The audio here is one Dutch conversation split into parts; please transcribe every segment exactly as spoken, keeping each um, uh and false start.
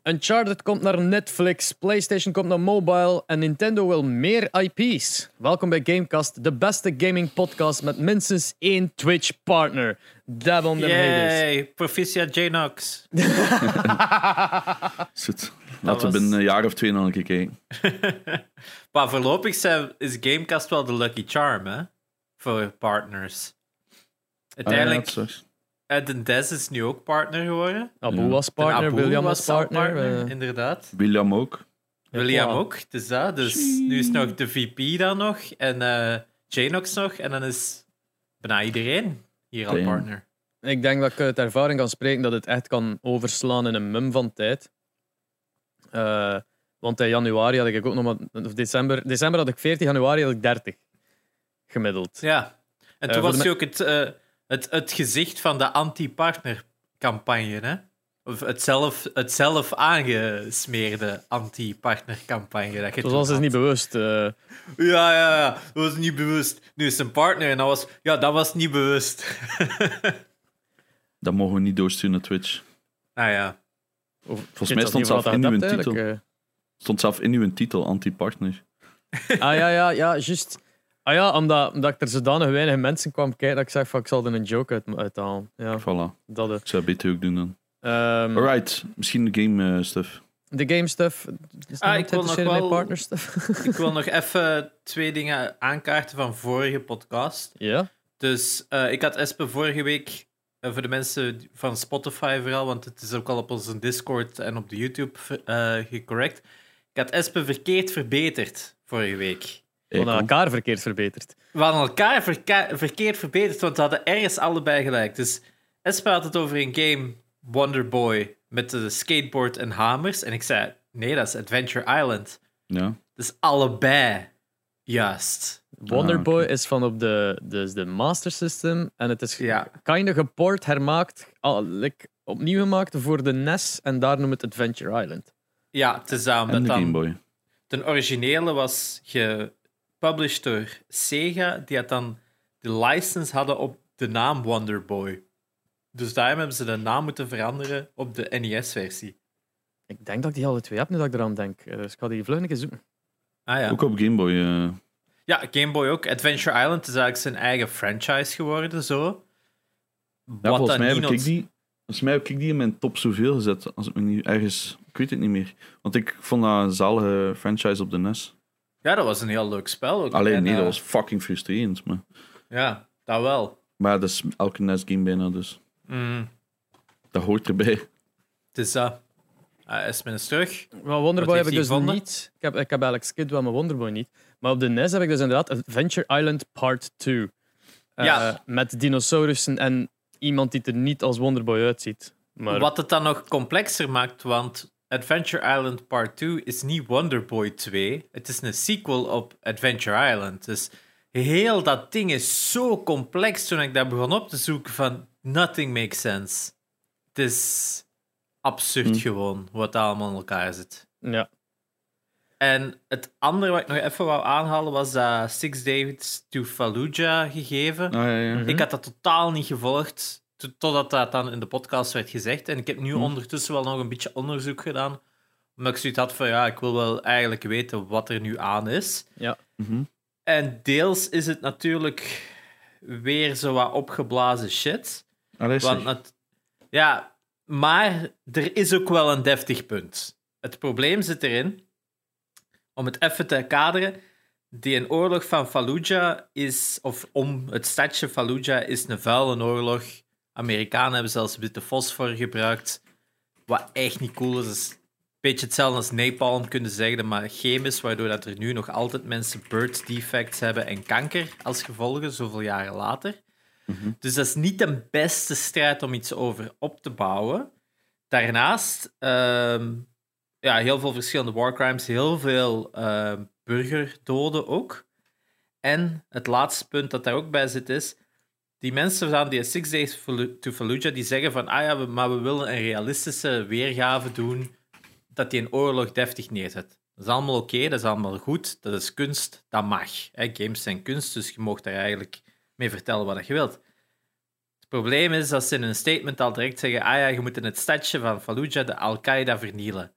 Uncharted komt naar Netflix, PlayStation komt naar mobile en Nintendo wil meer I P's. Welkom bij Gamecast, de beste gaming podcast met minstens één Twitch-partner. Dab on them haters. Yay, proficiat J-Nox. Zit. Laten we binnen een jaar of twee nog een keer kijken. Maar voorlopig zijn, is Gamecast wel de lucky charm, hè? Voor partners. Uiteindelijk, Ah, ja, dat is uh, de Des is nu ook partner geworden. Abu Ja. was partner, Abu William was was al partner. partner, eh, inderdaad. William ook. William voilà. ook, dus dat. Dus nu is nog de V P dan nog en uh, J-Nox nog. En dan is bijna iedereen hier al Damn. partner. Ik denk dat ik uit ervaring kan spreken dat het echt kan overslaan in een mum van tijd. Uh, want in januari had ik ook nog maar... Of december, december had ik veertig, januari had ik dertig. Gemiddeld. Ja. En Uh, toen voor was de hij ook het, uh, het, het gezicht van de anti-partner-campagne, hè? Of het zelf, het zelf aangesmeerde anti-partner-campagne. Dat je Dat toen was dus had. niet bewust. Uh, Ja, ja, ja. Dat was niet bewust. Nu is het een partner en dat was... Ja, dat was niet bewust. Dat mogen we niet doorsturen naar Twitch. Ah ja. Volgens mij stond zelf in uw titel. Uh. Stond zelf in uw titel, anti-partner. Ah ja, ja, ja, juist. Ah ja, omdat, omdat ik er zodanig weinig mensen kwam kijken dat ik zeg van ik zal er een joke uit, uithalen. Ja, Voilà. dat uh. Ik zou het beter ook doen dan. Um, Alright, misschien de game uh, stuff. De game stuff. Is Ah, ah, ik wil nog wel... wel- partner stuff. Ik wil nog even twee dingen aankaarten van vorige podcast. Ja. Dus uh, ik had Espe vorige week, uh, voor de mensen van Spotify vooral, want het is ook al op onze Discord en op de YouTube uh, gecorrect. Ik had Espe verkeerd verbeterd vorige week. We hadden elkaar verkeerd verbeterd. We hadden elkaar verka- verkeerd verbeterd, want we hadden ergens allebei gelijk. Dus Espe had het over een game, Wonder Boy, met de skateboard en hamers. En ik zei, nee, dat is Adventure Island. Ja. Dus allebei juist. Wonderboy Ah, oké. is van op de, dus de Master System en het is Ja. kinda geport, hermaakt, al, like, opnieuw gemaakt voor de N E S en daar noemt het Adventure Island. Ja, het is dat, En omdat de Game dan... Boy. De originele was gepublished door Sega, die had dan de license hadden op de naam Wonder Boy. Dus daarom hebben ze de naam moeten veranderen op de N E S-versie. Ik denk dat ik die alle twee heb nu dat ik eraan denk. Eh, Dus ik ga die vlug een keer zoeken. Ah ja. Ook op Game Boy. Uh, Ja, Game Boy ook. Adventure Island is eigenlijk zijn eigen franchise geworden, zo. ja, Wat volgens, dan mij heb niet ik ons- die, volgens mij heb ik die in mijn top zoveel gezet. Als ik me niet ergens... Ik weet het niet meer. Want ik vond dat een zalige franchise op de N E S. Ja, dat was een heel leuk spel ook. Alleen, En, nee, eh, dat was fucking frustrerend. Maar, Ja, dat wel. maar ja, dat is elke N E S-game bijna, dus Mm, dat hoort erbij. het is dat. Uh, Espen is terug. Maar Wonderboy Wat heb heeft ik hij dus gevonden? niet. Ik heb, ik heb eigenlijk Skid wel, maar Wonderboy niet. Maar op de N E S heb ik dus inderdaad Adventure Island Part twee. Eh, Ja. Met dinosaurussen en iemand die er niet als Wonderboy uitziet. Maar Wat het dan nog complexer maakt, want Adventure Island Part twee is niet Wonder Boy twee. Het is een sequel op Adventure Island. Dus heel dat ding is zo complex toen ik dat begon op te zoeken van nothing makes sense. Het is absurd Hm. gewoon, wat allemaal in elkaar zit. ja. En het andere wat ik nog even wou aanhalen was dat Six Days to Fallujah gegeven. Ah, ja, ja. Mhm. Ik had dat totaal niet gevolgd, to- totdat dat dan in de podcast werd gezegd. En ik heb nu Hm. ondertussen wel nog een beetje onderzoek gedaan. Omdat ik zoiets had van, ja, ik wil wel eigenlijk weten wat er nu aan is. ja. Mhm. En deels is het natuurlijk weer zo wat opgeblazen shit. Allee, zeg. Want het, ja, maar er is ook wel een deftig punt. Het probleem zit erin, om het even te kaderen, die een oorlog van Fallujah is, of om het stadje Fallujah, is een vuile oorlog. Amerikanen hebben zelfs witte fosfor gebruikt, wat echt niet cool is. Het is een beetje hetzelfde als napalm kunnen zeggen, maar chemisch, waardoor dat er nu nog altijd mensen birth defects hebben en kanker als gevolgen, zoveel jaren later. Mhm. Dus dat is niet de beste strijd om iets over op te bouwen. Daarnaast, ehm, ja, heel veel verschillende warcrimes, heel veel ehm, burgerdoden ook. En het laatste punt dat daar ook bij zit is, die mensen van die Six Days to Fallujah, die zeggen van, ah ja, we- maar we willen een realistische weergave doen, dat die een oorlog deftig neerzet. Dat is allemaal oké, dat is allemaal goed, dat is kunst, dat mag. Hè? Games zijn kunst, dus je mag daar eigenlijk mee vertellen wat je wilt. Het probleem is dat ze in een statement al direct zeggen, ah ja, je moet in het stadje van Fallujah de Al-Qaeda vernielen.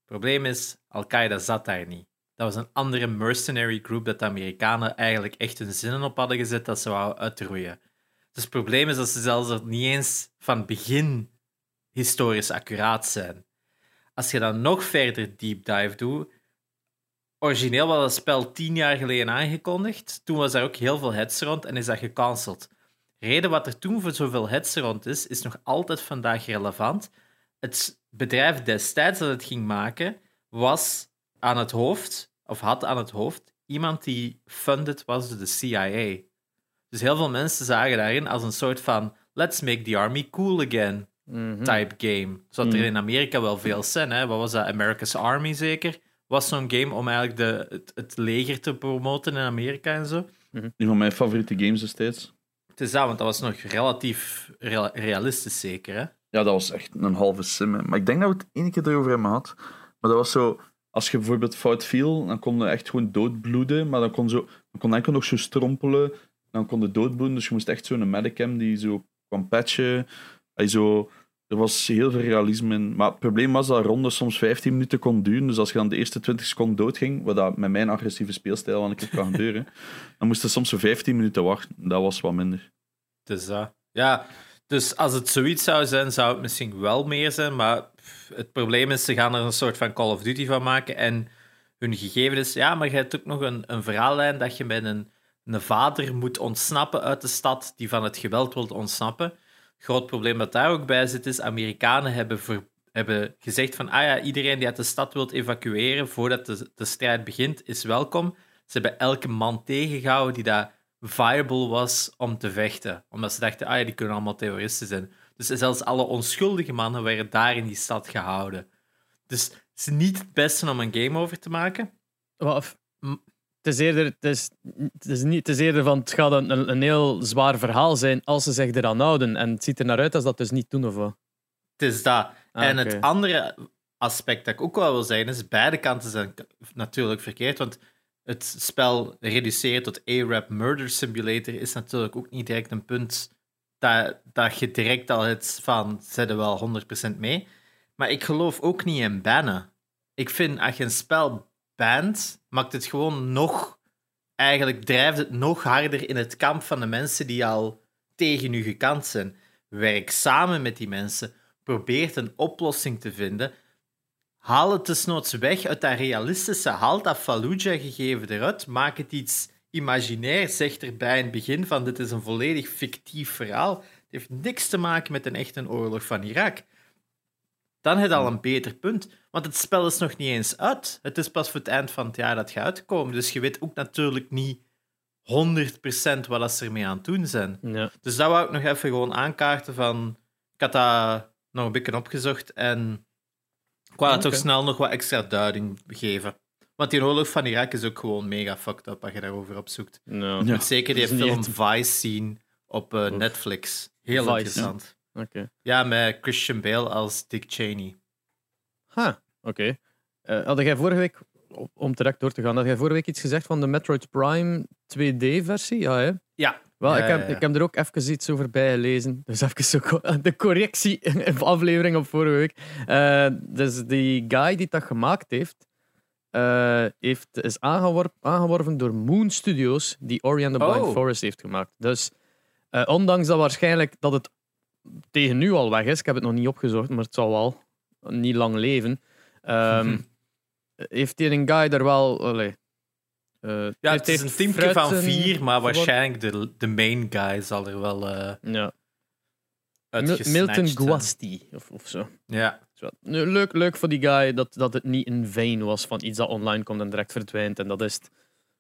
Het probleem is, Al-Qaeda zat daar niet. Dat was een andere mercenary group dat de Amerikanen eigenlijk echt hun zinnen op hadden gezet dat ze wouden uitroeien. Dus het probleem is dat ze zelfs er niet eens van het begin historisch accuraat zijn. Als je dan nog verder deep dive doet... Origineel was dat spel tien jaar geleden aangekondigd. Toen was er ook heel veel heads rond en is dat gecanceld. De reden wat er toen voor zoveel heads rond is, is nog altijd vandaag relevant. Het bedrijf destijds dat het ging maken, was aan het hoofd, of had aan het hoofd, iemand die funded was door de C I A. Dus heel veel mensen zagen daarin als een soort van let's make the army cool again Mm-hmm. type game. Zodat er in Amerika wel veel zijn. Hè? Wat was dat? America's Army zeker? Was zo'n game om eigenlijk de, het, het leger te promoten in Amerika en zo. Een van mijn favoriete games destijds. Het is dat, want dat was nog relatief rea- realistisch zeker, hè? Ja, dat was echt een halve sim. Hè. Maar ik denk dat we het één keer erover hebben gehad. Maar dat was zo... Als je bijvoorbeeld fout viel, dan kon je echt gewoon doodbloeden. Maar dan kon, zo, dan kon enkel nog zo strompelen. Dan kon je doodbloeden. Dus je moest echt zo'n medicam die zo kwam patchen. Hij zo... Er was heel veel realisme in. Maar het probleem was dat ronde soms vijftien minuten kon duren. Dus als je dan de eerste twintig seconden doodging, wat dat met mijn agressieve speelstijl wel een keer kan gebeuren, dan moest je soms zo vijftien minuten wachten. Dat was wat minder. Dus dat. Ja, dus als het zoiets zou zijn, zou het misschien wel meer zijn. Maar pff, het probleem is, ze gaan er een soort van Call of Duty van maken. En hun gegeven is, ja, maar je hebt ook nog een, een verhaallijn dat je met een, een vader moet ontsnappen uit de stad die van het geweld wil ontsnappen. Groot probleem dat daar ook bij zit is, Amerikanen hebben, ver, hebben gezegd van, ah ja, iedereen die uit de stad wil evacueren voordat de, de strijd begint, is welkom. Ze hebben elke man tegengehouden die daar viable was om te vechten. Omdat ze dachten, ah ja, die kunnen allemaal terroristen zijn. Dus zelfs alle onschuldige mannen werden daar in die stad gehouden. Dus het is niet het beste om een game over te maken. Wat, het is eerder, het is, het is niet, het is eerder van, het gaat een, een, een heel zwaar verhaal zijn als ze zich eraan houden. En het ziet er naar uit als dat dus niet doen, of wat? Het is dat. Ah, en oké. het andere aspect dat ik ook wel wil zeggen is, beide kanten zijn natuurlijk verkeerd, want het spel reduceren tot A-Rap Murder Simulator is natuurlijk ook niet direct een punt dat, dat je direct al het van, zet er wel honderd procent mee. Maar ik geloof ook niet in bannen. Ik vind, als je een spel bant, maakt het gewoon nog... Eigenlijk drijft het nog harder in het kamp van de mensen die al tegen u gekant zijn. Werk samen met die mensen. Probeer een oplossing te vinden. Haal het desnoods weg uit dat realistische. Haal dat Fallujah-gegeven eruit. Maak het iets imaginair. Zeg erbij in het begin van dit is een volledig fictief verhaal. Het heeft niks te maken met een echte oorlog van Irak. Dan heb je al een beter punt. Want het spel is nog niet eens uit. Het is pas voor het eind van het jaar dat gaat uitkomen. Dus je weet ook natuurlijk niet honderd procent wat ze ermee aan het doen zijn. Ja. Dus dat wou ik nog even gewoon aankaarten van... Ik had dat nog een beetje opgezocht en ik wou dat Oké. toch snel nog wat extra duiding geven. Want die oorlog van Irak is ook gewoon mega fucked up als je daarover opzoekt. No. Ja. Je moet zeker die Dat is niet film echt- Vice zien op eh, Netflix. Heel Vice, interessant. Oké. Ja, met Christian Bale als Dick Cheney. Ha, oké. Eh, had jij vorige week, om- om direct door te gaan, had jij vorige week iets gezegd van de Metroid Prime twee D-versie? Ja, hè? Ja. Wel, Ja, ik, heb, ja, ja. ik heb er ook even iets over bijgelezen. Dus even zo co- de correctie in de aflevering op vorige week. Eh, dus die guy die dat gemaakt heeft, eh, heeft is aangeworp, aangeworven door Moon Studios, die Ori and the Blind Oh. Forest heeft gemaakt. Dus eh, ondanks dat waarschijnlijk dat het tegen nu al weg is, ik heb het nog niet opgezocht, maar het zal wel niet lang leven, ehm, heeft hier een guy daar wel... Allee, eh, Ja, heeft- het is een heeft teamje van fruiten vier, maar geworden. waarschijnlijk de, de main guy zal er wel eh Ja. Mil- uitgesnatcht Milton zijn. Guasti of, of zo. Ja. Zo. Nu, leuk, leuk voor die guy dat, dat het niet in vain was van iets dat online komt en direct verdwijnt. En dat is het.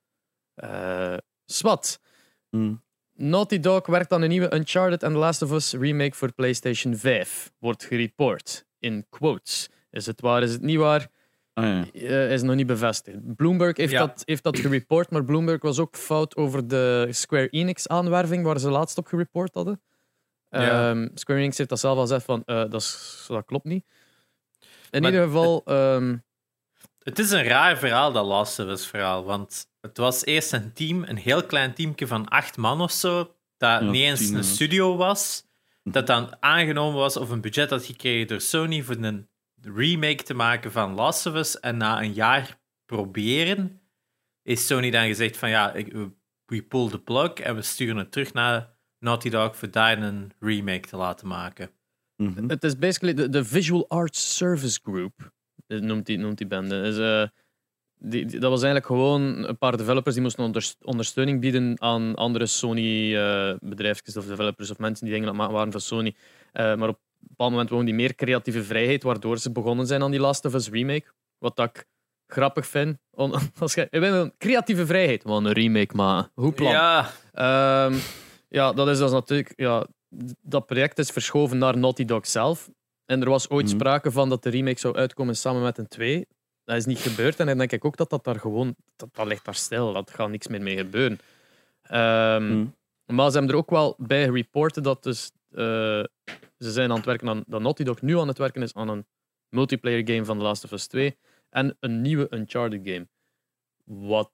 Eh, Swat. Hmm. Naughty Dog werkt aan een nieuwe Uncharted and The Last of Us remake voor PlayStation vijf. Wordt gereport. In quotes. Is het waar, is het niet waar? Ah, ja. Eh, is nog niet bevestigd. Bloomberg heeft, Ja. dat, heeft dat gereport, maar Bloomberg was ook fout over de Square Enix aanwerving waar ze laatst op gereport hadden. Ja. Ehm, Square Enix heeft dat zelf al gezegd van, eh, dat, is, dat klopt niet. In Maar ieder geval, ehm, Het is een raar verhaal, dat Last of Us verhaal. Want het was eerst een team, een heel klein teamje van acht man of zo, dat Ja, niet eens tien, een ja. studio was, dat dan aangenomen was of een budget had gekregen door Sony voor een remake te maken van Last of Us en na een jaar proberen, is Sony dan gezegd van ja, ik, we pull the plug en we sturen het terug naar Naughty Dog voor daar een remake te laten maken. Mm-hmm. Het is basically de, de Visual Arts Service Group, noemt die, noemt die band. Dus, uh, die, die, dat was eigenlijk gewoon een paar developers die moesten onder, ondersteuning bieden aan andere Sony-bedrijfjes uh, of developers of mensen die dingen aan het maken waren voor Sony. Uh, maar op een bepaald moment wonen die meer creatieve vrijheid, waardoor ze begonnen zijn aan die Last of Us remake. Wat dat ik grappig vind. On, als je, je bent een creatieve vrijheid, maar een remake maken. Hoe plan? Ja. Um, ja, dat is dus natuurlijk... Ja, dat project is verschoven naar Naughty Dog zelf. En er was ooit mm-hmm. sprake van dat de remake zou uitkomen samen met een twee. Dat is niet gebeurd. En dan denk ik ook dat dat daar gewoon... Dat, dat ligt daar stil. Dat gaat niks meer mee gebeuren. Um, mm. Maar ze hebben er ook wel bij gereporten dat dus... Uh, ze zijn aan het werken aan... Dat Naughty Dog nu aan het werken is aan een multiplayer game van The Last of Us twee. En een nieuwe Uncharted game. Wat...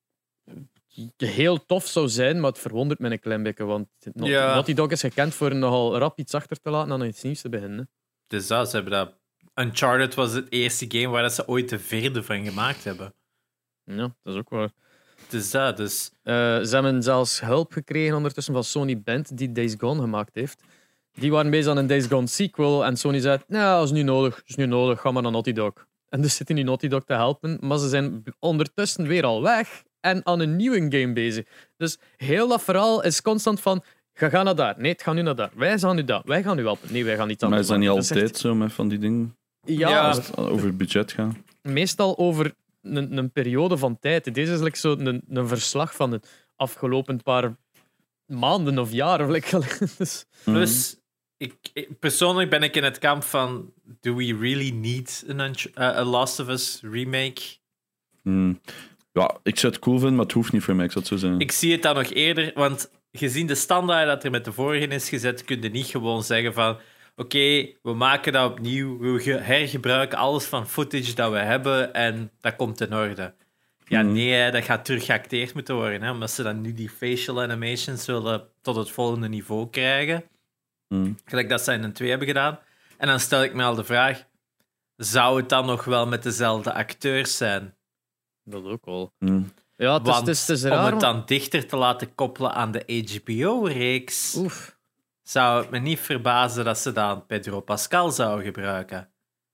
heel tof zou zijn, maar het verwondert me een klein beetje, want ja. Naughty Dog is gekend voor nogal rap iets achter te laten en aan iets nieuws te beginnen. Dus dat, ze hebben dat... Uncharted was het eerste game waar ze ooit de vierde van gemaakt hebben. Ja, dat is ook waar. Dus dat, dus... Uh, ze hebben zelfs hulp gekregen ondertussen van Sony Band, die Days Gone gemaakt heeft. Die waren bezig aan een Days Gone sequel en Sony zei, nou, dat is nu nodig, dat is nu nodig, ga maar naar Naughty Dog. En dus zitten nu Naughty Dog te helpen, maar ze zijn ondertussen weer al weg en aan een nieuwe game bezig. Dus heel dat verhaal is constant van, ga, ga naar daar. Nee, het gaat nu naar daar. Wij gaan nu daar. Wij gaan nu helpen. Nee, wij gaan niet anders. Maar is dat niet altijd echt... zo met van die dingen? Ja. ja. Als het over het budget gaat. Meestal over een, een periode van tijd. Deze is like zo een, een verslag van de afgelopen paar maanden of jaar. Of like, dus. Mm-hmm. Dus ik, ik, persoonlijk ben ik in het kamp van, do we really need a, uh, a Last of Us remake? Mm. Ja, ik zou het cool vinden, maar het hoeft niet voor mij, ik zou het zo zeggen. Ik zie het dan nog eerder, want gezien de standaard dat er met de vorige is gezet, kun je niet gewoon zeggen van oké, okay, we maken dat opnieuw, we hergebruiken alles van footage dat we hebben en dat komt in orde. Ja, mm. nee, hè, dat gaat terug geacteerd moeten worden, hè, omdat ze dan nu die facial animations willen tot het volgende niveau krijgen. Mm. Gelijk dat ze in een twee hebben gedaan. En dan stel ik me al de vraag, zou het dan nog wel met dezelfde acteurs zijn? Dat ook wel. Mm. Ja, het is, Want het is, het is raar, om het dan dichter te laten koppelen aan de H B O-reeks, Oef. zou het me niet verbazen dat ze dan Pedro Pascal zouden gebruiken.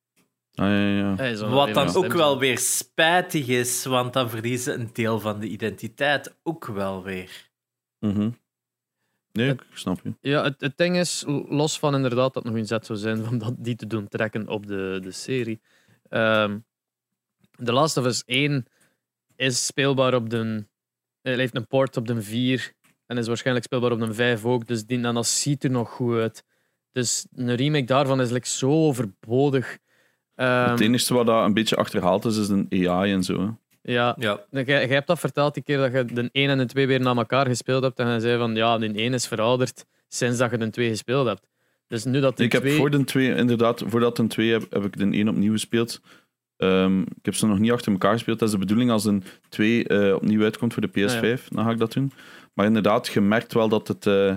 Ah, ja, ja. Hey, Wat dan ook wel weer spijtig is, want dan verliezen een deel van de identiteit ook wel weer. Mm-hmm. Nee, ik snap je. Ja, het, het ding is, los van inderdaad dat het nog een zet zou zijn om dat, die te doen trekken op de, de serie. Um, The Last of Us één is speelbaar op de... Hij heeft een port op de vier en is waarschijnlijk speelbaar op de vijf ook, dus die, en dat ziet er nog goed uit. Dus een remake daarvan is like zo overbodig. Um, het enige wat dat een beetje achterhaald is, is een A I en zo. Hè. Ja, ja. Jij, jij hebt dat verteld die keer dat je de één en de twee weer na elkaar gespeeld hebt en je zei van ja, de één is verouderd sinds dat je de twee gespeeld hebt. Dus nu dat de ik twee... heb voor de twee, inderdaad, voordat de twee heb, heb ik de één opnieuw gespeeld. Um, ik heb ze nog niet achter elkaar gespeeld. Dat is de bedoeling als een twee uh, opnieuw uitkomt voor de P S vijf, ah, ja. dan ga ik dat doen. Maar inderdaad, je merkt wel dat, het, uh,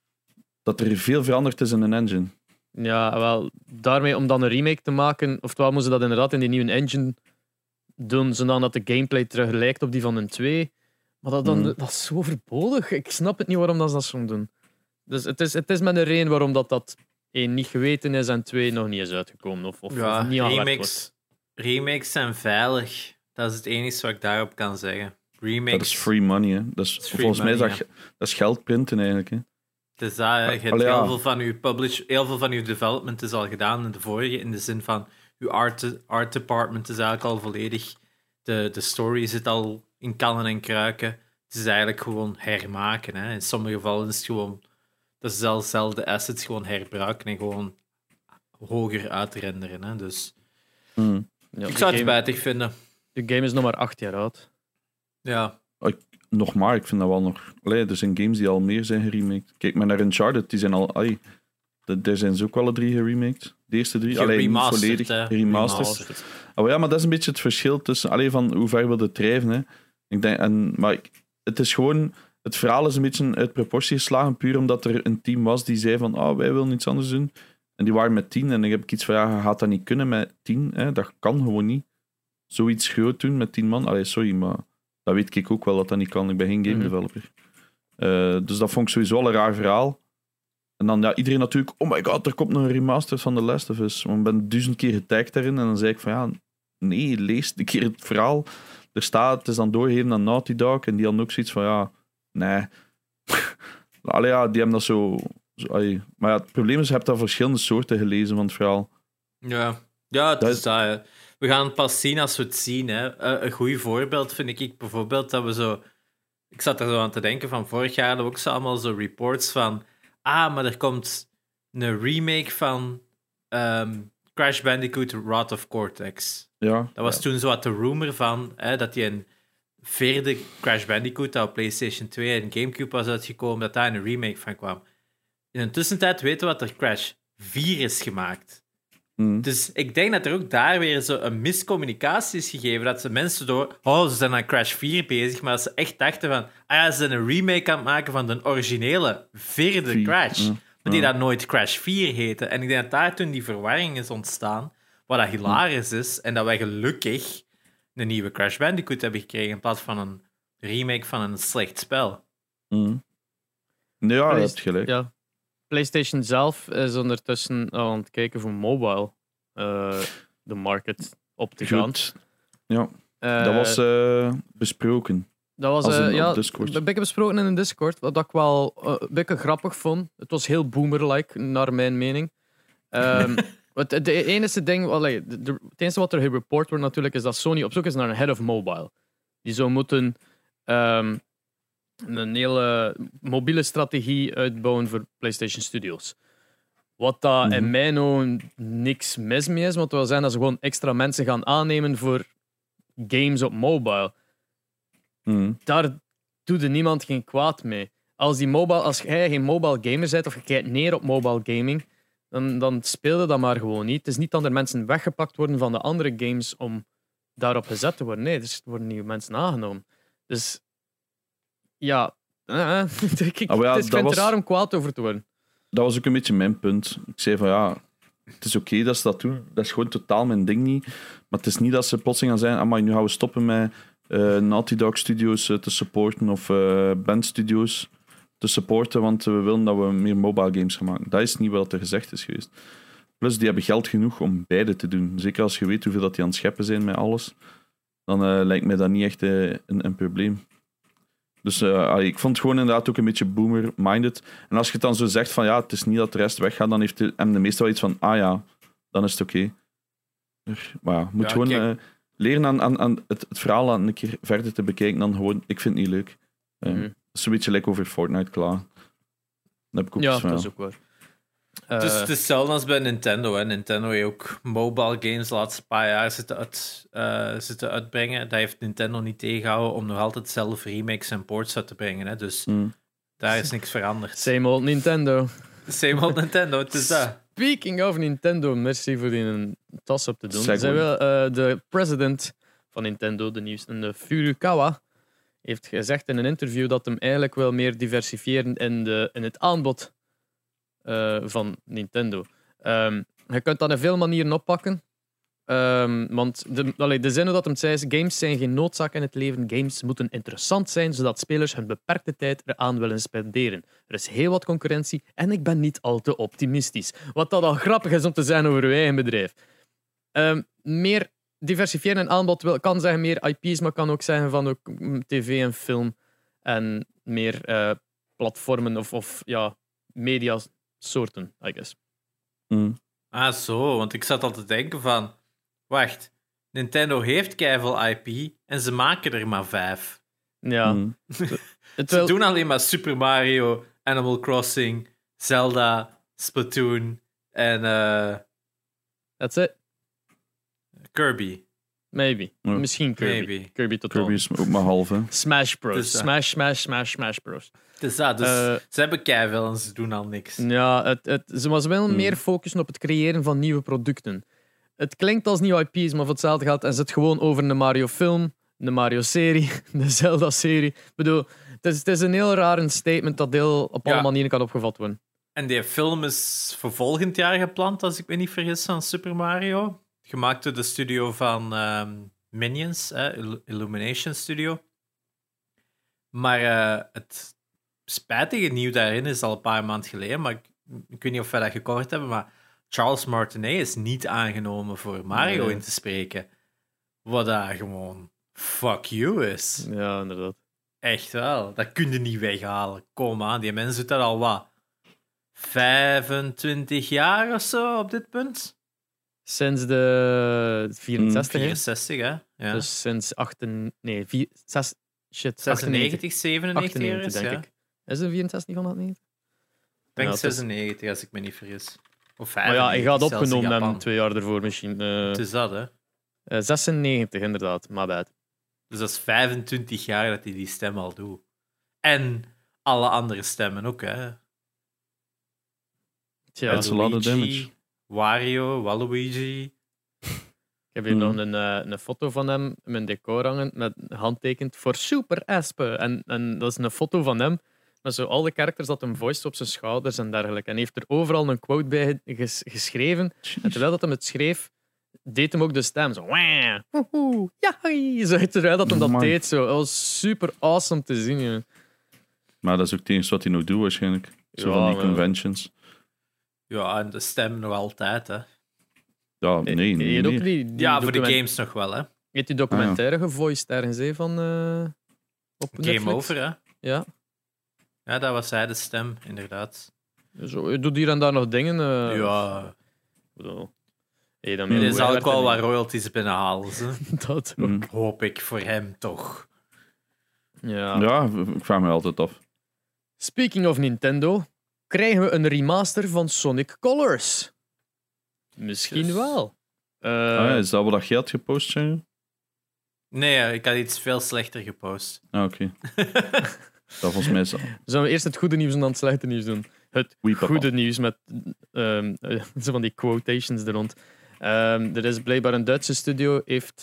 dat er veel veranderd is in een engine. Ja, wel, daarmee om dan een remake te maken, oftewel moeten ze dat inderdaad in die nieuwe engine doen, zodat de gameplay terug lijkt op die van een twee. Maar dat, dan, mm. dat is zo overbodig. Ik snap het niet waarom dat ze dat zo doen. Dus het is, het is met een reden waarom dat, dat één niet geweten is en twee nog niet is uitgekomen. Of, of, ja, of niet aan remakes, remakes zijn veilig. Dat is het enige wat ik daarop kan zeggen. Remakes, dat is free money, hè. Dat is, is volgens money, mij is dat, ja. dat is geld printen eigenlijk. Hè. Dus dat, je hebt Allee, heel, ja. veel van uw publish, heel veel van uw development is al gedaan in de vorige, in de zin van uw art, art department is eigenlijk al volledig, de, de story zit al in kannen en kruiken. Het is eigenlijk gewoon hermaken. Hè. In sommige gevallen is het gewoon dat ze dezelfde assets gewoon herbruiken en gewoon hoger uitrenderen. Hè. Dus mm. ja, ik zou het game, spijtig vinden. De game is nog maar acht jaar oud. Ja. Ik, nog maar, ik vind dat wel nog... Allee, er zijn games die al meer zijn geremaked. Kijk maar naar Uncharted, die zijn al... Allee, daar zijn ze ook alle drie geremaked. De eerste drie, alleen niet volledig hè. remastered. remastered. Oh, ja, maar dat is een beetje het verschil tussen... Allee, van hoe ver wil je het drijven, hè. Ik denk, en, maar ik, het is gewoon... Het verhaal is een beetje uit proportie geslagen, puur omdat er een team was die zei van, ah, oh, wij willen iets anders doen. En die waren met tien. En dan heb ik iets van, ja, je gaat dat niet kunnen met tien. Hè? Dat kan gewoon niet. Zoiets groot doen met tien man. Allee, sorry, maar dat weet ik ook wel dat dat niet kan. Ik ben geen game Mhm. developer. Uh, dus dat vond ik sowieso wel een raar verhaal. En dan ja, iedereen natuurlijk, oh my god, er komt nog een remaster van The Last of Us. Want ik ben duizend keer getagd daarin. En dan zei ik van, ja, nee, lees een keer het verhaal. Er staat, het is dan doorgegeven aan Naughty Dog. En die hadden ook zoiets van, ja, nee. Allee, ja, die hebben dat zo... zo allee. Maar ja, het probleem is, je hebt daar verschillende soorten gelezen van het verhaal. Ja, ja het Dat is is- dat. hè. We gaan het pas zien als we het zien. Hè. Eh, een goed voorbeeld vind ik bijvoorbeeld dat we zo... Ik zat er zo aan te denken van vorig jaar hadden we ook zo allemaal zo reports van ah, maar er komt een remake van ehm, Crash Bandicoot Wrath of Cortex. Ja, Dat was ja. toen zo wat de rumor van hè, dat die een vierde Crash Bandicoot dat op PlayStation twee en Gamecube was uitgekomen, dat daar een remake van kwam. In de tussentijd weten we dat er Crash vier is gemaakt. Mm. Dus ik denk dat er ook daar weer zo een miscommunicatie is gegeven. Dat ze mensen door... Oh, ze zijn aan Crash vier bezig. Maar dat ze echt dachten van... Ah ja, ze zijn een remake aan het maken van de originele vierde Vier, Crash. ja. Maar die Ja. dat nooit Crash vier heette. En ik denk dat daar toen die verwarring is ontstaan. Wat dat hilarisch is. En dat wij gelukkig een nieuwe Crash Bandicoot hebben gekregen. In plaats van een remake van een slecht spel. Mm. Nee, ja, je Play- hebt gelijk. Ja. PlayStation zelf is ondertussen aan het kijken voor mobile eh, de market op te gaan. Goed. Ja, Eh, dat was eh, besproken. dat was als eh, in op ja, Discord. een beetje besproken in een Discord, wat ik wel eh, een beetje grappig vond. Het was heel boomer-like, naar mijn mening. Ehm, het, het enige ding, allee, de- de- het enige wat er gereport wordt natuurlijk, is dat Sony op zoek is naar een head of mobile. Die zou moeten ehm, een hele mobiele strategie uitbouwen voor PlayStation Studios. Wat daar Mhm. in mijn ogen niks mis mee is, want dat wil zeggen dat ze gewoon extra mensen gaan aannemen voor games op mobile. Mm. Daar doet er niemand geen kwaad mee. Als, die mobile, als jij geen mobile gamer bent of je kijkt neer op mobile gaming, dan, dan speel je dat maar gewoon niet. Het is niet dat er mensen weggepakt worden van de andere games om daarop gezet te worden. Nee, dus er worden nieuwe mensen aangenomen. Dus ja, eh, ik, ik, Ah, maar ja, het is, ik dat vind het was- raar om kwaad over te worden. Dat was ook een beetje mijn punt. Ik zei van ja, het is oké dat ze dat doen. Dat is gewoon totaal mijn ding niet. Maar het is niet dat ze plotseling gaan zijn, amai, nu gaan we stoppen met eh, Naughty Dog Studios eh, te supporten of eh Band Studios te supporten, want we willen dat we meer mobile games gaan maken. Dat is niet wat er gezegd is geweest. Plus, die hebben geld genoeg om beide te doen. Zeker als je weet hoeveel dat die aan het scheppen zijn met alles, dan eh, lijkt mij dat niet echt eh, een, een probleem. Dus eh, allee, ik vond het gewoon inderdaad ook een beetje boomer-minded. En als je het dan zo zegt van ja, het is niet dat de rest weggaat, dan heeft de, hem de meeste wel iets van ah ja, dan is het oké. Maar ja, je moet Ja, gewoon kijk. eh, leren aan, aan, aan het, het verhaal aan een keer verder te bekijken dan gewoon, ik vind het niet leuk. Eh, Mhm. Dat is een beetje lekker over Fortnite klaar. Dan heb ik ook Ja, iets van, dat ja. is ook waar. Dus Eh, het is hetzelfde als bij Nintendo. Hè. Nintendo heeft ook mobile games de laatste paar jaar zitten, uit, eh, zitten uitbrengen. Dat heeft Nintendo niet tegengehouden om nog altijd zelf remakes en ports uit te brengen. Hè. Dus Mm. daar is niks veranderd. Same old Nintendo. Same old Nintendo, het is dat. Speaking of Nintendo, merci voor die een tas op te doen. Segway. Zij wil, eh, de president van Nintendo, de nieuwste, de Furukawa, heeft gezegd in een interview dat hem eigenlijk wil meer diversifiëren in, de, in het aanbod eh, van Nintendo. Ehm, je kunt dat in veel manieren oppakken. Ehm, want de, allee, de zin hoe dat hem zei is: games zijn geen noodzaak in het leven. Games moeten interessant zijn, zodat spelers hun beperkte tijd eraan willen spenderen. Er is heel wat concurrentie en ik ben niet al te optimistisch. Wat dat al grappig is om te zijn over uw eigen bedrijf. Ehm, meer diversifiëren in aanbod wil, kan zeggen meer I P's, maar kan ook zeggen van ook mm, tv en film en meer eh, platformen of, of ja, mediasoorten, I guess. Mm. Ah, zo. Want ik zat al te denken van... Wacht, Nintendo heeft keiveel I P en ze maken er maar vijf. Ja, Mm. het Ze wil, doen alleen maar Super Mario, Animal Crossing, Zelda, Splatoon en eh, that's it. Kirby. Maybe. Ja. Misschien Kirby. Maybe. Kirby tot wel. Kirby is ook maar half, hè. Smash Bros. Dus, uh, Smash, smash, smash, smash Bros. Dus dat, dus Eh, ze hebben keiveel en ze doen al niks. Ja, het, het, ze was wel Hmm. meer focussen op het creëren van nieuwe producten. Het klinkt als nieuwe I P's, maar voor hetzelfde geld is het gewoon over een Mario-film, een Mario-serie, de Zelda-serie. Ik bedoel, het is, het is een heel raar statement dat heel op alle Ja. manieren kan opgevat worden. En die film is voor volgend jaar gepland, als ik me niet vergis, van Super Mario. Gemaakt door de studio van um, Minions, eh, Illumination Studio. Maar uh, het spijtige nieuws daarin is al een paar maanden geleden, maar ik, ik weet niet of wij dat gehoord hebben, maar Charles Martinet is niet aangenomen voor Mario nee. in te spreken. Wat daar gewoon fuck you is. Ja, inderdaad. Echt wel. Dat kun je niet weghalen. Kom aan, die mensen doet dat al wat? vijfentwintig jaar of zo op dit punt? Sinds de vierenzestig, mm, vierenzestig hè? Ja. Dus sinds achten, nee, vier, zes, shit, zesennegentig, zevenennegentig is, denk ja. ik. Is het vierenzestig van dat niet? Ik denk ja, zesennegentig, als ik me niet vergis. Of maar ja, hij gaat opgenomen hebben twee jaar ervoor misschien. Uh, het is dat, hè? Uh, zesennegentig, inderdaad, maar bad. Dus dat is vijfentwintig jaar dat hij die stem al doet. En alle andere stemmen ook, hè? Ja, dat is een lot of damage. Wario, Waluigi. Ik heb hier mm. nog een, uh, een foto van hem in mijn decor hangen met handtekend voor Super Aspe. En, en dat is een foto van hem met zo al de characters dat hem voiced op zijn schouders en dergelijke. En hij heeft er overal een quote bij ges- geschreven. Jeez. En terwijl dat hem het schreef, deed hem ook de stem zo. Woehoe, ja, zo terwijl dat hem dat oh deed. Zo. Dat was super awesome te zien. Ja. Maar dat is ook het enige wat hij nog doet waarschijnlijk. Zo ja, van die maar... conventions. Ja, en de stem nog altijd, hè. Ja, nee, nee. nee. Ook die, die ja, voor de games nog wel, hè. Je hebt die documentaire ah, ja. gevoiced ergens, hè, van... Uh, op Game Netflix. Over, hè. Ja. Ja, dat was hij, de stem, inderdaad. Zo, je doet hier en daar nog dingen. Uh, ja. Bedoel. Hey, dan er zal ook wel wat royalties binnenhalen, hè. Dat ook. Mm. Hoop ik, voor hem toch. Ja. Ja, ik vraag me altijd af. Speaking of Nintendo... krijgen we een remaster van Sonic Colors? Misschien dus... wel. Uh... Ah, ja, is dat wat je had gepost, zijn? Nee, ik had iets veel slechter gepost. Ah, oké. Okay. Dat was mij zo. Zullen we eerst het goede nieuws en dan het slechte nieuws doen? Het Wee goede papa. nieuws met um, uh, zo van die quotations er rond. Um, er is blijkbaar een Duitse studio heeft...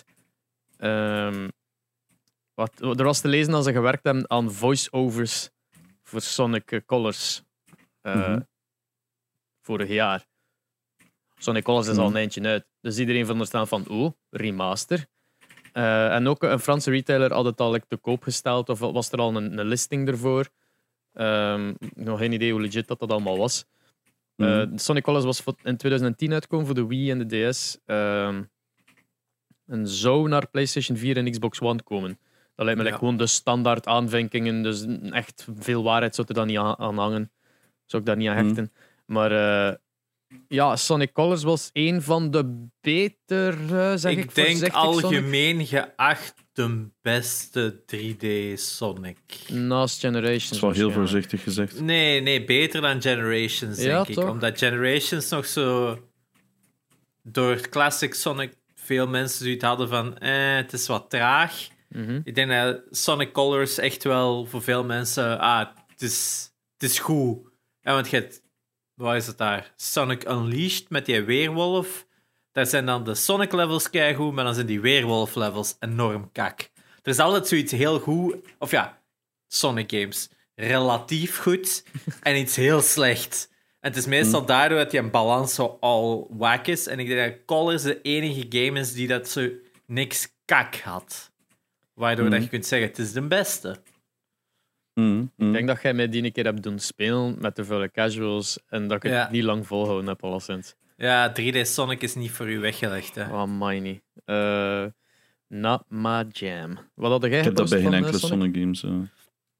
Um, wat, er was te lezen als ze gewerkt hebben aan voice-overs voor Sonic Colors. Uh, mm-hmm. Vorig jaar. Sonic Colors is mm-hmm. al een eindje uit. Dus iedereen veronderstaat van, oh, remaster. Uh, en ook een Franse retailer had het al like, te koop gesteld, of was er al een, een listing ervoor. Um, nog geen idee hoe legit dat, dat allemaal was. Mm-hmm. Uh, Sonic Colors was in twintig tien uitgekomen voor de Wii en de D S. Um, en zou naar PlayStation vier en Xbox One komen. Dat lijkt me ja. like, gewoon de standaard aanvinkingen. Dus echt veel waarheid zou er dan niet aan, aan hangen. Zou ik daar niet aan hechten. Mm. Maar uh, ja, Sonic Colors was een van de betere, zeg ik Ik denk voorzichtig, algemeen Sonic. geacht de beste drie D Sonic. Naast Generations. Dat is wel heel voorzichtig gezegd. Nee, nee, beter dan Generations, ja, denk ik. Toch? Omdat Generations nog zo... Door het classic Sonic veel mensen zoiets hadden van... Eh, het is wat traag. Mm-hmm. Ik denk dat Sonic Colors echt wel voor veel mensen... Ah, het is, het is goed. Ja, want je hebt... Wat is het daar? Sonic Unleashed met die weerwolf. Daar zijn dan de Sonic levels keigoed, maar dan zijn die weerwolf levels enorm kak. Er is altijd zoiets heel goed... Of ja, Sonic games. Relatief goed. En iets heel slecht. En het is meestal mm. daardoor dat die een balans zo al wack is. En ik denk dat Colors de enige game is die dat zo niks kak had. Waardoor mm. dat je kunt zeggen, het is de beste. Mm, mm. Ik denk dat jij mij die een keer hebt doen spelen met de vuile casuals en dat ik ja. het niet lang volhouden heb, alleszins. Ja, drie D Sonic is niet voor u weggelegd, hè. Oh, my niet. Uh, not my jam. Wat had jij Ik heb dat bij geen van, enkele uh, Sonic? Sonic games. Uh.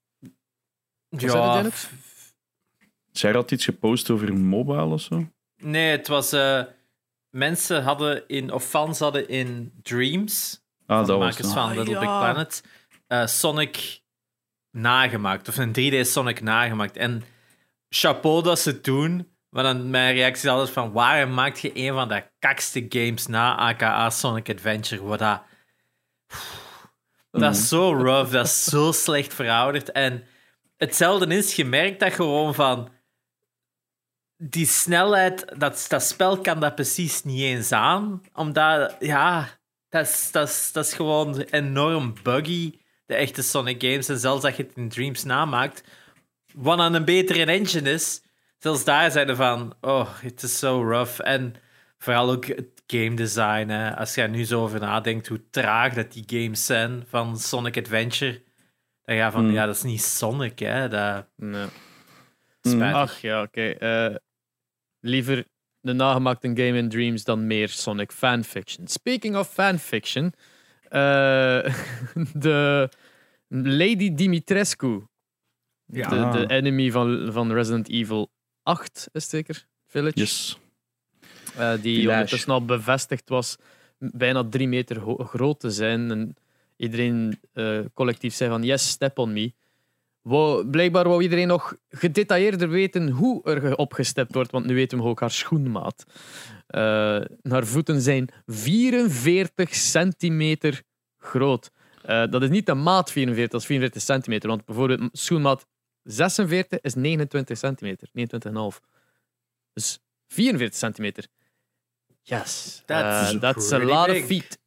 Ja. Zij had iets gepost over mobile of zo? Nee, het was... Uh, mensen hadden in... Of fans hadden in Dreams... Ah, van dat de was makers van ah, Little ja. Big Planet... Uh, Sonic... nagemaakt. Of een drie D Sonic nagemaakt. En chapeau dat ze het doen. Maar dan mijn reactie is altijd van... Waarom maak je een van de kakste games na aka Sonic Adventure? Wat dat... Dat is zo rough. Dat is zo slecht verouderd. En hetzelfde is, je merkt dat gewoon van... Die snelheid... Dat, dat spel kan dat precies niet eens aan. Omdat... Ja... Dat is, dat is, dat is gewoon enorm buggy... De echte Sonic games. En zelfs dat je het in Dreams namaakt. Wat aan een betere engine is. zelfs daar zeiden van, oh, het is zo rough. En vooral ook het game design. Hè. Als je er nu zo over nadenkt, hoe traag dat die games zijn van Sonic Adventure, dan ga je van, Mm. ja, dat is niet Sonic, hè. Dat Nee. spijtig. Ach ja, oké. eh, liever de nagemaakte game in Dreams dan meer Sonic fanfiction. Speaking of fanfiction, eh, de Lady Dimitrescu, Ja. de, de enemy van, van Resident Evil acht, is het zeker? Village? Yes. Eh, die Village. ondertussen al bevestigd was bijna drie meter ho- groot te zijn. En iedereen eh, collectief zei van yes, step on me. Wou, blijkbaar wou iedereen nog gedetailleerder weten hoe er ge- opgestept wordt, want nu weten we ook haar schoenmaat. Eh, haar voeten zijn vierenveertig centimeter groot. Eh, dat is niet de maat vierenveertig, dat is vierenveertig centimeter. Want bijvoorbeeld schoenmaat zesenveertig is negenentwintig centimeter, negenentwintig komma vijf. Dus vierenveertig centimeter. Yes. That's Uh, that's a pretty lot big. of feet.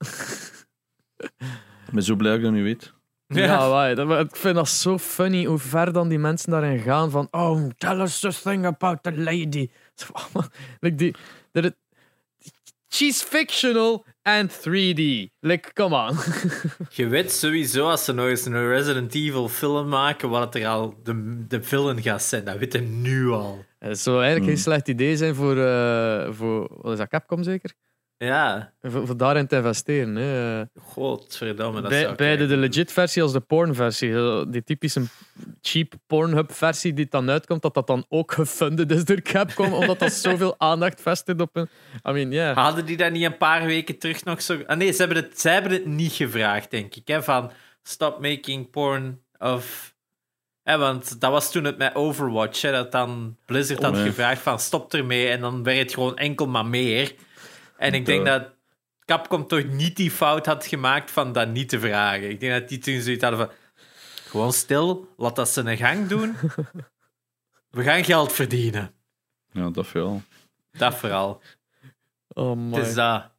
Ik ben zo blij dat ik dat nu weet. Ja, waar, dat- maar ik vind dat zo funny hoe ver dan die mensen daarin gaan van oh, tell us the thing about the lady. like die, dat het, she's fictional and three D. Like, come on. Je weet sowieso, als ze nog eens een Resident Evil film maken, wat er al de, de villain gaat zijn. Dat weet je nu al. Het zou eigenlijk Hmm. geen slecht idee zijn voor, uh, voor wat is dat, Capcom zeker? Ja, Voor, voor daarin te investeren. Hè. godverdomme. Dat Bij, zou beide de kijken. legit versie als de porn versie. Zo, die typische cheap Pornhub versie die dan uitkomt, dat dat dan ook gefunded is door Capcom, omdat dat zoveel aandacht vestigt op een... I mean, yeah. Hadden die dat niet een paar weken terug nog zo... Ah, nee, ze hebben, het, ze hebben het niet gevraagd, denk ik. Hè, van, stop making porn of... Hè, want dat was toen het met Overwatch. Hè, dat dan Blizzard Oh, had nee. gevraagd van, stop ermee. En dan werd het gewoon enkel maar meer. En ik denk Duh. dat Capcom toch niet die fout had gemaakt van dat niet te vragen. Ik denk dat die toen zoiets hadden van... Gewoon stil, laat dat ze een gang doen. We gaan geld verdienen. Ja, dat wel. Dat vooral. Oh my. Het is dat.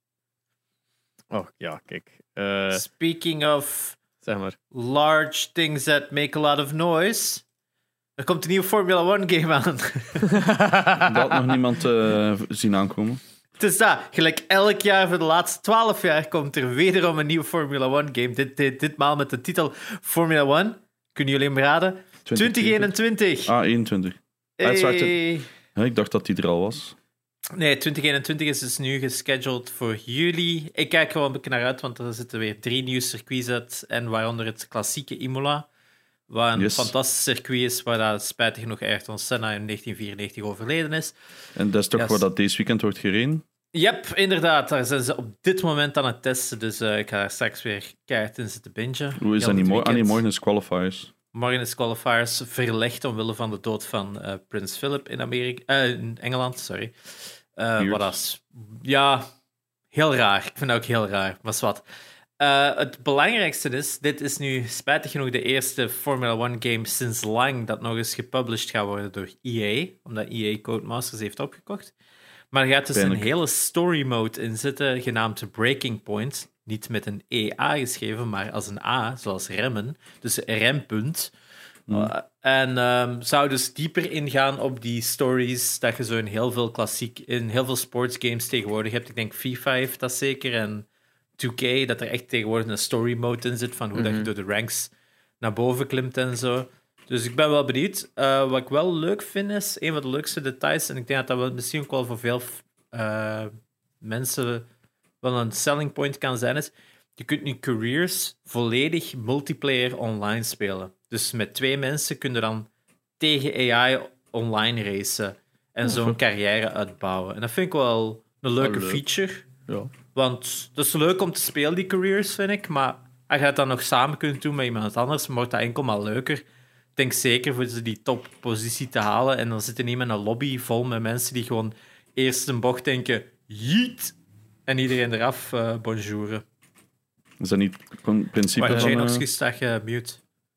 Oh, ja, kijk. Eh, Speaking of zeg maar. large things that make a lot of noise. Er komt een nieuwe Formula one game aan. Dat had nog niemand eh, zien aankomen. Het is dat. Gelijk elk jaar voor de laatste twaalf jaar komt er wederom een nieuwe Formula one game. Dit, dit, ditmaal met de titel Formula one. Kunnen jullie hem raden? twintig eenentwintig. Ah, eenentwintig. Ah, het is waar, Hey. Ja, ik dacht dat die er al was. Nee, twintig eenentwintig is dus nu gescheduled voor juli. Ik kijk gewoon een beetje naar uit, want er zitten weer drie nieuwe circuits uit. En waaronder het klassieke Imola. Wat een Yes. fantastisch circuit is, waar dat spijtig genoeg Ayrton Senna in negentien vierennegentig overleden is. En dat is toch Yes. waar dat deze weekend wordt gereden? Yep, inderdaad. Daar zijn ze op dit moment aan het testen. Dus eh, ik ga daar straks weer keihard in zitten bingen. Hoe is Heel dat niet dit morgen? Ah, nee, weekend. morgen is qualifiers. Morgen is qualifiers verlegd omwille van de dood van eh, Prins Philip in, Amerika, eh, in Engeland. Sorry. Eh, Weird. wat als, ja, heel raar. Ik vind dat ook heel raar. Maar is wat. Eh, het belangrijkste is, dit is nu spijtig genoeg de eerste Formula one game sinds lang dat nog eens gepublished gaat worden door E A, omdat E A Codemasters heeft opgekocht. Maar er gaat dus Pijnlijk. een hele story mode in zitten, genaamd Breaking Point. Niet met een E A geschreven, maar als een A, zoals remmen. Dus rempunt. Uh, en um, zou dus dieper ingaan op die stories dat je zo in heel veel klassiek, in heel veel sportsgames tegenwoordig hebt. Ik denk FIFA heeft dat zeker en two K, dat er echt tegenwoordig een story mode in zit van hoe dat je door de ranks naar boven klimt en zo. Dus ik ben wel benieuwd. Uh, wat ik wel leuk vind is, een van de leukste details, en ik denk dat dat wel, misschien ook wel voor veel uh, mensen wel een selling point kan zijn, is je kunt nu careers volledig multiplayer online spelen. Dus met twee mensen kun je dan tegen A I online racen en zo'n carrière uitbouwen. En dat vind ik wel een leuke leuk. feature. Ja. Want het is leuk om te spelen, die careers, vind ik. Maar als je het dan nog samen kunt doen met iemand anders, wordt dat enkel maar leuker. Ik denk zeker voor ze die toppositie te halen. En dan zit er niet met een lobby vol met mensen die gewoon eerst een bocht denken, jeet, en iedereen eraf uh, bonjouren. Is dat niet het principe Maar van... Janovski eh, staat je mute.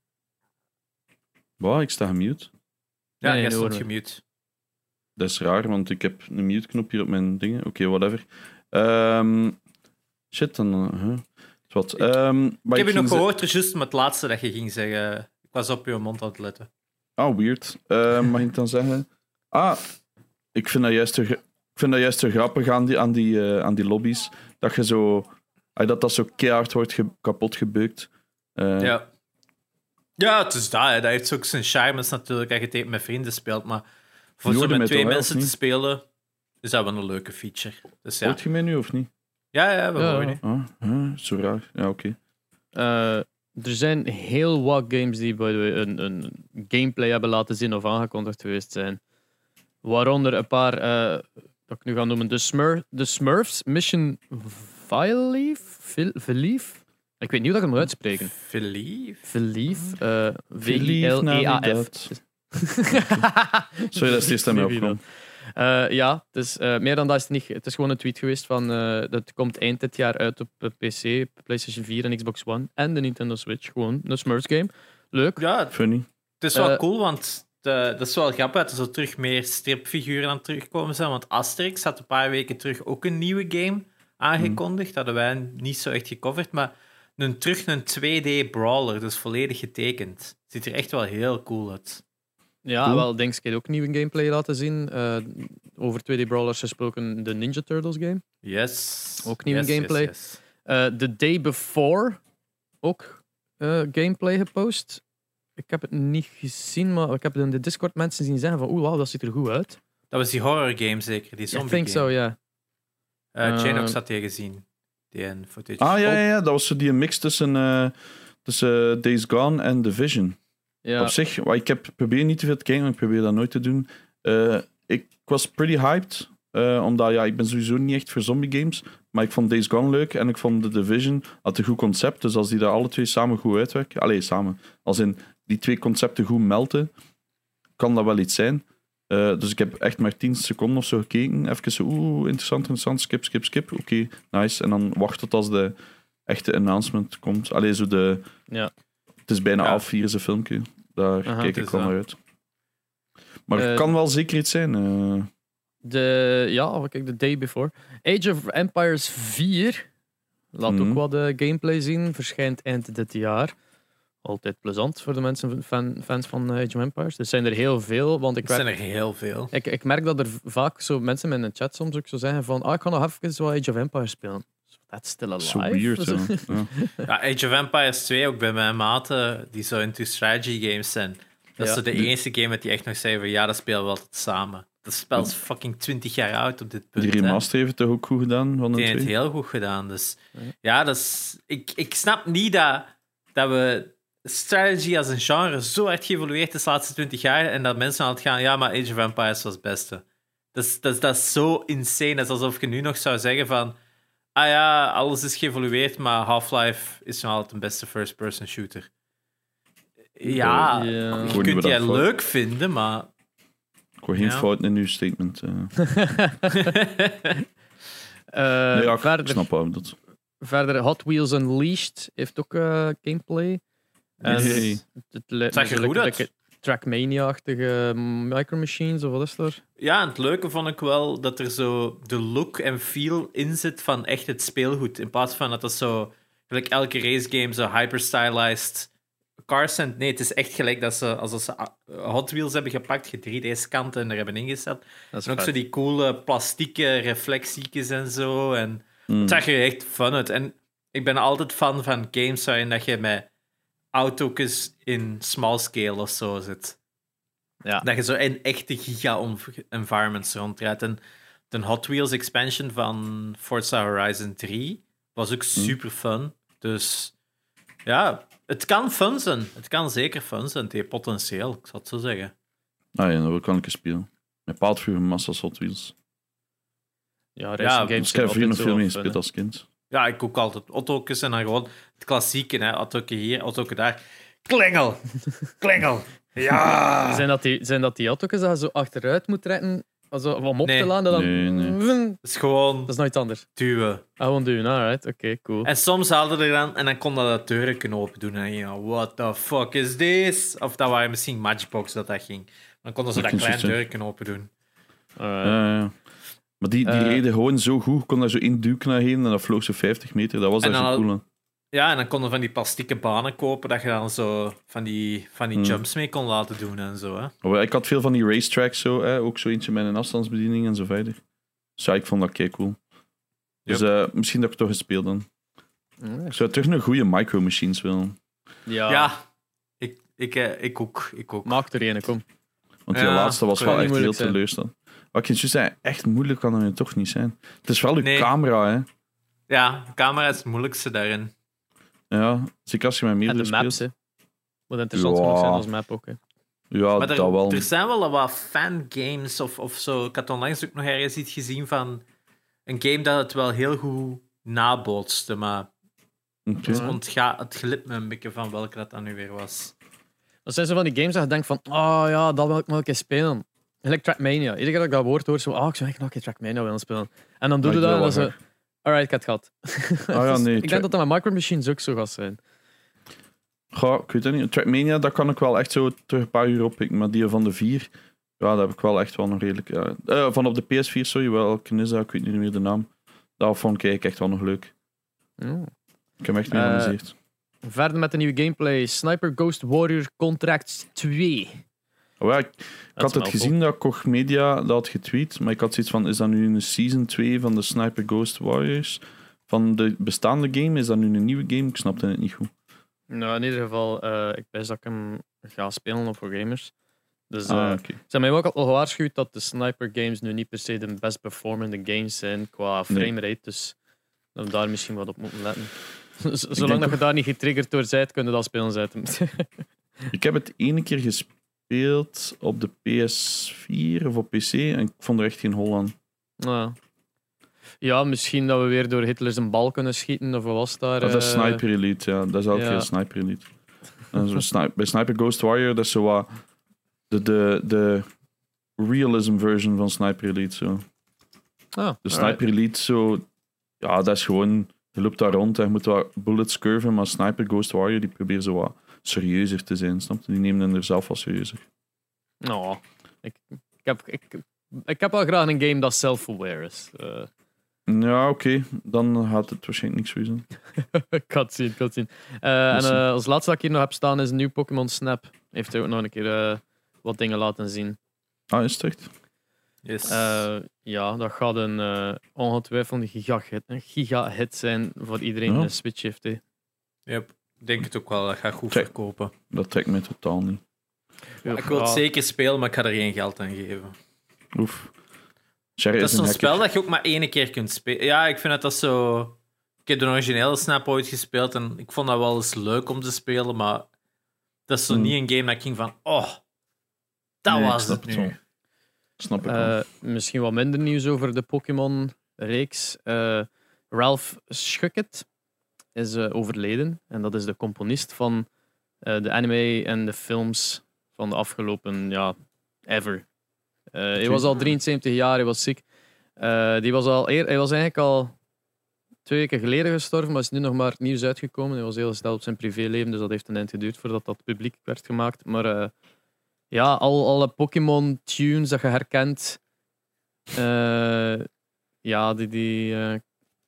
Wow, ik sta gemute. Ja, Nee, jij nee, stond hoor. gemute. Dat is raar, want ik heb een mute-knop hier op mijn dingen. Oké, whatever. Ehm, shit, dan... uh, huh. Wat. Ehm, Ik maar heb je ging nog ze- gehoord, juist met het laatste dat je ging zeggen. Ik was op je mond aan het letten. Ah, weird. Ehm, mag ik dan zeggen? Ah, ik vind dat juist zo, ik vind dat juist zo grappig aan die, aan, die, uh, aan die lobby's. Dat je zo... Dat dat zo keihard wordt ge, kapot gebeukt. Uh, ja. Ja, het is dat. Hè. Dat heeft ook zijn charmes natuurlijk als je het met vrienden speelt. Maar voor zo met twee mensen te spelen, is dat wel een leuke feature. Dus, ja. Hoort je mij nu of niet? Ja, ja, we horen je. Ah, ah, zo raar. Ja, oké. Okay. Uh, er zijn heel wat games die by the way, een, een gameplay hebben laten zien of aangekondigd geweest zijn. Waaronder een paar, uh, dat ik nu ga noemen, de, Smurf, de Smurfs Mission Velief? Ik weet niet hoe dat ik het moet uitspreken. Velief? Velief. Uh, V I L E A F. Sorry, dat is de eerste mij opgekomen. Uh, ja, dus, uh, meer dan dat is het niet. Het is gewoon een tweet geweest van uh, dat komt eind dit jaar uit op P C, PlayStation vier en Xbox One en de Nintendo Switch. Gewoon een Smurfs game. Leuk. Ja, funny. Het is wel uh, cool, want de, dat is wel grappig dat er zo terug meer stripfiguren aan terugkomen zijn. Want Asterix had een paar weken terug ook een nieuwe game aangekondigd. Dat hadden wij niet zo echt gecoverd, maar een, terug een twee D brawler, dus volledig getekend. Ziet er echt wel heel cool uit. Ja, cool. Wel, denk ik ook nieuwe gameplay laten zien. Uh, over twee D brawlers gesproken, de Ninja Turtles game. Yes. Ook nieuwe yes, gameplay. Yes, yes. Uh, the Day Before ook uh, gameplay gepost. Ik heb het niet gezien, maar ik heb in de Discord mensen zien zeggen van oeh, wow, dat ziet er goed uit. Dat was die horror game zeker, die zombie game. Ik denk zo, ja. Uh, Janox had die gezien. Die footage. Ah ja, ja, ja, dat was zo die mix tussen, uh, tussen Days Gone en Division. Ja. Op zich, ik heb probeer niet te veel te kijken, want ik probeer dat nooit te doen. Uh, ik was pretty hyped, uh, omdat ja, ik ben sowieso niet echt voor zombie games, maar ik vond Days Gone leuk en ik vond The Division had een goed concept, dus als die daar alle twee samen goed uitwerken, allee, samen, als in die twee concepten goed melten, kan dat wel iets zijn. Uh, dus ik heb echt maar tien seconden of zo gekeken, even zo, oeh, interessant, interessant, skip, skip, skip, oké, okay, nice, en dan wacht tot als de echte announcement komt. Allee, zo de... Ja. Het is bijna ja. half vier, is een filmpje. Daar Aha, kijk ik wel naar uit. Maar het uh, kan wel zeker iets zijn. Uh. De, ja, kijk, The Day Before. Age of Empires vier. Laat mm. ook wat uh, gameplay zien. Verschijnt eind dit jaar. Altijd plezant voor de mensen, fan, fans van uh, Age of Empires. Er zijn er heel veel. Want ik er zijn werk, er heel veel. Ik, ik merk dat er vaak zo mensen in de chat soms ook zo zeggen van ah, ik ga nog even wat Age of Empires spelen. That's still alive. So weird, ja. Ja. Ja, Age of Empires twee, ook bij mijn maten, die zo into strategy games zijn. Dat is ja. zo de enige game dat die echt nog zei van ja, dat spelen we altijd samen. Dat spel is fucking twintig jaar oud op dit punt. Die remaster heeft het toch ook goed gedaan? Van de die heeft het heel goed gedaan. Dus ja, ja dat is, ik, ik snap niet dat, dat we strategy als een genre zo hard geëvolueerd is de laatste twintig jaar en dat mensen altijd gaan, ja, maar Age of Empires was het beste. Dat is, dat, dat is zo insane. Dat is alsof je nu nog zou zeggen van ah ja, alles is geëvolueerd, maar Half-Life is nog altijd een beste first-person shooter. Ja, ja. je kunt die leuk vinden, maar... Ik hoor geen ja. fout in uw statement. Uh. uh, nee, ja, verder, ik snap wel dat. Verder, Hot Wheels Unleashed heeft ook uh, gameplay. En nee. Het, het, het zag er goed uit. Trackmania-achtige Micro Machines, of wat is er? Ja, en het leuke vond ik wel dat er zo de look en feel in zit van echt het speelgoed. In plaats van dat dat zo, gelijk elke racegame, zo hyper-stylized cars zijn. Nee, het is echt gelijk dat ze, als ze Hot Wheels hebben gepakt, je drie D-scanten en er hebben ingezet. En ook vet. Zo die coole plastieke reflectiekjes en zo. En mm. Het zag er echt fun uit. En ik ben altijd fan van games waarin dat je met auto's in small scale of zo zit. Ja. Dat je zo in echte giga-environments rondrijdt. En de Hot Wheels expansion van Forza Horizon drie was ook super fun. Dus ja, het kan fun zijn. Het kan zeker fun zijn. Het heeft potentieel, ik zou het zo zeggen. Ah ja, dat kan ik eens spelen. Met paardvuur massa's Hot Wheels. Ja, racing ja, games. Ik heb hier nog veel mee gespeeld als kind. Ja, ik ook altijd auto's en dan gewoon het klassieke, hè. Autoke hier, autoke daar. Klingel! Klingel! Ja! Zijn dat die, zijn dat die auto's dat je zo achteruit moet rennen also, om op nee. te laden? Dan... Nee, nee. Dat is gewoon... Dat is nooit anders. Duwen. Ah, gewoon duwen, alright. Oké, okay, cool. En soms haalde er dan en dan kon dat de deuren kunnen open doen. En je what the fuck is this? Of dat waren misschien Matchbox dat dat ging. Dan konden ze dat, dat kleine deuren kunnen open doen. Alright. Uh, ja. Maar die, die uh, reden gewoon zo goed. Je kon daar zo in duik naar heen en dat vloog zo vijftig meter. Dat was echt zo cool. Al... Ja, en dan konden van die plastieke banen kopen dat je dan zo van die, van die Hmm. jumps mee kon laten doen en zo. Hè. Oh, ik had veel van die racetracks, zo, hè. Ook zo eentje met een afstandsbediening en zo verder. Dus ja, ik vond dat kei cool. Dus Yep. uh, misschien dat ik toch eens speel dan. Mm, Ik zou terug een goede micro machines willen. Ja, Ja, ik, ik, eh, ik ook. Ik ook. maak er een, kom. Want die Ja, laatste was kan wel niet echt heel moeilijk zijn. teleurstellend. Wat ik je zei, echt moeilijk kan het toch niet zijn. Het is wel uw Nee. camera, hè. Ja, de camera is het moeilijkste daarin. Ja, zeker als je met En meerdere de maps, speelt. hè. Moet interessant Ja. genoeg zijn als map ook, hè. Ja, Maar dat er, wel. er zijn wel wat fangames of, of zo. Ik had onlangs ook nog ergens iets gezien van een game dat het wel heel goed nabootste, maar Oké. het, ontga- het glipt me een beetje van welke dat dan nu weer was. Dat zijn zo van die games dat je denkt van, oh ja, dat wil ik nog een keer spelen. Gelijk Trackmania. Iedere keer dat ik dat woord hoor, zo, oh, ik zou echt nog een keer Trackmania willen spelen. En dan doe je Maar ik dat en doe dan dat zo, alright, ik heb het gehad. Ah ja, Dus nee, ik tra- denk dat dat met Micro Machines ook zo gaat zijn. Goh, ik weet het niet. Trackmania, dat kan ik wel echt zo terug een paar uur oppikken. Maar die van de vier, ja, dat heb ik wel echt wel nog redelijk... Ja. Eh, van op de P S vier, sorry, welke is dat? Ik weet niet meer de naam. Dat vond ik echt wel nog leuk. Mm. Ik heb me echt mee Eh, geamuseerd. Verder met de nieuwe gameplay. Sniper Ghost Warrior Contracts twee. Oh, ja, ik, ik Dat had is het wel gezien dat Koch Media dat had getweet, maar ik had zoiets van, is dat nu een season twee van de Sniper Ghost Warriors? Van de bestaande game? Is dat nu een nieuwe game? Ik snapte het niet goed. Nou, in ieder geval, eh, ik wist dat ik hem ga spelen op voor gamers. Dus Ah, eh, oké. ze hebben mij ook al gewaarschuwd dat de sniper games nu niet per se de best performende games zijn qua framerate. Dus dat we daar misschien wat op moeten letten. Z- Zolang denk dat je ook- daar niet getriggerd door bent, kun je dat spelen zetten. Ik heb het ene keer gespeeld op de P S vier of op P C en ik vond er echt geen hol aan. ja. ja, misschien dat we weer door Hitler zijn bal kunnen schieten. Of wat was daar? Dat is eh, Sniper Elite, ja. Dat is elke ja. keer Sniper Elite. En zo sni- bij Sniper Ghost Warrior, dat is zo wat de, de, de realism version van Sniper Elite. Zo. Ah, De alright. Sniper Elite, zo, ja, dat is gewoon, je loopt daar rond en je moet wat bullets curven, maar Sniper Ghost Warrior, die probeert zo wat serieuzer te zijn, snap je? Die nemen er zelf wat serieuzer. Nou, ik, ik, heb, ik, ik heb wel graag een game dat self-aware is. Eh, Ja, oké, dan gaat het waarschijnlijk niks voor je zijn. ik ga het zien, ik ga het zien. Eh, en zien. eh, als laatste dat ik hier nog heb staan is een nieuw Pokémon Snap. Heeft hij ook nog een keer eh, wat dingen laten zien. Ah, is het echt? Yes. Eh, ja, dat gaat een eh, ongetwijfeld een giga-hit, een giga-hit zijn voor iedereen die Ja. een Switch heeft. Hè. Yep. Ik denk het ook wel, dat gaat goed Check. verkopen. Dat trekt mij totaal niet. Ik wil het zeker spelen, maar ik ga er geen geld aan geven. Oef. Sherry Dat is is een zo'n hacker. spel dat je ook maar één keer kunt spelen. Ja, ik vind dat dat zo... Ik heb de originele Snap ooit gespeeld en ik vond dat wel eens leuk om te spelen, maar dat is zo Hmm. niet een game dat ik ging van, oh, dat Nee, ik was snap het het nu. wel. Snap ik wel. Eh, misschien wat minder nieuws over de Pokémon-reeks. Eh, Ralph Schucket is eh, overleden. En dat is de componist van eh, de anime en de films van de afgelopen, ja, ever. Eh, hij was al drieënzeventig jaar, hij was ziek. Eh, die was al eer, hij was eigenlijk al twee weken geleden gestorven, maar is nu nog maar het nieuws uitgekomen. Hij was heel gesteld op zijn privéleven, dus dat heeft een eind geduurd voordat dat publiek werd gemaakt. Maar eh, ja, al, alle Pokémon-tunes dat je herkent, eh, ja, die, die eh,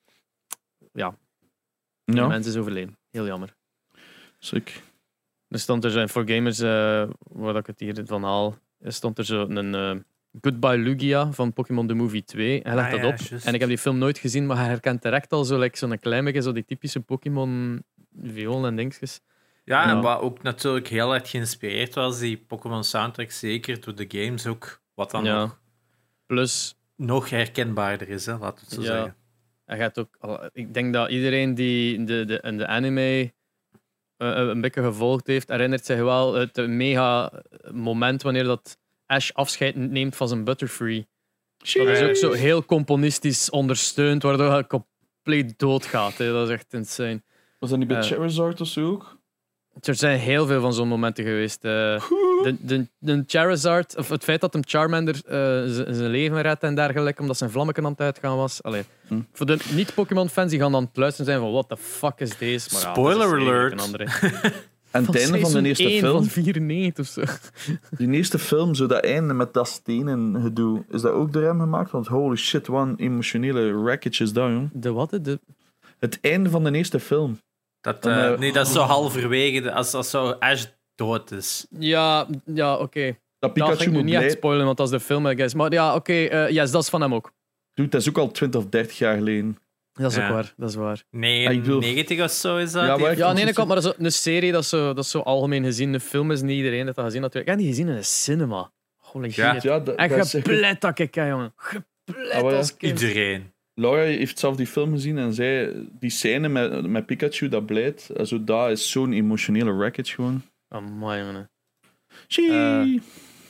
ja, die Ja, mens is overleden. Heel jammer. sick. Er stond er zo- voor gamers, eh, waar ik het hier van haal, er stond er zo een eh, Goodbye Lugia van Pokémon The Movie twee. Hij legt Ah, dat ja, op. juist. En ik heb die film nooit gezien, maar hij herkent direct al zo like, zo'n klein beetje zo die typische Pokémon violen en dingetjes. Ja, en Ja. wat ook natuurlijk heel erg geïnspireerd was, die Pokémon soundtrack, zeker door de games ook, wat dan Ja. nog, Plus, nog herkenbaarder is, hè, laten we het zo Ja. zeggen. hij gaat ook, al- ik denk dat iedereen die de, de, de anime eh, een beetje gevolgd heeft, herinnert zich wel het mega moment wanneer dat Ash afscheid neemt van zijn Butterfree. Dat is ook zo heel componistisch ondersteund, waardoor hij compleet doodgaat. Hè. Dat is echt insane. Was dat niet bij Eh. Charizard of zo ook? Er zijn heel veel van zo'n momenten geweest. eh. de, de, de Charizard, of het feit dat hem Charmander eh, z- zijn leven redt en dergelijke, omdat zijn vlammeken aan het uitgaan was. Allee, Hm. voor de niet-Pokémon-fans die gaan dan aan het luisteren zijn van what the fuck is deze? Maar ja, Spoiler dat is eigenlijk alert. Een andere. En het einde van de seizoen eerste één film, van vierennegentig of zo. die eerste film, zo dat einde met dat stenen gedoe, is dat ook door hem gemaakt? Want holy shit, wat een emotionele wreckage is dat, jong. De wat? De, Het einde van de eerste film. Dat, Dan, uh, uh, nee, dat is zo halverwege, als, als zo Ash dood is. Ja, ja oké. Okay. Dat Dat Pikachu ga ik nu moet niet echt blij... spoilen, want dat is de film, I guess. Maar ja, oké, okay, uh, yes, dat is van hem ook. Dude, dat is ook al twintig of dertig jaar geleden. Dat is Ja. ook waar, dat is waar. negenennegentig of zo is dat. Ja, die- maar- Ja, aan de ene kant, maar dat is een serie, dat is, zo, dat is zo algemeen gezien. De film is niet iedereen dat dat gezien natuurlijk. Ik heb die gezien in een cinema. Holy Ja. shit. Ja, dat, En dat is echt- geplet dat ik kijk, jongen. Geplet Ah, wel, ja. als kind. Iedereen. Laura heeft zelf die film gezien en zei, die scène met, met Pikachu, dat blijft, also, dat is zo'n emotionele wreckage gewoon. Amai, jongen. Shee. Eh,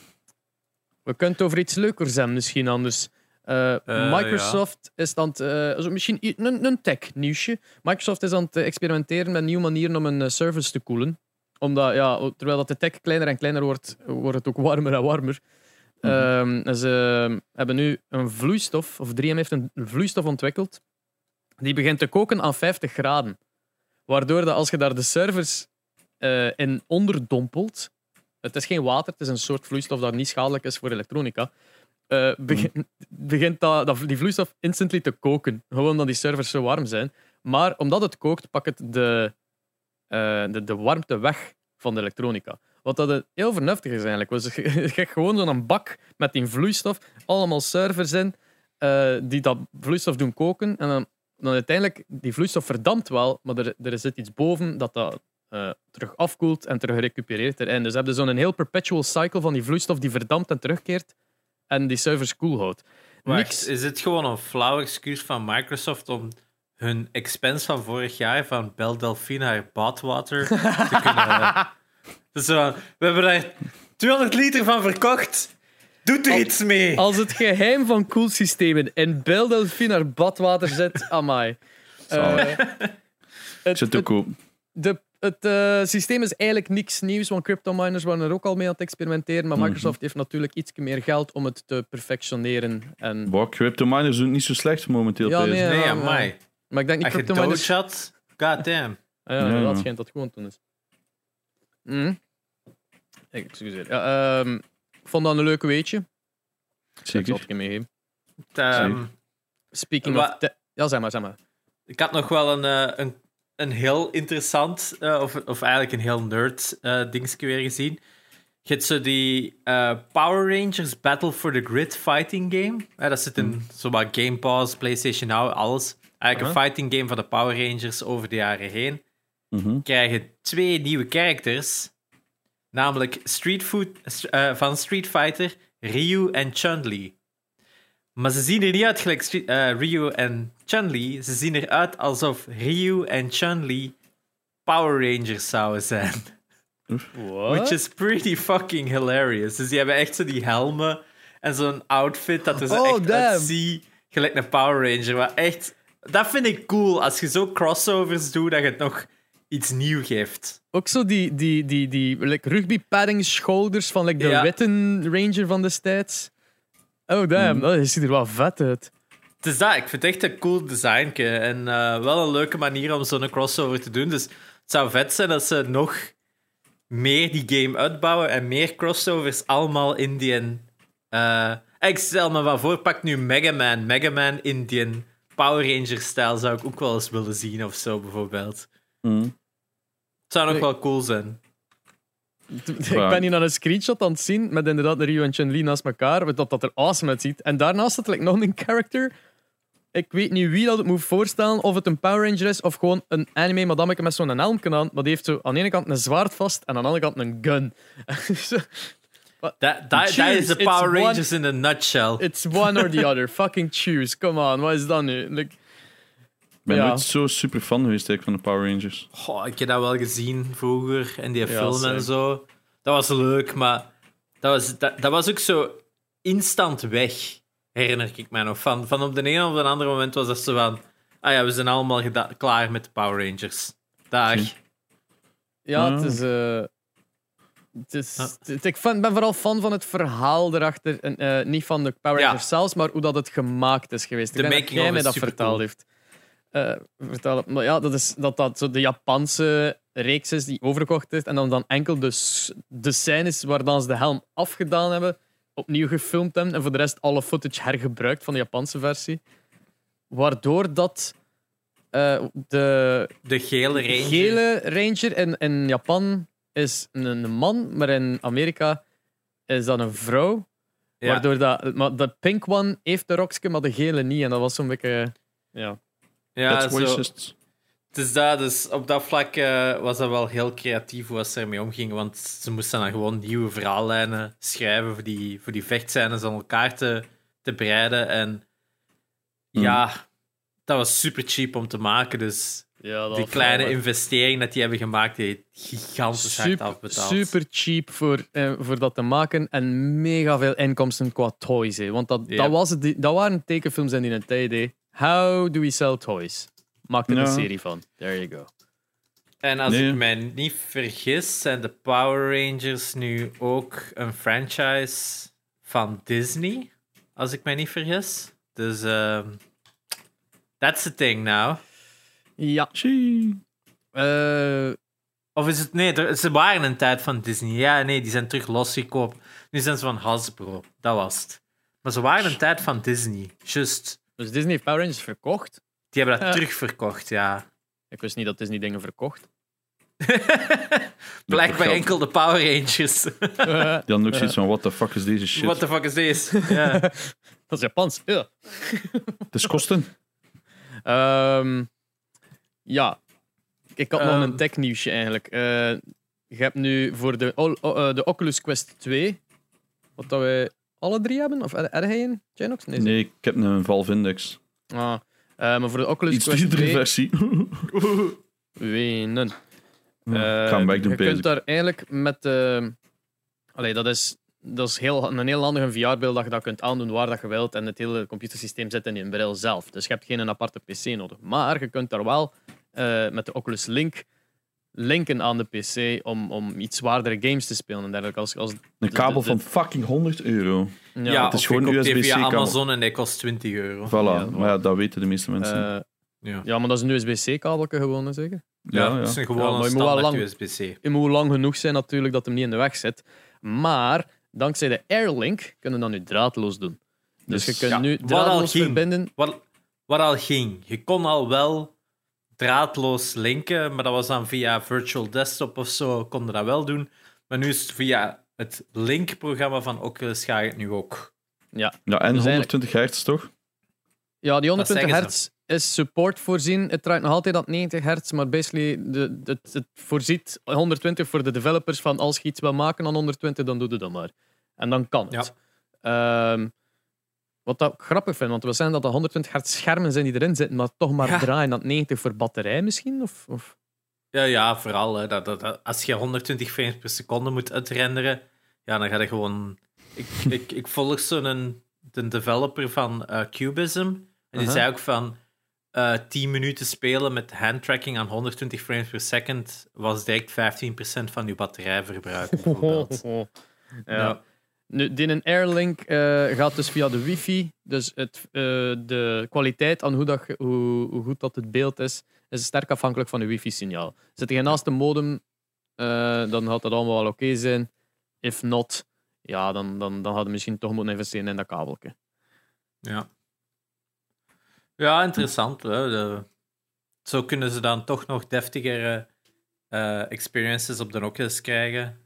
We kunnen het over iets leukers hebben, misschien anders. Uh, Uh, Microsoft is aan het... Uh, also misschien i- een, een tech-nieuwsje. Microsoft is aan het experimenteren met nieuwe manieren om een uh, service te koelen. Omdat, ja, terwijl dat de tech kleiner en kleiner wordt, wordt het ook warmer en warmer. Mhm. Um, ze hebben nu een vloeistof, of drie M heeft een vloeistof ontwikkeld, die begint te koken aan vijftig graden. Waardoor dat als je daar de servers uh, in onderdompelt, het is geen water, het is een soort vloeistof dat niet schadelijk is voor elektronica, uh, begint, mm. begint dat, dat, die vloeistof instantly te koken. Gewoon omdat die servers zo warm zijn. Maar omdat het kookt, pakt het de, uh, de, de warmte weg van de elektronica. Wat dat heel vernuftig is eigenlijk. Dus je krijgt gewoon zo'n bak met die vloeistof, allemaal servers in, uh, die dat vloeistof doen koken. En dan, dan uiteindelijk, die vloeistof verdampt wel, maar er, er zit iets boven dat dat uh, terug afkoelt en terug recupereert erin. Dus je hebt zo'n heel perpetual cycle van die vloeistof die verdampt en terugkeert en die servers koel houdt. Wacht, Niks... is het gewoon een flauw excuus van Microsoft om hun expense van vorig jaar van Belle Delphine haar badwater te kunnen... Dus zo, we hebben daar tweehonderd liter van verkocht. Doe er als, iets mee. Als het geheim van koelsystemen in Belle Delphine naar badwater zit, amai. Uh, het, zit ook op. De, het uh, systeem is eigenlijk niks nieuws, want cryptominers waren er ook al mee aan het experimenteren. Maar Microsoft mm-hmm. heeft natuurlijk iets meer geld om het te perfectioneren. En... Wow, cryptominers doen het niet zo slecht momenteel. Ja, nee, nee, ja, amai. Maar ik denk niet Als je cryptominers... Doge had, goddamn. Ah, ja, ja, dat ja. schijnt dat gewoon toen is. Mm. Excuseer. Ja, um, ik vond dat een leuk weetje. Zeker. Ik zal het meegeven. Um, Speaking wa- of... Te- ja, zeg maar, zeg maar. Ik had nog wel een, uh, een, een heel interessant, uh, of, of eigenlijk een heel nerd uh, dingetje weer gezien. Je hebt zo die uh, Power Rangers Battle for the Grid fighting game. Uh, dat zit in mm. zowat Game Pass, PlayStation Now, alles. Eigenlijk uh-huh. een fighting game van de Power Rangers over de jaren heen. Mm-hmm. Krijgen twee nieuwe characters. Namelijk Street Food, uh, van Street Fighter, Ryu en Chun-Li. Maar ze zien er niet uit gelijk uh, Ryu en Chun-Li. Ze zien eruit alsof Ryu en Chun-Li Power Rangers zouden zijn. What? Which is pretty fucking hilarious. Dus die hebben echt zo die helmen en zo'n outfit dat er zo oh, echt damn. uitziet. Gelijk een Power Ranger. Maar echt, dat vind ik cool. Als je zo crossovers doet, dat je het nog iets nieuw geeft. Ook zo die, die, die, die like, rugby-padding schouders van like, de Ja. witte Ranger van destijds. Oh damn, Mm. dat ziet er wel vet uit. Het is dat, ik vind het echt een cool design. En uh, wel een leuke manier om zo'n crossover te doen. Dus het zou vet zijn dat ze nog meer die game uitbouwen en meer crossovers allemaal in die... Uh, ik stel me wel voor, pak nu Mega Man. Mega Man in die Power Ranger-stijl zou ik ook wel eens willen zien of zo, bijvoorbeeld. Mm. Het zou nog Nee. wel cool zijn. Ik ben hier naar een screenshot aan het zien met inderdaad de Ryu en Chun-Li naast elkaar, met dat dat er awesome uitziet. En daarnaast zit like, nog een character. Ik weet niet wie dat het moet voorstellen, of het een Power Ranger is of gewoon een anime madameke met zo'n helm aan, maar die heeft zo aan de ene kant een zwaard vast en aan de andere kant een gun. Dat dat- dat Choose, is de it's Power one- Rangers in a nutshell. It's one or the other. Fucking choose. Come on, wat is dat nu? Like, Ik ben Ja. nooit zo super fan geweest eigenlijk, van de Power Rangers. Goh, ik heb dat wel gezien vroeger in die Ja, film same. en zo. Dat was leuk, maar dat was, dat, dat was ook zo instant weg, herinner ik me nog. Van, van op de ene of de andere moment was dat zo van... Ah ja, we zijn allemaal geda- klaar met de Power Rangers. Dag. Zie. ja, Ah. het is... eh, het is Ja. het- ik fan- ben vooral fan van het verhaal erachter. En, eh, niet van de Power Ja. Rangers zelfs, maar hoe dat het gemaakt is geweest. De ik denk dat making jij of mij is dat supercool. vertaald heeft. Eh, vertellen. Maar ja, dat is dat dat zo de Japanse reeks is die overgekocht is. En dan, dan enkel de, s- de scènes waar dan ze de helm afgedaan hebben, opnieuw gefilmd hebben. En voor de rest alle footage hergebruikt van de Japanse versie. Waardoor dat Uh, de, de gele Ranger. gele Ranger in, in Japan is een, een man, maar in Amerika is dat een vrouw. Ja. Waardoor dat, maar de pink one heeft de rokske, maar de gele niet. En dat was zo'n beetje... Ja, ja zo. Dus, dat, dus op dat vlak uh, was dat wel heel creatief hoe ze ermee omgingen. Want ze moesten dan gewoon nieuwe verhaallijnen schrijven voor die, voor die vechtscènes aan elkaar te, te breiden. En mm. ja, dat was super cheap om te maken. Dus ja, die kleine wel, investering dat die hebben gemaakt, die heeft gigantisch super, hard afbetaald. Super cheap voor, eh, voor dat te maken. En mega veel inkomsten qua toys. Hè. Want dat, yep. dat, was het, dat waren tekenfilms in die tijd. Hè. How do we sell toys? Maak er ja. een serie van. There you go. En als nee. ik mij niet vergis, zijn de Power Rangers nu ook een franchise van Disney. Als ik mij niet vergis. Dus uh, that's the thing now. Ja. Uh, of is het... Nee, er, ze waren een tijd van Disney. Ja, nee, die zijn terug losgekoopt. Nu zijn ze van Hasbro. Dat was het. Maar ze waren een tijd van Disney. Just. Dus Disney heeft Power Rangers verkocht? Die hebben dat uh. terugverkocht, ja. Ik wist niet dat Disney dingen verkocht. Blijkbaar enkel de Power Rangers. Die hadden ook zoiets van, what the fuck is deze shit? What the fuck is deze? Ja. Dat is Japans. Ja. Het is kosten. Um, ja. Ik had um. nog een tech-nieuwsje eigenlijk. Uh, je hebt nu voor de, oh, oh, uh, de Oculus Quest twee, wat dat wij alle drie hebben? Of er jij een, Janox? Nee, nee, ik heb een Valve Index. Ah, uh, maar voor de Oculus Iets Quest twee... versie. Wenen. Uh, ik ga hem wegdoen, je kunt bezig. Daar eigenlijk met... Uh, allee, dat is, dat is heel, een heel handig V R-beeld dat je dat kunt aandoen waar dat je wilt en het hele computersysteem zit in je bril zelf. Dus je hebt geen aparte P C nodig. Maar je kunt daar wel uh, met de Oculus Link linken aan de P C om, om iets zwaardere games te spelen en dergelijke. Als, als een kabel de, de, de... van fucking honderd euro. Ja, ja, het is gewoon een U S B C via Amazon en die kost twintig euro. Voilà, ja, maar ja, dat weten de meeste mensen. Uh, ja. ja, maar dat is een U S B C-kabelje gewoon, zeker? Ja, ja, dat is een gewoon ja, standaard lang, U S B C. Het moet lang genoeg zijn natuurlijk dat hem niet in de weg zit. Maar dankzij de Airlink kunnen we dat nu draadloos doen. Dus, dus je kunt ja, nu draadloos verbinden. Wat, wat al ging. Je kon al wel draadloos linken, maar dat was dan via Virtual Desktop of zo, konden dat wel doen. Maar nu is het via het Link-programma van Oculus ga je het nu ook. Ja, ja en dus honderdtwintig hertz toch? Ja, die honderdtwintig hertz is support voorzien. Het draait nog altijd op negentig hertz, maar basically de, de, het voorziet honderdtwintig voor de developers van als je iets wil maken aan honderdtwintig, dan doe je dat maar. En dan kan het. Ja. Um, wat dat grappig vind, want we zijn dat de honderdtwintig hertz schermen zijn die erin zitten, maar toch maar ja. draaien aan negentig voor batterij misschien? Of, of? Ja, ja, vooral. Hè, dat, dat, dat, als je honderdtwintig frames per seconde moet uitrenderen, ja, dan ga je gewoon... Ik, ik, ik volg zo'n de developer van uh, Cubism, en die uh-huh. zei ook van uh, tien minuten spelen met handtracking aan honderdtwintig frames per second was direct vijftien procent van je batterijverbruik, bijvoorbeeld. ja. ja. Nu, die Airlink uh, gaat dus via de wifi, dus het, uh, de kwaliteit aan hoe, dat, hoe, hoe goed dat het beeld is, is sterk afhankelijk van je wifi-signaal. Zit je naast de modem, uh, dan gaat dat allemaal wel oké okay zijn. If not, ja, dan, dan, dan hadden we misschien toch moeten investeren in dat kabeltje. Ja. Ja, interessant. Hè? De, zo kunnen ze dan toch nog deftigere uh, experiences op de Oculus krijgen.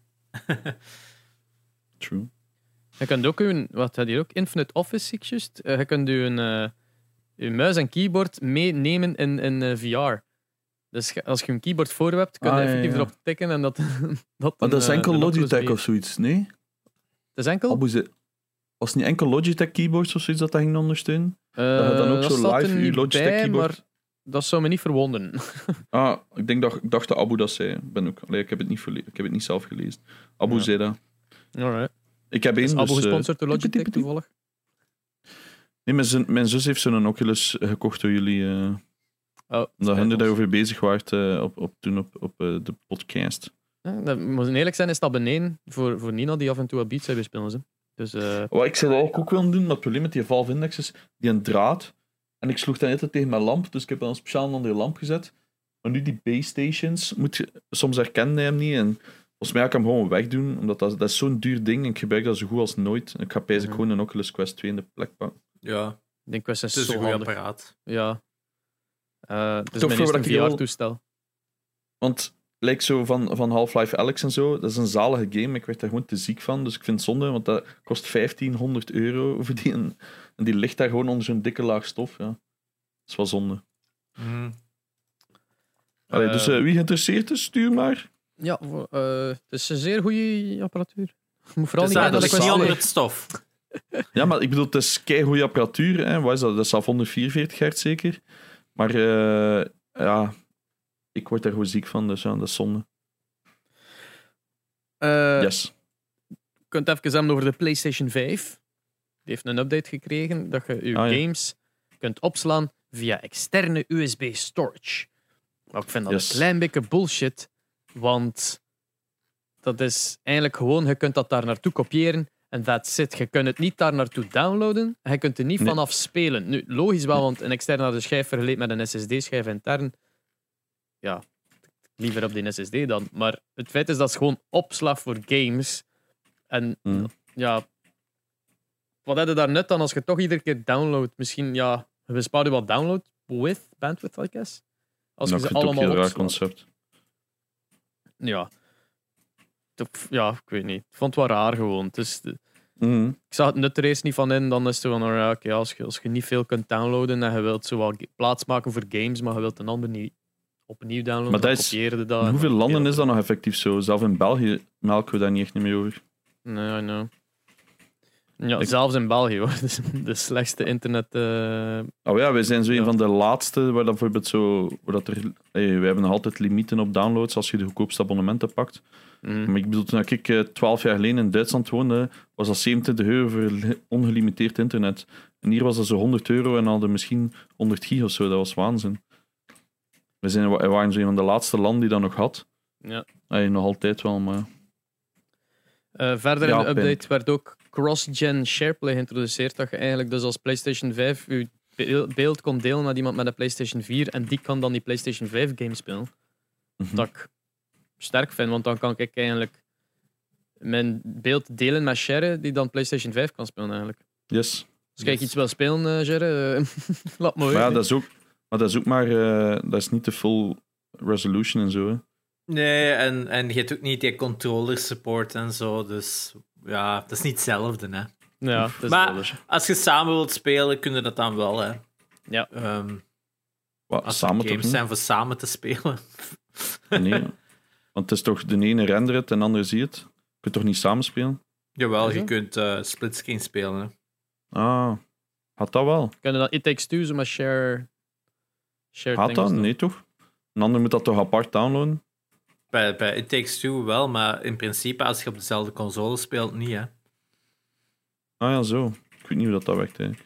True. Je kunt ook een, wat had hier ook? Infinite Office, zie ik juist. Uh, je kunt je, uh, je muis en keyboard meenemen in, in uh, V R. Dus als je een keyboard voor hebt, kun je ah, effectief ja, ja. erop tikken en dat... dat maar dat is enkel uh, Logitech of zoiets, nee? Dat is enkel? Was het niet enkel Logitech keyboards of zoiets dat dat ging ondersteunen? Uh, dat je dan ook zo live je Logitech bij, keyboard... Maar dat zou me niet verwonderen. ah, ik, denk dat, ik dacht dat Abu dat zei. Ben ook, allee, ik, heb het niet verle- ik heb het niet zelf gelezen. Abu ja. zei dat. Alright. Ik heb één, is dus... Abu gesponsord door Logitech toevallig? Nee, mijn, zin, mijn zus heeft zo'n Oculus gekocht door jullie... Uh, oh, omdat hen daarover bezig waren uh, op, op, toen op, op uh, de podcast. Ja, dat moet eerlijk zijn, is dat beneden voor, voor Nina, die af en toe wat Beat Saber spelen. Ze. Dus, uh... oh, ik zou dat ook, ook willen doen, maar het probleem met die Valve Index is die een draad. En ik sloeg dat net tegen mijn lamp, dus ik heb dan een speciaal andere lamp gezet. Maar nu die base stations, moet je, soms herkende hij hem niet. En volgens mij ga ik hem gewoon wegdoen, omdat dat, dat is zo'n duur ding en ik gebruik dat zo goed als nooit. En ik ga pijs ik uh-huh. gewoon een Oculus Quest twee in de plek pakken. Ja, ik denk Quest is het is zo een goed handig. apparaat. Ja. Uh, het is Toch mijn voor eerste wat ik wil- V R-toestel. Want lijkt zo van, van Half-Life Alyx en zo, dat is een zalige game. Ik werd daar gewoon te ziek van, dus ik vind het zonde, want dat kost vijftienhonderd euro voor die, en, en die ligt daar gewoon onder zo'n dikke laag stof. Ja. Dat is wel zonde. Mm. Allee, dus Eh, uh, wie geïnteresseerd is, stuur maar. Ja, voor, uh, het is een zeer goede apparatuur. Je moet vooral Dus niet dat, kijken dat naar is de niet onder kwaliteit. het stof. Ja, maar ik bedoel, het is keigoede apparatuur. Hè. Wat is dat? Dat is af honderdvierenveertig hertz zeker. Maar uh, ja, ik word daar gewoon ziek van, dus ja, dat is zonde. Uh, Yes. Je kunt het even hebben over de PlayStation vijf. Die heeft een update gekregen dat je je Ah, ja. games kunt opslaan via externe U S B storage. Maar ik vind dat Yes. een klein beetje bullshit, want dat is eigenlijk gewoon, je kunt dat daar naartoe kopiëren en that's it. Je kunt het niet daar naartoe downloaden en je kunt er niet Nee. vanaf spelen. Nu, logisch wel, want een externe harde schijf vergeleken met een S S D-schijf intern, ja, liever op die S S D dan. Maar het feit is dat het gewoon opslag voor games. En Mm. ja, wat heb je daar net dan als je toch iedere keer downloadt? Misschien, ja, je bespaart je wat download with bandwidth, I guess. Als je Nou, ze ik vind het ook een allemaal heel raar opslaat. concept. Ja. Toch, ja, ik weet niet. Ik vond het wel raar gewoon. Het is, ik Mhm. zag het nut er eerst niet van in. Dan is het zo van, oh ja, okay, als, je, als je niet veel kunt downloaden en je wilt zo wel plaats maken voor games, maar je wilt een ander niet opnieuw downloaden, Maar dan dat is- kopieer je dat. In en hoeveel dan landen kopieer is je dat nog effectief zo? Zelf in België melken we daar niet echt niet meer over. Nee, I know. Ja, Ik- zelfs in België hoor. Dus de slechtste internet. eh, Oh ja, wij zijn zo Ja. een van de laatste waar dat bijvoorbeeld zo. Waar dat er, hey, wij hebben nog altijd limieten op downloads als je de goedkoopste abonnementen pakt. mm. Maar ik bedoel, toen ik eh, twaalf jaar geleden in Duitsland woonde, was dat zevenentwintig euro voor li- ongelimiteerd internet. En hier was dat zo honderd euro en hadden misschien honderd gig of zo. Dat was waanzin. We zijn, we waren zo een van de laatste landen die dat nog had. Ja. Hey, nog altijd wel, maar. Eh, verder Ja, in de update pijnlijk. werd ook cross-gen SharePlay geïntroduceerd. Dat je eigenlijk dus als PlayStation vijf je be- beeld kon delen met iemand met een PlayStation vier en die kan dan die PlayStation vijf game spelen. Mhm. Dat ik sterk vind, want dan kan ik eigenlijk mijn beeld delen met Sherry die dan PlayStation vijf kan spelen eigenlijk. Yes. Als jij iets wil spelen, uh, Sherry, uh, laat me Maar ja, weten. dat is ook, maar dat is ook maar. eh, dat is niet de full resolution en zo. Hè. Nee, en, en je hebt ook niet die controller support en zo. Dus ja, dat is niet hetzelfde. Hè. Ja, het is Maar- wel dus. Als je samen wilt spelen, kun je dat dan wel. Hè. Ja. Ehm, Wat, als samen er toch games niet? zijn voor samen te spelen. Nee. Want het is toch de ene render het en de andere zie het. Je kunt toch niet samenspelen? Jawel, Is je dat? kunt uh, splitscreen spelen. Hè. Ah, had dat wel? Kunnen dat It Takes Two, zo maar share... share Had things dat? doen. Nee, toch? Een ander moet dat toch apart downloaden? Bij, bij It Takes Two wel, maar in principe als je op dezelfde console speelt, niet. Hè. Ah ja, zo. Ik weet niet hoe dat, dat werkt eigenlijk.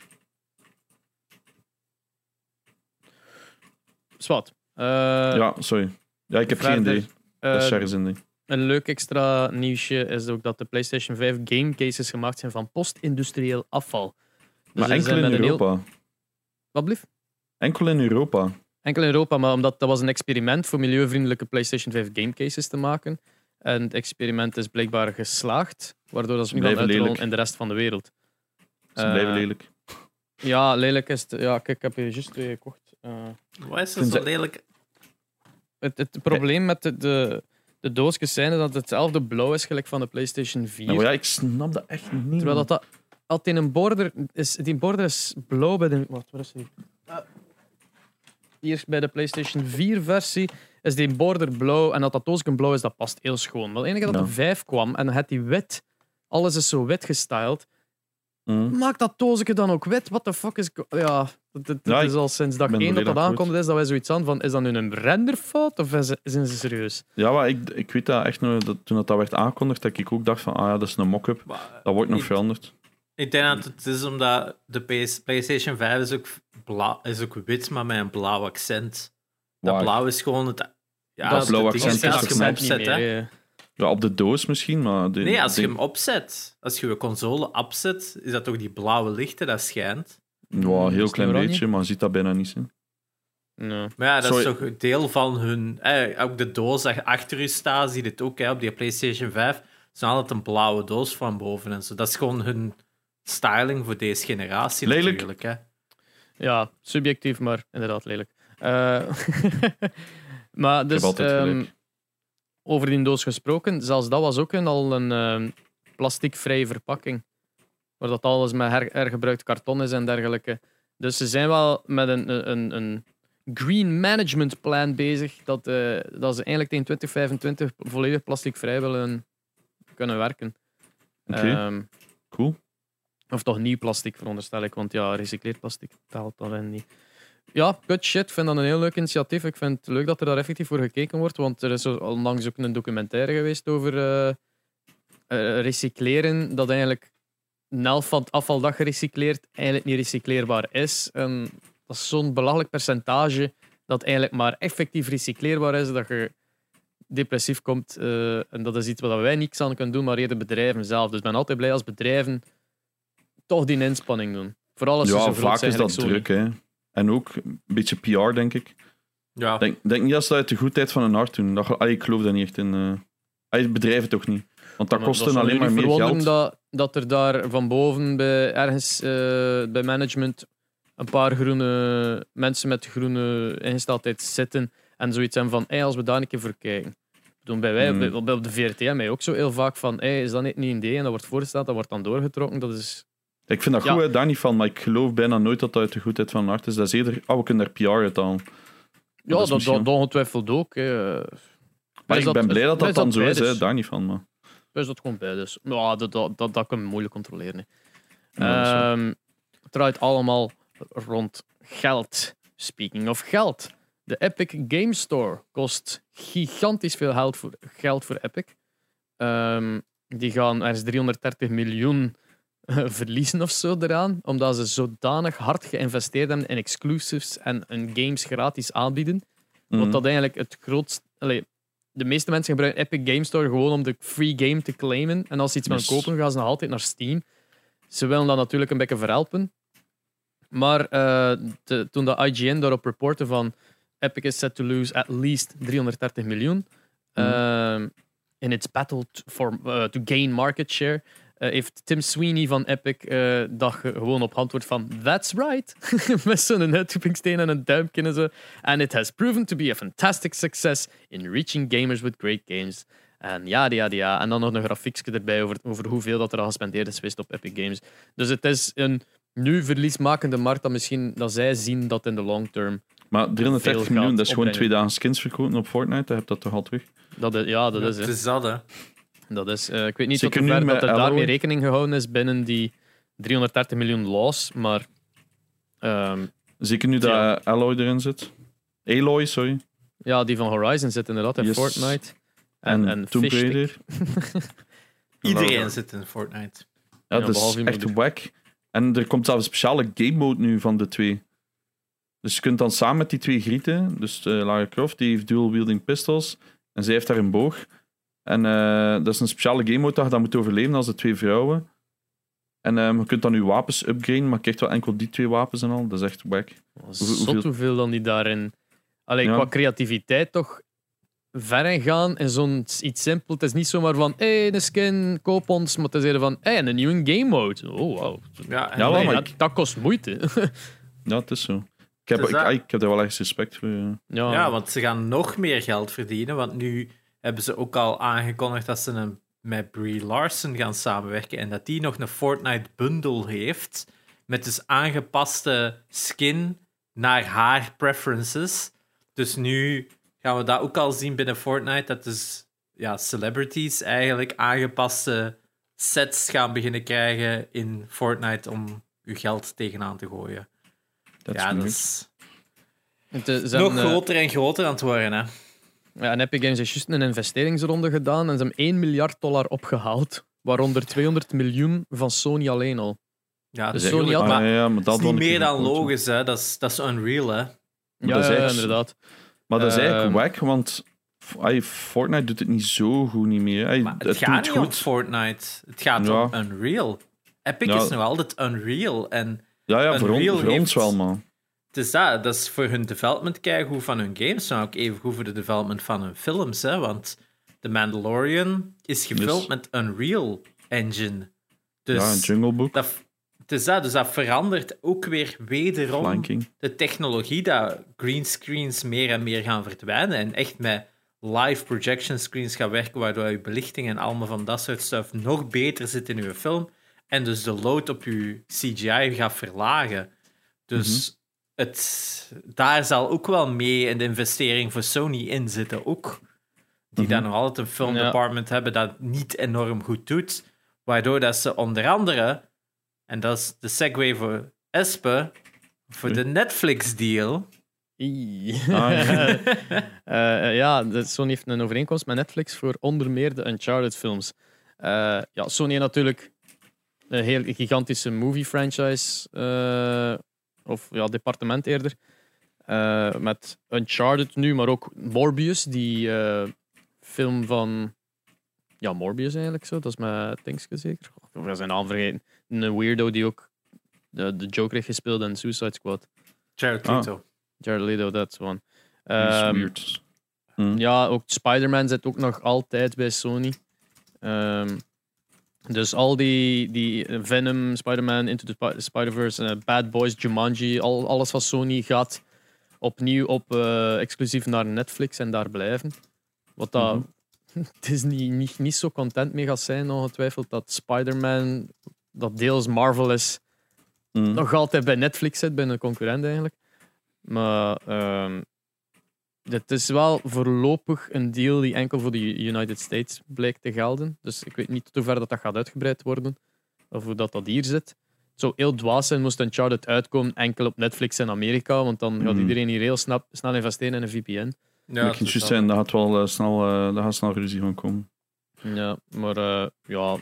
Zwat. Uh, ja, sorry. Ja, ik heb geen verder, idee. uh, Dat is Sherry's ding. Een leuk extra nieuwsje is ook dat de PlayStation vijf game cases gemaakt zijn van post-industrieel afval. Dus Maar ze enkel zijn in met een heel- Europa. Wat blieft? Enkel in Europa. Enkel in Europa, maar omdat dat was een experiment voor milieuvriendelijke PlayStation vijf game cases te maken. En het experiment is blijkbaar geslaagd, waardoor dat ze nu gaan Blijven uitrollen lelijk. in de rest van de wereld. Ze Eh, blijven lelijk. Ja, lelijk is het. Ja, kijk, ik heb hier juist twee gekocht. Eh, Wat is er Vind zo ze- lelijk? het, het probleem met de, de, de doosjes zijn dat het hetzelfde blauw is gelijk van de PlayStation vier. Nou ja, ik snap dat echt niet. Terwijl dat, dat altijd een border is, die border is blauw bij de. Wat, waar is die? Ah. Hier bij de PlayStation vier versie is die border blauw en dat dat doosje blauw is, dat past heel schoon. Maar de enige dat Ja. de vijf kwam en dan had die wit, alles is zo wit gestyled. Hm. Maak dat doosje dan ook wit? What the fuck is. Ja, het, het- Ja, het is ik al sinds dag ben één dat dat volledig aankomt, is dat wij zoiets aan van: is dat nu een renderfout of is, zijn ze serieus? Ja, maar ik, ik weet dat echt nog, dat, toen dat, dat werd aangekondigd, dat ik ook dacht van, ah ja, dat is een mock-up. Maar, Dat wordt nog ik, veranderd. ik denk dat het is omdat de P S PlayStation vijf is ook, blauw, is ook wit, maar met een blauw accent. Dat Waar? blauw is gewoon het. Ja, Dat het blauw ding accent is is als je toch hem net opzet, hè. meer, Ja, op de doos misschien, maar... De, Nee, als je de- hem opzet, als je je console opzet, is dat toch die blauwe lichten dat schijnt. Ja, een heel Is het klein oranje? beetje, maar je ziet dat bijna niet. Hè. Nee. Maar ja, dat Sorry. is toch een deel van hun. Eh, ook de doos dat achter u staat, zie je het ook hè, op die PlayStation vijf. Er is altijd een blauwe doos van boven en zo. Dat is gewoon hun styling voor deze generatie Lelijk. natuurlijk. Hè. Ja, subjectief, maar inderdaad lelijk. Uh, maar dus, um, over die doos gesproken, zelfs dat was ook een, al een uh, plasticvrije verpakking. Waar dat alles met her- hergebruikt karton is en dergelijke. Dus ze zijn wel met een, een, een green management plan bezig. Dat, uh, dat ze eigenlijk tegen twintig vijfentwintig volledig plasticvrij willen kunnen werken. Oké, okay. um, cool. Of toch nieuw plastic, veronderstel ik. Want ja, recycleerd plastic telt dan niet. Ja, good shit. Ik vind dat een heel leuk initiatief. Ik vind het leuk dat er daar effectief voor gekeken wordt. Want er is onlangs ook een documentaire geweest over uh, uh, recycleren. Dat eigenlijk een helft van het afval dat gerecycleerd eigenlijk niet recycleerbaar is. En dat is zo'n belachelijk percentage dat eigenlijk maar effectief recycleerbaar is. Dat je depressief komt. Uh, en dat is iets wat wij niks aan kunnen doen, maar eerder bedrijven zelf. Dus ik ben altijd blij als bedrijven toch die inspanning doen. Vooral als ja, ze zo vaak zijn, is dat druk, hè. En ook een beetje P R, denk ik. Ja. Denk, denk niet dat ze dat uit de goedheid van hun hart doen. Dat, allee, ik geloof dat niet echt in. Uh, allee, bedrijven toch niet. Want dat kost hen alleen maar meer geld. Dat, dat er daar van boven bij, ergens uh, bij management een paar groene mensen met groene ingesteldheid zitten en zoiets hebben van, hey, als we daar een keer voor kijken. Doen bij wij, hmm. bij, op de V R T M ook zo heel vaak van, hey, is dat niet een idee? En dat wordt voorgesteld, dat wordt dan doorgetrokken. Dat is... Ik vind dat goed, ja. hè, daar niet van, maar ik geloof bijna nooit dat dat uit de goedheid van hun hart is. Dat is eerder, oh, we kunnen er P R uit halen. Ja, dat, misschien... dat ongetwijfeld ook. Hè. Maar ik dat, ben blij dat dat, dat dan zo is, dus. hè, daar niet van. Maar... Dus dat komt bij, dus. Ja, dat, dat, dat, dat kan je moeilijk controleren. Ja, um, het draait allemaal rond geld. Speaking of geld. De Epic Game Store kost gigantisch veel geld voor, geld voor Epic. Um, die gaan ergens driehonderddertig miljoen uh, verliezen of zo eraan, omdat ze zodanig hard geïnvesteerd hebben in exclusives en hun games gratis aanbieden. Mm. Wat dat eigenlijk het grootste... Allez, de meeste mensen gebruiken Epic Game Store gewoon om de free game te claimen. En als ze iets yes. willen kopen, gaan ze nog altijd naar Steam. Ze willen dat natuurlijk een beetje verhelpen. Maar uh, de, toen de I G N daarop reporten van Epic is set to lose at least driehonderddertig miljoen mm. uh, in its battle to, for, uh, to gain market share, uh, heeft Tim Sweeney van Epic uh, dat gewoon op antwoord van that's right, met zo'n uitroepingssteen en een duimpje en zo. And it has proven to be a fantastic success in reaching gamers with great games. En ja, ja, ja. En dan nog een grafiekje erbij over, over hoeveel dat er al gespendeerd is geweest op Epic Games. Dus het is een nu verliesmakende markt dat misschien dat zij zien dat in de long term. Maar driehonderddertig miljoen, dat is gewoon twee dagen skins verkopen op Fortnite. Dan heb je dat toch al terug? Dat is, ja, dat ja, is het. is dat, hè. Dat is, uh, ik weet niet tot hoe ver dat er daarmee rekening gehouden is binnen die driehonderddertig miljoen loss, maar... Um, Zeker nu dat ja. Alloy erin zit. Aloy, sorry. Ja, die van Horizon zit inderdaad in yes. Fortnite. En, en, en Tomb Raider. Iedereen zit in Fortnite. Ja, ja dat is echt wack. En er komt zelfs een speciale game mode nu van de twee. Dus je kunt dan samen met die twee grieten, dus uh, Lara Croft, die heeft dual-wielding pistols, en zij heeft daar een boog. En uh, dat is een speciale game mode dat je dan moet overleven als de twee vrouwen. En um, je kunt dan je wapens upgraden, maar je krijgt wel enkel die twee wapens en al. Dat is echt wack. Hoe, hoeveel... hoeveel dan die daarin... Allee, ja. Qua creativiteit toch ver gaan in zo'n iets simpel. Het is niet zomaar van, hé, hey, een skin, koop ons. Maar het is eerder van, hé, hey, een nieuwe game mode. Oh, wow. Ja, ja, nee, maar dat, dat kost moeite. Ja, het is zo. Ik heb, ik, ik heb daar wel echt respect voor. Ja. Ja. ja, want ze gaan nog meer geld verdienen. Want nu hebben ze ook al aangekondigd dat ze een, met Brie Larson gaan samenwerken. En dat die nog een Fortnite bundle heeft. Met dus aangepaste skin naar haar preferences. Dus nu gaan we dat ook al zien binnen Fortnite. Dat dus ja, celebrities eigenlijk aangepaste sets gaan beginnen krijgen in Fortnite om je geld tegenaan te gooien. Dat ja, dat is het is nog een, groter en groter aan het worden. Hè? Ja, en Epic Games heeft juist een investeringsronde gedaan en ze hebben één miljard dollar opgehaald, waaronder tweehonderd miljoen van Sony alleen al. Ja, dus Sony had... maar, ja, maar dat is niet meer dan logisch, hè? Dat is, dat is unreal, hè? Ja, dat is ja, inderdaad. Maar dat is eigenlijk uh, wack, want Fortnite doet het niet zo goed niet meer. Ay, maar het, het gaat niet goed. om Fortnite. Het gaat ja. om Unreal. Epic ja. is nog altijd Unreal. En ja, ja, voor, on, voor heeft, ons wel, man. Het is dat. Dat is voor hun development keigoed van hun games, maar ook even goed voor de development van hun films. Hè? Want The Mandalorian is gefilmd yes. met Unreal Engine. Dus ja, een Jungle Book. Dat, Het is dat, dus dat verandert ook weer wederom Flanking. de technologie dat greenscreens meer en meer gaan verdwijnen en echt met live projection screens gaan werken, waardoor je belichting en allemaal van dat soort stuff nog beter zit in je film en dus de load op je C G I gaat verlagen. Dus mm-hmm. het, daar zal ook wel mee in de investering voor Sony in zitten ook. Die mm-hmm. daar nog altijd een film department ja. hebben dat niet enorm goed doet, waardoor dat ze onder andere, en dat is de segue voor Espe, voor de Netflix-deal. Ah, ja. uh, ja, Sony heeft een overeenkomst met Netflix voor onder meer de Uncharted-films. Uh, ja, Sony heeft natuurlijk een heel gigantische movie-franchise, uh, of ja, departement eerder, uh, met Uncharted nu, maar ook Morbius, die uh, film van... Ja, Morbius eigenlijk zo. Dat is met Dingske zeker. Of we zijn naam vergeten. Een weirdo die ook de, de Joker heeft gespeeld in Suicide Squad. Jared Leto. Ah. Jared Leto, that's one. Um, weird. Hmm. Ja, ook Spider-Man zit ook nog altijd bij Sony. Um, dus al die, die Venom, Spider-Man, Into the Sp- Spider-Verse, uh, Bad Boys, Jumanji, al, alles van Sony gaat opnieuw op uh, exclusief naar Netflix en daar blijven. Wat dat... Mm-hmm. Het is niet, niet, niet zo content mee gaat zijn, ongetwijfeld, dat Spider-Man, dat deels Marvel is, mm. nog altijd bij Netflix zit, bij een concurrent eigenlijk. Maar um, het is wel voorlopig een deal die enkel voor de United States blijkt te gelden. Dus ik weet niet tot hoever dat, dat gaat uitgebreid worden, of hoe dat, dat hier zit. Het zou heel dwaas zijn, moest Uncharted uitkomen enkel op Netflix in Amerika, want dan gaat mm. iedereen hier heel snap, snel investeren in een V P N. Ja, dat kan juist zijn, dat gaat wel uh, snel, uh, daar gaat snel ruzie van komen. Ja, maar uh, ja.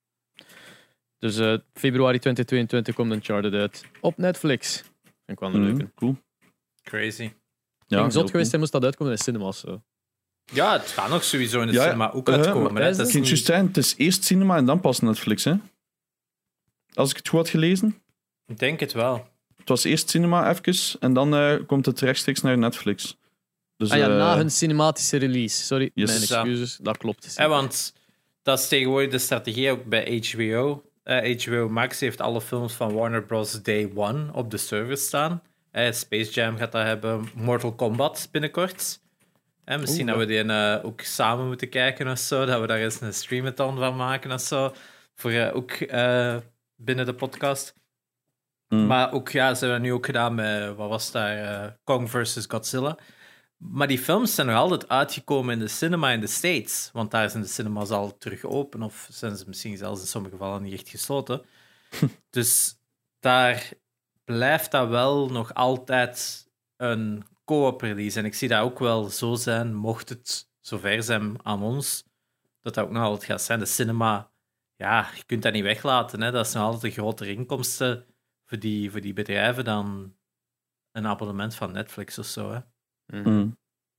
Dus uh, februari twintig tweeëntwintig komt Uncharted uit op Netflix. Vind ik wel een mm-hmm, leuke. Cool. Crazy. Ja, ik zot geweest zijn, moest dat uitkomen in de cinemas. Zo. Ja, het gaat nog sowieso in de ja, cinema ook uitkomen. Uh, het kan niet... juist zijn, het is eerst cinema en dan pas Netflix, hè? Als ik het goed had gelezen. Ik denk het wel. Het was eerst cinema even en dan uh, komt het rechtstreeks naar Netflix. Dus, ah ja, uh, na hun cinematische release. Sorry, yes. mijn excuses. Dat klopt. Ja, want dat is tegenwoordig de strategie ook bij H B O. Uh, H B O Max heeft alle films van Warner Bros. Day One op de server staan. Uh, Space Jam gaat dat hebben. Mortal Kombat binnenkort. Uh, misschien Oeh, dat we die uh, ook samen moeten kijken of zo. Dat we daar eens een streamathon van maken of zo. Voor uh, ook uh, binnen de podcast. Mm. Maar ook, ja, ze hebben dat nu ook gedaan met, wat was daar? Uh, Kong versus Godzilla. Maar die films zijn nog altijd uitgekomen in de cinema in de States. Want daar zijn de cinemas al terug open. Of zijn ze misschien zelfs in sommige gevallen niet echt gesloten. Dus daar blijft dat wel nog altijd een co-op release. En ik zie dat ook wel zo zijn, mocht het zover zijn aan ons, dat dat ook nog altijd gaat zijn. De cinema, ja, je kunt dat niet weglaten. Hè. Dat is nog altijd een grotere inkomsten voor die, voor die bedrijven dan een abonnement van Netflix of zo, hè. Mm.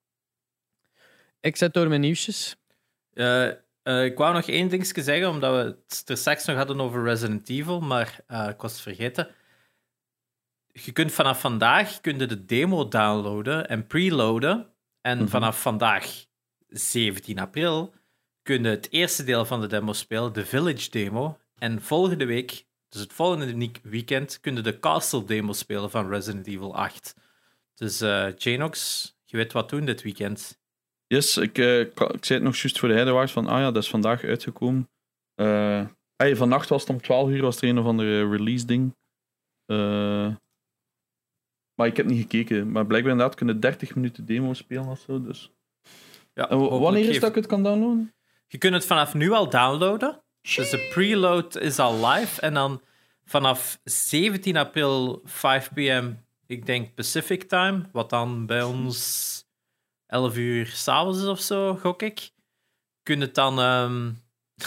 Ik zet door mijn nieuwsjes. Uh, uh, ik wou nog één dingetje zeggen, omdat we het er straks nog hadden over Resident Evil, maar uh, ik was het vergeten. Je kunt vanaf vandaag kun je de demo downloaden en preloaden. En mm-hmm. vanaf vandaag, zeventien april, kun je het eerste deel van de demo spelen, de Village demo. En volgende week, dus het volgende weekend, kun je de Castle demo spelen van Resident Evil acht. Dus uh, Janox, je weet wat doen dit weekend. Yes, ik, uh, ik, ik zei het nog juist voor de heidewaars van, ah ja, dat is vandaag uitgekomen. Uh, hey, vannacht was het om twaalf uur, was er een of andere release ding. Uh, maar ik heb niet gekeken. Maar blijkbaar inderdaad kunnen dertig minuten demo spelen of zo. Dus. Ja, en wanneer is dat ik het kan downloaden? Je kunt het vanaf nu al downloaden. Dus de preload is al live. En dan vanaf zeventien april, vijf p.m., ik denk Pacific Time, wat dan bij ons elf uur s'avonds is of zo, gok ik. Kun je het dan... Um...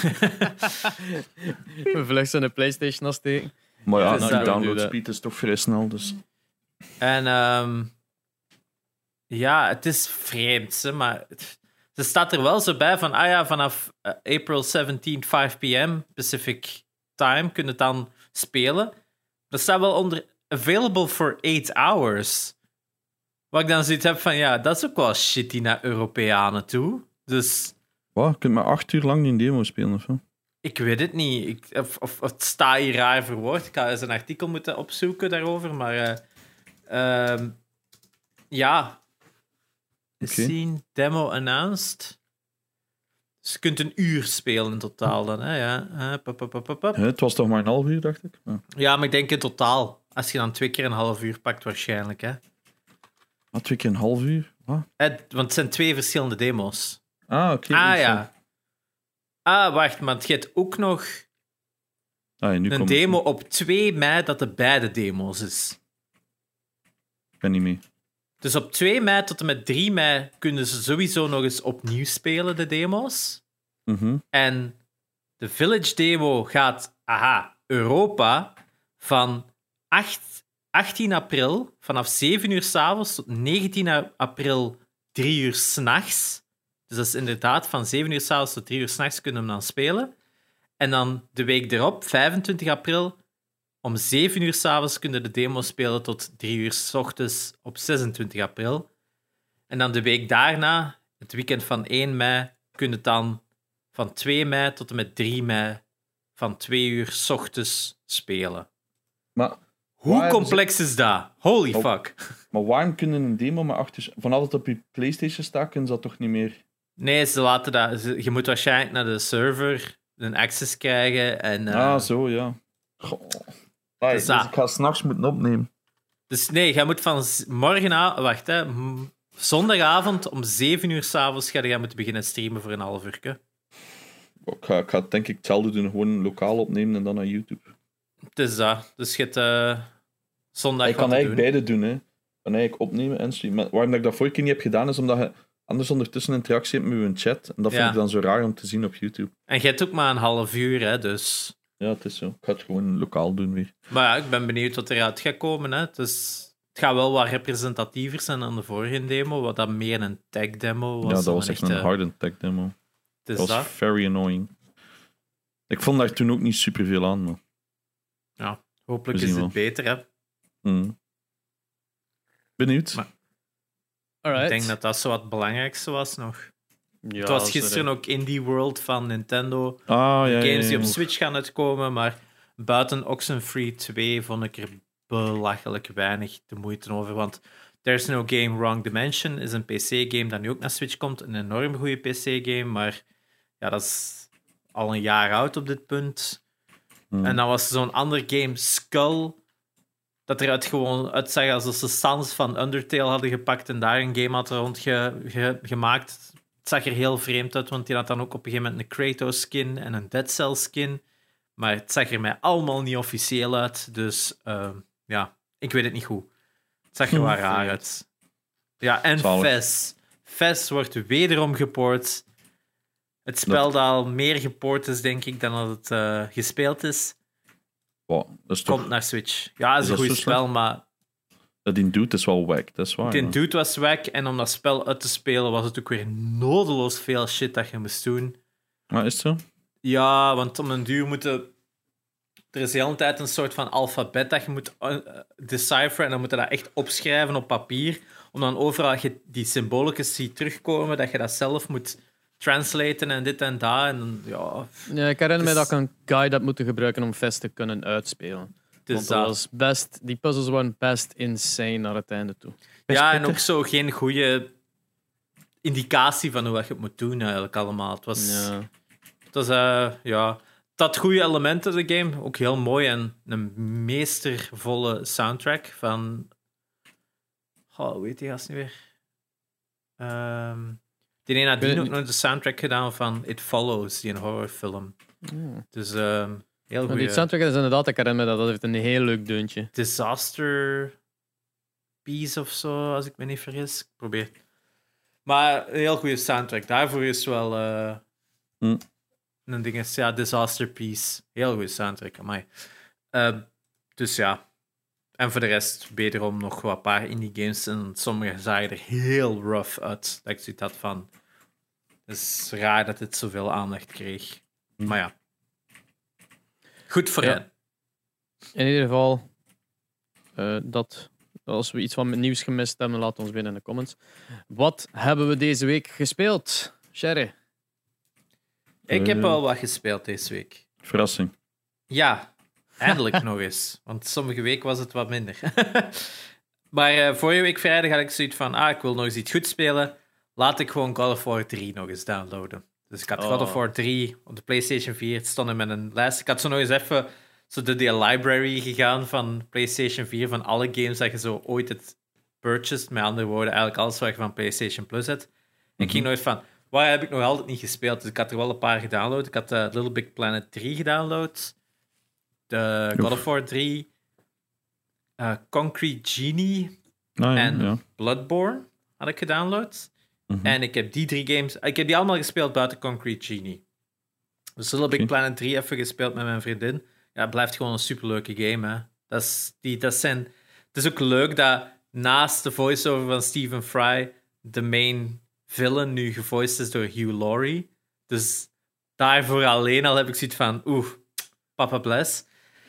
We vlug zo'n PlayStation afsteken. Maar ja, dus nou, dat, die download speed is toch vrij snel, dus... En um, ja, het is vreemd, hè, maar... Het, er staat er wel zo bij van, ah ja, vanaf uh, April zeventiende, vijf p.m. Pacific Time kun je het dan spelen. Er staat wel onder... Available for eight hours. Wat ik dan zoiets heb van, ja, dat is ook wel shitty naar Europeanen toe. Dus... Wat? Je kunt maar acht uur lang die demo spelen, of zo? Ik weet het niet. Ik, of, of, of het staat hier raar verwoord. Ik ga eens een artikel moeten opzoeken daarover. Maar uh, um, ja. Okay. Zien, demo announced. Dus je kunt een uur spelen in totaal dan. Hè? Ja. Uh, pop, pop, pop, pop. Hè, het was toch maar een half uur, dacht ik? Ja, Ja, maar ik denk in totaal. Als je dan twee keer een half uur pakt, waarschijnlijk. Hè? ah, twee keer een half uur? Ah, Eh, want het zijn twee verschillende demo's. ah oké. Ah dus, ja. Ah, wacht, maar je hebt ook nog ah, ja, nu een komt demo het. op twee mei dat de beide demo's is. Ik ben niet mee. Dus op twee mei tot en met drie mei kunnen ze sowieso nog eens opnieuw spelen, de demo's. Mhm. En de Village demo gaat, aha, Europa, van acht, achttien april, vanaf zeven uur 's avonds tot negentien april, drie uur 's nachts. Dus dat is inderdaad van zeven uur 's avonds tot drie uur 's nachts kunnen we hem dan spelen. En dan de week erop, vijfentwintig april, om zeven uur 's avonds kunnen de demo spelen tot drie uur 's ochtends op zesentwintig april. En dan de week daarna, het weekend van één mei, kun je het dan van twee mei tot en met drie mei van twee uur 's ochtends spelen. Maar, Hoe waar complex is dat? Holy Oh. fuck. maar waarom kunnen een demo maar achter... Vanaf dat het op je PlayStation staat, kunnen ze dat toch niet meer... Nee, ze laten dat. ze- Je moet waarschijnlijk naar de server een access krijgen. En, uh, Ah, zo, ja. Goh. Ah, Dus dus dat- ik ga s'nachts moeten opnemen. Dus nee, jij moet van z- morgenavond... Wacht, hè. m- Zondagavond om zeven uur 's avonds ga je moeten beginnen streamen voor een half uur. Ik ga, ik ga denk ik hetzelfde doen, gewoon lokaal opnemen en dan naar YouTube. Het is dat. Dus je hebt uh, zondag Ik kan wat te eigenlijk doen. beide doen, hè. Ik kan eigenlijk opnemen en streamen. Maar waarom dat ik dat vorige keer niet heb gedaan, is omdat je anders ondertussen interactie hebt met je chat. En dat vind Ja. ik dan zo raar om te zien op YouTube. En je hebt ook maar een half uur, hè, dus... Ja, het is zo. Ik ga het gewoon lokaal doen weer. Maar ja, ik ben benieuwd wat eruit gaat komen. Hè. Dus het gaat wel wat representatiever zijn dan de vorige demo, wat dan meer een tech-demo was. ja, dat dan was echt een echte- harde tech demo. Het is Dat was dat. very annoying. Ik vond daar toen ook niet superveel aan, maar... Ja, hopelijk We is zien het beter, hè. Mm. Benieuwd. Maar- Alright. Ik denk dat dat zo wat het belangrijkste was nog. Ja, het was sorry. gisteren ook Indie World van Nintendo. ah, ja, ja, Games ja, die op ja. Switch gaan uitkomen, maar buiten Oxenfree twee vond ik er belachelijk weinig de moeite over. Want There's No Game Wrong Dimension is een P C-game dat nu ook naar Switch komt. Een enorm goede P C-game, maar ja, dat is al een jaar oud op dit punt. Hmm. En dan was er zo'n ander game, Skull, dat eruit gewoon uitzag alsof ze Sans van Undertale hadden gepakt en daar een game hadden rondgemaakt. Het zag er heel vreemd uit, want die had dan ook op een gegeven moment een Kratos-skin en een Dead Cell-skin. Maar het zag er mij allemaal niet officieel uit. Dus uh, ja, ik weet het niet goed. Het zag er wel raar uit. Ja, en Zalig. Fez. Fez wordt wederom gepoord. Het spel dat, dat al meer gepoord is, denk ik, dan dat het uh, gespeeld is. Wow, dat is toch... Komt naar Switch. Ja, het is, Is een dat goed zo spel, maar Dat die dude is wel wack, dat is waar. die ja. dude was wack. En om dat spel uit te spelen was het ook weer nodeloos veel shit dat je moest doen. Maar is het zo? Ja, want om een duur moeten... Er is de hele tijd een soort van alfabet dat je moet uh, decipheren en dan moet je dat echt opschrijven op papier, om dan overal je die symboletjes ziet terugkomen, dat je dat zelf moet translaten en dit en dat. En dan, ja, Ja, ik herinner me Het dat is- ik een guide had moeten gebruiken om Fest te kunnen uitspelen. dus Want dat dat. was best, die puzzles waren best insane naar het einde toe. Ja, en Peter? ook zo geen goede indicatie van hoe je het moet doen eigenlijk allemaal. Het was... Ja. Het was, uh, ja... Het had goede elementen, de game. Ook heel mooi en een meestervolle soundtrack van... Oh, hoe heet die gast nu weer? Um, die een had weet die het ook nog de soundtrack gedaan van It Follows, die een horrorfilm. Ja. Dus um, heel Maar goed. die soundtrack is inderdaad, ik herinner me dat, dat heeft een heel leuk deuntje. Disaster Piece of zo, als ik me niet vergis. Ik probeer. Maar een heel goede soundtrack. Daarvoor is wel uh, Hm. een ding is, ja, Disaster Piece. Heel goede soundtrack, amai. Uh, dus ja. En voor de rest, wederom nog wat paar indie games. En sommige zagen er heel rough uit. Dat ik zoiets had van... Het is raar dat dit zoveel aandacht kreeg. Hm. Maar ja. Goed voor Ja. hen. In ieder geval, uh, dat, als we iets van nieuws gemist hebben, laat ons binnen in de comments. Wat hebben we deze week gespeeld, Sherry? Ik heb Eh. wel wat gespeeld deze week. Verrassing. Ja, eindelijk nog eens. Want sommige weken was het wat minder. Maar uh, vorige week vrijdag had ik zoiets van, ah, ik wil nog eens iets goed spelen. Laat ik gewoon God of War drie nog eens downloaden. Dus ik had oh. God of War drie op de PlayStation vier. Het stond in mijn lijst. Ik had zo nog eens even zo door die library gegaan van PlayStation vier, van alle games dat je zo ooit het purchased. Met andere woorden, eigenlijk alles wat je van PlayStation Plus hebt. Mm-hmm. Ik ging nooit van, waar heb ik nog altijd niet gespeeld? Dus ik had er wel een paar gedownload. Ik had uh, Little Big Planet drie gedownload. De God of War drie. Uh, Concrete Genie. Ah, ja, en ja. Bloodborne had ik gedownload. Mm-hmm. En ik heb die drie games... Ik heb die allemaal gespeeld buiten Concrete Genie. Dus Little Big okay. Planet drie even gespeeld met mijn vriendin. Ja, het blijft gewoon een superleuke game, hè. Dat is, die, dat zijn, het is ook leuk dat naast de voice-over van Stephen Fry de main villain nu gevoiced is door Hugh Laurie. Dus daarvoor alleen al heb ik zoiets van... Oeh, papa bless.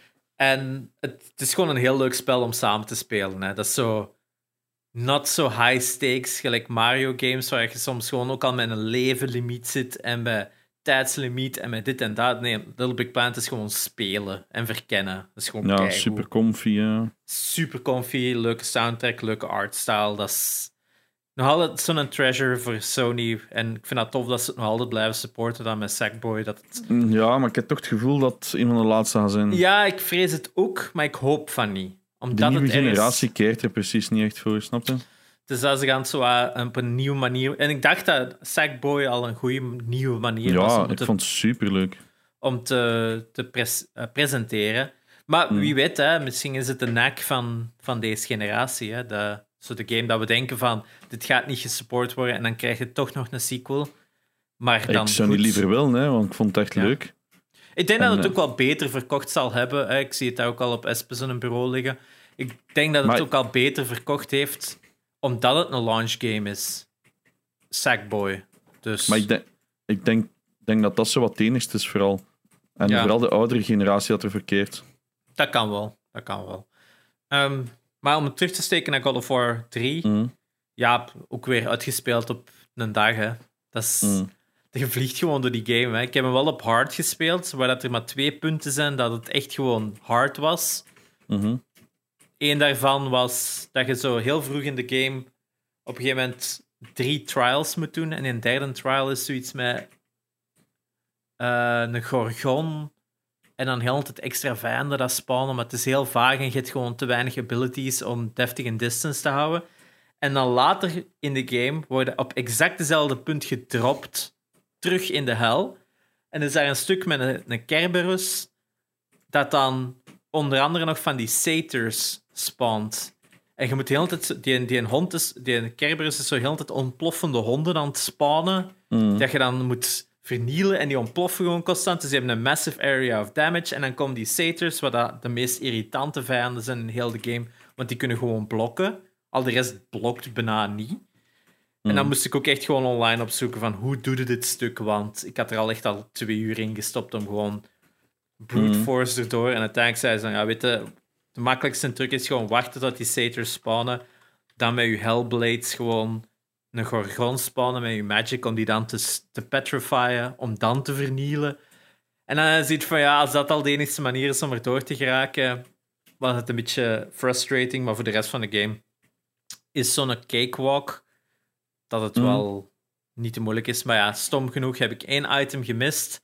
En het, het is gewoon een heel leuk spel om samen te spelen, hè. Dat is zo... Not so high stakes, gelijk Mario games, waar je soms gewoon ook al met een levenlimiet zit en bij tijdslimiet en met dit en dat. Nee, Little Big Planet is gewoon spelen en verkennen. Dat is gewoon ja, keigoed. super comfy. Ja. Super comfy, leuke soundtrack, leuke artstyle. Dat is nog altijd zo'n treasure voor Sony. En ik vind dat tof dat ze het nog altijd blijven supporten dan met Sackboy. Dat het... Ja, maar ik heb toch het gevoel dat het een van de laatste gaat zijn. Ja, ik vrees het ook, maar ik hoop van niet. Omdat de nieuwe het generatie is... keert er precies niet echt voor, snap je? Dus dat ze gaan zo uh, op een nieuwe manier... En ik dacht dat Sackboy al een goede nieuwe manier ja, was. Ja, om ik te, vond het superleuk. Om te, te pres, uh, presenteren. Maar mm. wie weet, hè, misschien is het de nek van, van deze generatie. Hè, de, zo de game dat we denken van... Dit gaat niet gesupport worden en dan krijg je toch nog een sequel. Maar dan ik zou goed... niet liever wel, hè, want ik vond het echt ja. leuk. Ik denk en, dat het uh, ook wel beter verkocht zal hebben. Hè. Ik zie het ook al op Espes in een bureau liggen. Ik denk dat het maar... ook al beter verkocht heeft... Omdat het een launch game is. Sackboy. Dus... Maar ik, denk, ik denk, denk dat dat zo wat het enigste is, vooral. En ja. vooral de oudere generatie had er verkeerd. Dat kan wel. Dat kan wel. Um, maar om het terug te steken naar God of War drie. Mm. Ja, ook weer uitgespeeld op een dag. Hè. Dat is... Mm. Je vliegt gewoon door die game. Hè. Ik heb hem wel op hard gespeeld, waar dat er maar twee punten zijn dat het echt gewoon hard was. Mm-hmm. Eén daarvan was dat je zo heel vroeg in de game op een gegeven moment drie trials moet doen. En een derde trial is zoiets met uh, een gorgon en dan heel het extra vijanden dat spawnen. Maar het is heel vaag en je hebt gewoon te weinig abilities om deftig in distance te houden. En dan later in de game worden op exact dezelfde punt gedropt terug in de hel. En er is daar een stuk met een, een Kerberos dat dan onder andere nog van die satyrs spawnt. En je moet de hele tijd... Die, die, hond is, die Kerberos is zo de hele tijd ontploffende honden aan het spawnen. Mm. Dat je dan moet vernielen. En die ontploffen gewoon constant. Dus die hebben een massive area of damage. En dan komen die satyrs, wat dat de meest irritante vijanden zijn in heel de game. Want die kunnen gewoon blokken. Al de rest blokt bijna niet. Mm. En dan moest ik ook echt gewoon online opzoeken van hoe doe je dit stuk? Want ik had er al echt al twee uur in gestopt om gewoon brute force erdoor. En uiteindelijk zei ze dan, ja, weet je, de makkelijkste truc is gewoon wachten tot die satyrs spawnen. Dan met je Hellblades gewoon een gorgon spawnen met je magic om die dan te, te petrifyen, om dan te vernielen. En dan zie je van, ja, als dat al de enige manier is om er door te geraken, was het een beetje frustrating. Maar voor de rest van de game is zo'n cakewalk dat het mm. wel niet te moeilijk is. Maar ja, stom genoeg heb ik één item gemist.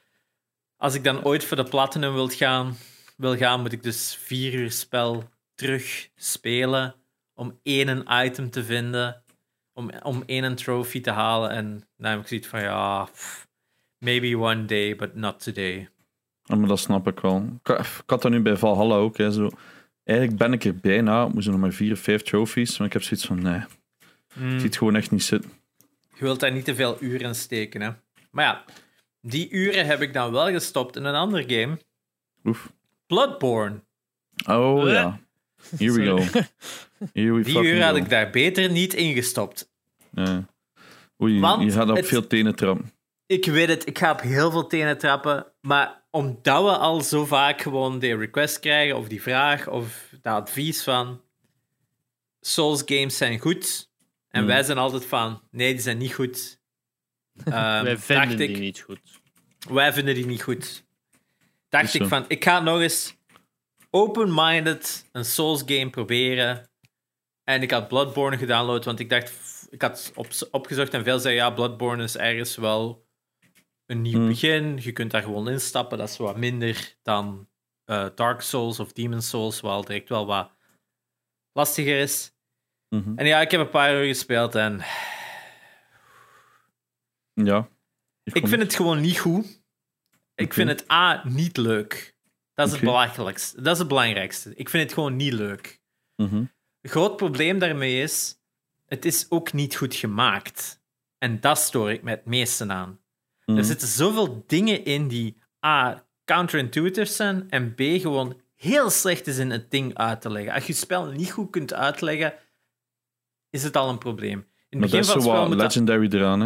Als ik dan ooit voor de Platinum wil gaan, wil gaan, moet ik dus vier uur spel terug spelen om één item te vinden, om, om één trophy te halen. En dan heb ik zoiets van, ja, pff, maybe one day, but not today. Ja, maar dat snap ik wel. Ik, ik had dat nu bij Valhalla ook. Hè, zo. Eigenlijk ben ik er bijna. Ik moest nog maar vier of vijf trophies, maar ik heb zoiets van, nee, mm. ik zie het gewoon echt niet zitten. Je wilt daar niet te veel uren in steken, hè. Maar ja, die uren heb ik dan wel gestopt in een andere game. Oef. Bloodborne. Oh uh. ja. Here we go. Here we die uren had ik daar beter niet in gestopt. Ja. Oei, Want je gaat op het, veel tenen trappen. Ik weet het, ik ga op heel veel tenen trappen. Maar omdat we al zo vaak gewoon die request krijgen, of die vraag, of dat advies van Souls games zijn goed. En hmm. wij zijn altijd van, nee, die zijn niet goed. Um, wij vinden ik, die niet goed. Wij vinden die niet goed. dacht ik van, ik ga nog eens open-minded een Souls game proberen. En ik had Bloodborne gedownload, want ik dacht, ik had op, opgezocht en veel zeiden, ja, Bloodborne is ergens wel een nieuw mm. begin. Je kunt daar gewoon instappen. Dat is wat minder dan uh, Dark Souls of Demon Souls, wat direct wel wat lastiger is. Mm-hmm. En ja, ik heb een paar uur gespeeld en... Ja. Ik vind het gewoon niet goed. Ik okay. vind het A, niet leuk. Dat is okay. het belangrijkste. Dat is het belangrijkste. Ik vind het gewoon niet leuk. Mm-hmm. Het groot probleem daarmee is, het is ook niet goed gemaakt. En dat stoor ik me het meeste aan. Mm-hmm. Er zitten zoveel dingen in die A, counterintuitive zijn, en B, gewoon heel slecht is in het ding uit te leggen. Als je het spel niet goed kunt uitleggen, is het al een probleem. In het maar begin dat is van zo het spel wat legendary dat... eraan, hè?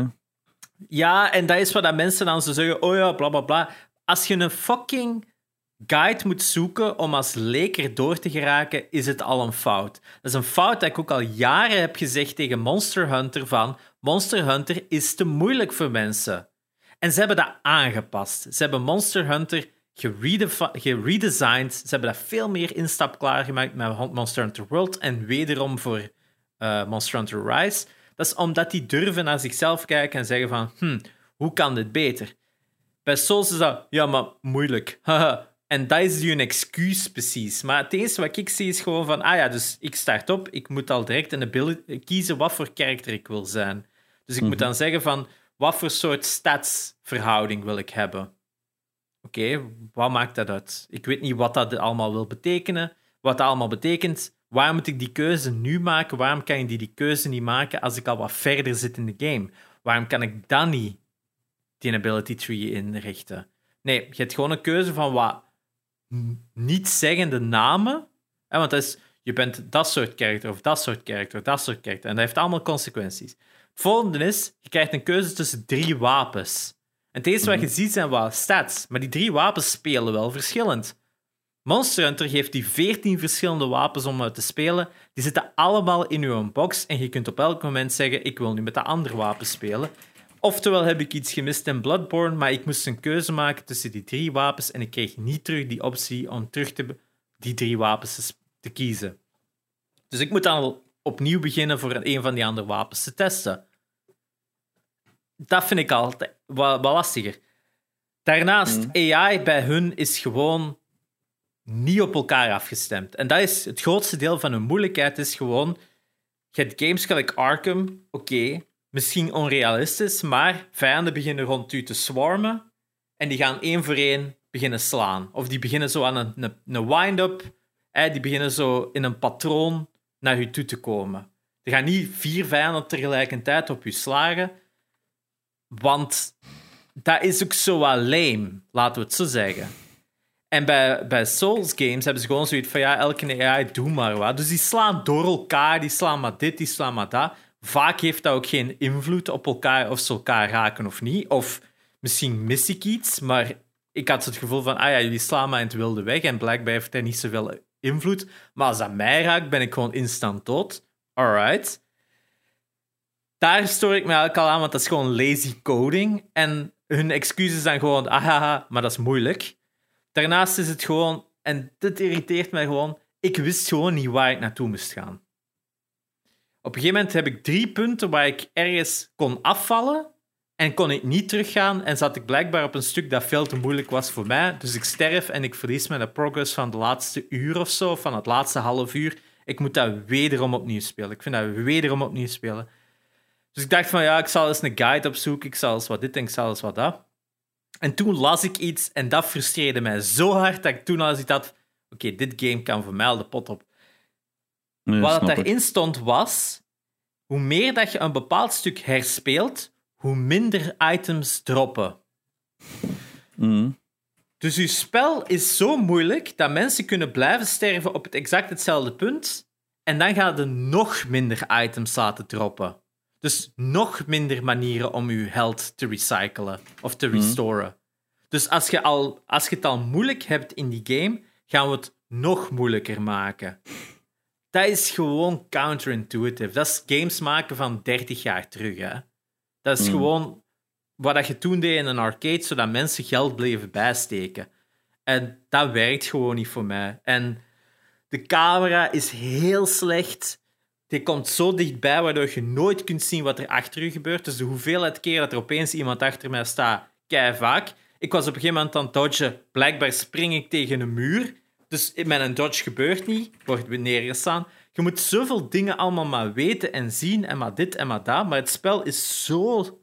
Ja, en dat is wat dat mensen dan zo zeggen, oh ja, bla bla bla. Als je een fucking guide moet zoeken om als leek erdoor te geraken, is het al een fout. Dat is een fout dat ik ook al jaren heb gezegd tegen Monster Hunter van, Monster Hunter is te moeilijk voor mensen. En ze hebben dat aangepast. Ze hebben Monster Hunter geredesigned. Ze hebben dat veel meer instapklaar gemaakt met Monster Hunter World en wederom voor uh, Monster Hunter Rise. Dat is omdat die durven naar zichzelf kijken en zeggen van, hm, hoe kan dit beter? Bij Souls is dat, ja, maar moeilijk. En dat is een excuus precies. Maar het enige wat ik zie is gewoon van, ah ja, dus ik start op, ik moet al direct een ability kiezen wat voor karakter ik wil zijn. Dus ik mm-hmm. moet dan zeggen van, wat voor soort statsverhouding wil ik hebben? Oké, okay, wat maakt dat uit? Ik weet niet wat dat allemaal wil betekenen, wat dat allemaal betekent. Waarom moet ik die keuze nu maken? Waarom kan ik die, die keuze niet maken als ik al wat verder zit in de game? Waarom kan ik dan niet die ability tree inrichten? Nee, je hebt gewoon een keuze van wat niet-zeggende namen. Hè, want dat is, je bent dat soort karakter of dat soort karakter of dat soort karakter. En dat heeft allemaal consequenties. Het volgende is, je krijgt een keuze tussen drie wapens. En het eerste mm-hmm. wat je ziet zijn wat stats. Maar die drie wapens spelen wel verschillend. Monster Hunter geeft die veertien verschillende wapens om uit te spelen. Die zitten allemaal in uw box en je kunt op elk moment zeggen, ik wil nu met dat andere wapen spelen. Oftewel heb ik iets gemist in Bloodborne, maar ik moest een keuze maken tussen die drie wapens en ik kreeg niet terug die optie om terug te be- die drie wapens te, te kiezen. Dus ik moet dan opnieuw beginnen voor een van die andere wapens te testen. Dat vind ik altijd wat, wat lastiger. Daarnaast, mm. A I bij hun is gewoon niet op elkaar afgestemd. En dat is het grootste deel van hun moeilijkheid, is gewoon, je hebt games gelijk Arkham, oké, okay, misschien onrealistisch, maar vijanden beginnen rond u te swarmen en die gaan één voor één beginnen slaan. Of die beginnen zo aan een, een, een wind-up, eh, die beginnen zo in een patroon naar u toe te komen. Er gaan niet vier vijanden tegelijkertijd op u slagen, want dat is ook zo wat lame, laten we het zo zeggen. En bij, bij Souls games hebben ze gewoon zoiets van, ja, elke A I, doe maar wat. Dus die slaan door elkaar, die slaan maar dit, die slaan maar dat. Vaak heeft dat ook geen invloed op elkaar, of ze elkaar raken of niet. Of misschien mis ik iets, maar ik had het gevoel van, ah ja, jullie slaan maar in het wilde weg en blijkbaar heeft hij niet zoveel invloed. Maar als dat mij raakt, ben ik gewoon instant dood. Alright. Daar stoor ik me eigenlijk al aan, want dat is gewoon lazy coding. En hun excuses zijn gewoon, ah, haha, maar dat is moeilijk. Daarnaast is het gewoon, en dit irriteert mij gewoon, ik wist gewoon niet waar ik naartoe moest gaan. Op een gegeven moment heb ik drie punten waar ik ergens kon afvallen en kon ik niet teruggaan en zat ik blijkbaar op een stuk dat veel te moeilijk was voor mij. Dus ik sterf en ik verlies mijn progress van de laatste uur of zo, van het laatste half uur. Ik moet dat wederom opnieuw spelen. Ik vind dat wederom opnieuw spelen. Dus ik dacht van, ja, ik zal eens een guide opzoeken, ik zal eens wat dit en ik zal eens wat dat. En toen las ik iets en dat frustreerde mij zo hard dat ik toen al zoiets had, oké, okay, dit game kan voor mij al de pot op. Nee, wat daarin stond was, hoe meer dat je een bepaald stuk herspeelt, hoe minder items droppen. Mm. Dus je spel is zo moeilijk dat mensen kunnen blijven sterven op het exact hetzelfde punt en dan gaan er nog minder items laten droppen. Dus nog minder manieren om je health te recyclen of te restoren. Mm. Dus als je, al, als je het al moeilijk hebt in die game, gaan we het nog moeilijker maken. Dat is gewoon counterintuitive. Dat is games maken van dertig jaar terug. Hè? Dat is mm. gewoon wat je toen deed in een arcade, zodat mensen geld bleven bijsteken. En dat werkt gewoon niet voor mij. En de camera is heel slecht. Die komt zo dichtbij, waardoor je nooit kunt zien wat er achter je gebeurt. Dus de hoeveelheid keer dat er opeens iemand achter mij staat, kei vaak. Ik was op een gegeven moment aan het dodgen. Blijkbaar spring ik tegen een muur. Dus met een dodge gebeurt niet. Wordt weer neergestaan. Je moet zoveel dingen allemaal maar weten en zien. En maar dit en maar dat. Maar het spel is zo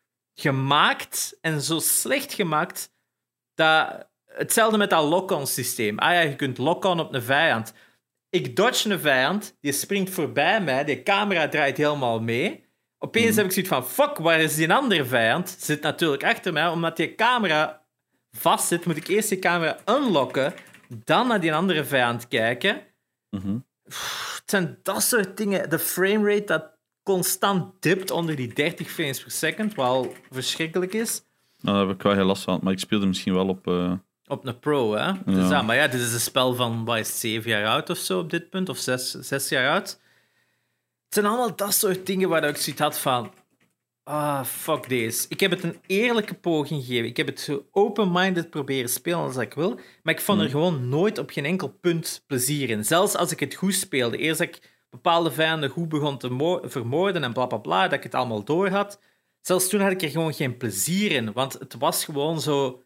gemaakt en zo slecht gemaakt. Dat... Hetzelfde met dat lock-on systeem. Ah ja, je kunt lock-on op een vijand. Ik dodge een vijand. Die springt voorbij mij. Die camera draait helemaal mee. Opeens mm. heb ik zoiets van, fuck, waar is die andere vijand? Zit natuurlijk achter mij. Omdat die camera vast zit, moet ik eerst die camera unlocken, dan naar die andere vijand kijken. Mm-hmm. Pff, het zijn dat soort dingen. De framerate dat constant dipt onder die dertig frames per second, wat al verschrikkelijk is. Nou, daar heb ik wel heel last van, maar ik speelde misschien wel op... Uh... Op een pro, hè? Ja. Dus ja, maar ja, dit is een spel van, wat is het, zeven jaar oud of zo op dit punt, of zes, zes jaar oud. Het zijn allemaal dat soort dingen waar ik zoiets had van... Ah, fuck deze. Ik heb het een eerlijke poging gegeven. Ik heb het zo open-minded proberen spelen als ik wil. Maar ik vond er mm. gewoon nooit op geen enkel punt plezier in. Zelfs als ik het goed speelde. Eerst dat ik bepaalde vijanden goed begon te mo- vermoorden en blablabla, bla, bla, dat ik het allemaal door had. Zelfs toen had ik er gewoon geen plezier in. Want het was gewoon zo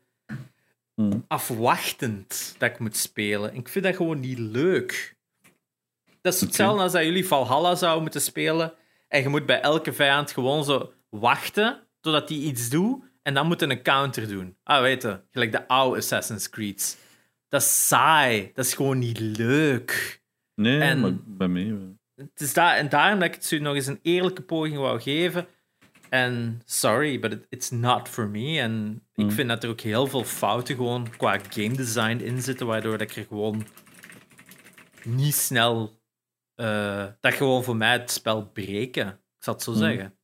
mm. afwachtend dat ik moet spelen. Ik vind dat gewoon niet leuk. Dat is hetzelfde okay. als dat jullie Valhalla zouden moeten spelen. En je moet bij elke vijand gewoon zo wachten totdat hij iets doet. En dan moet je een counter doen. Ah, weet je. Gelijk de oude Assassin's Creed. Dat is saai. Dat is gewoon niet leuk. Nee, en maar bij mij... Het is daar, en daarom dat ik het zo nog eens een eerlijke poging wou geven. En sorry, but it, it's not for me. En mm. ik vind dat er ook heel veel fouten gewoon qua game design in zitten, waardoor dat ik er gewoon niet snel... Uh, dat gewoon voor mij het spel breken. Ik zal het zo mm. zeggen.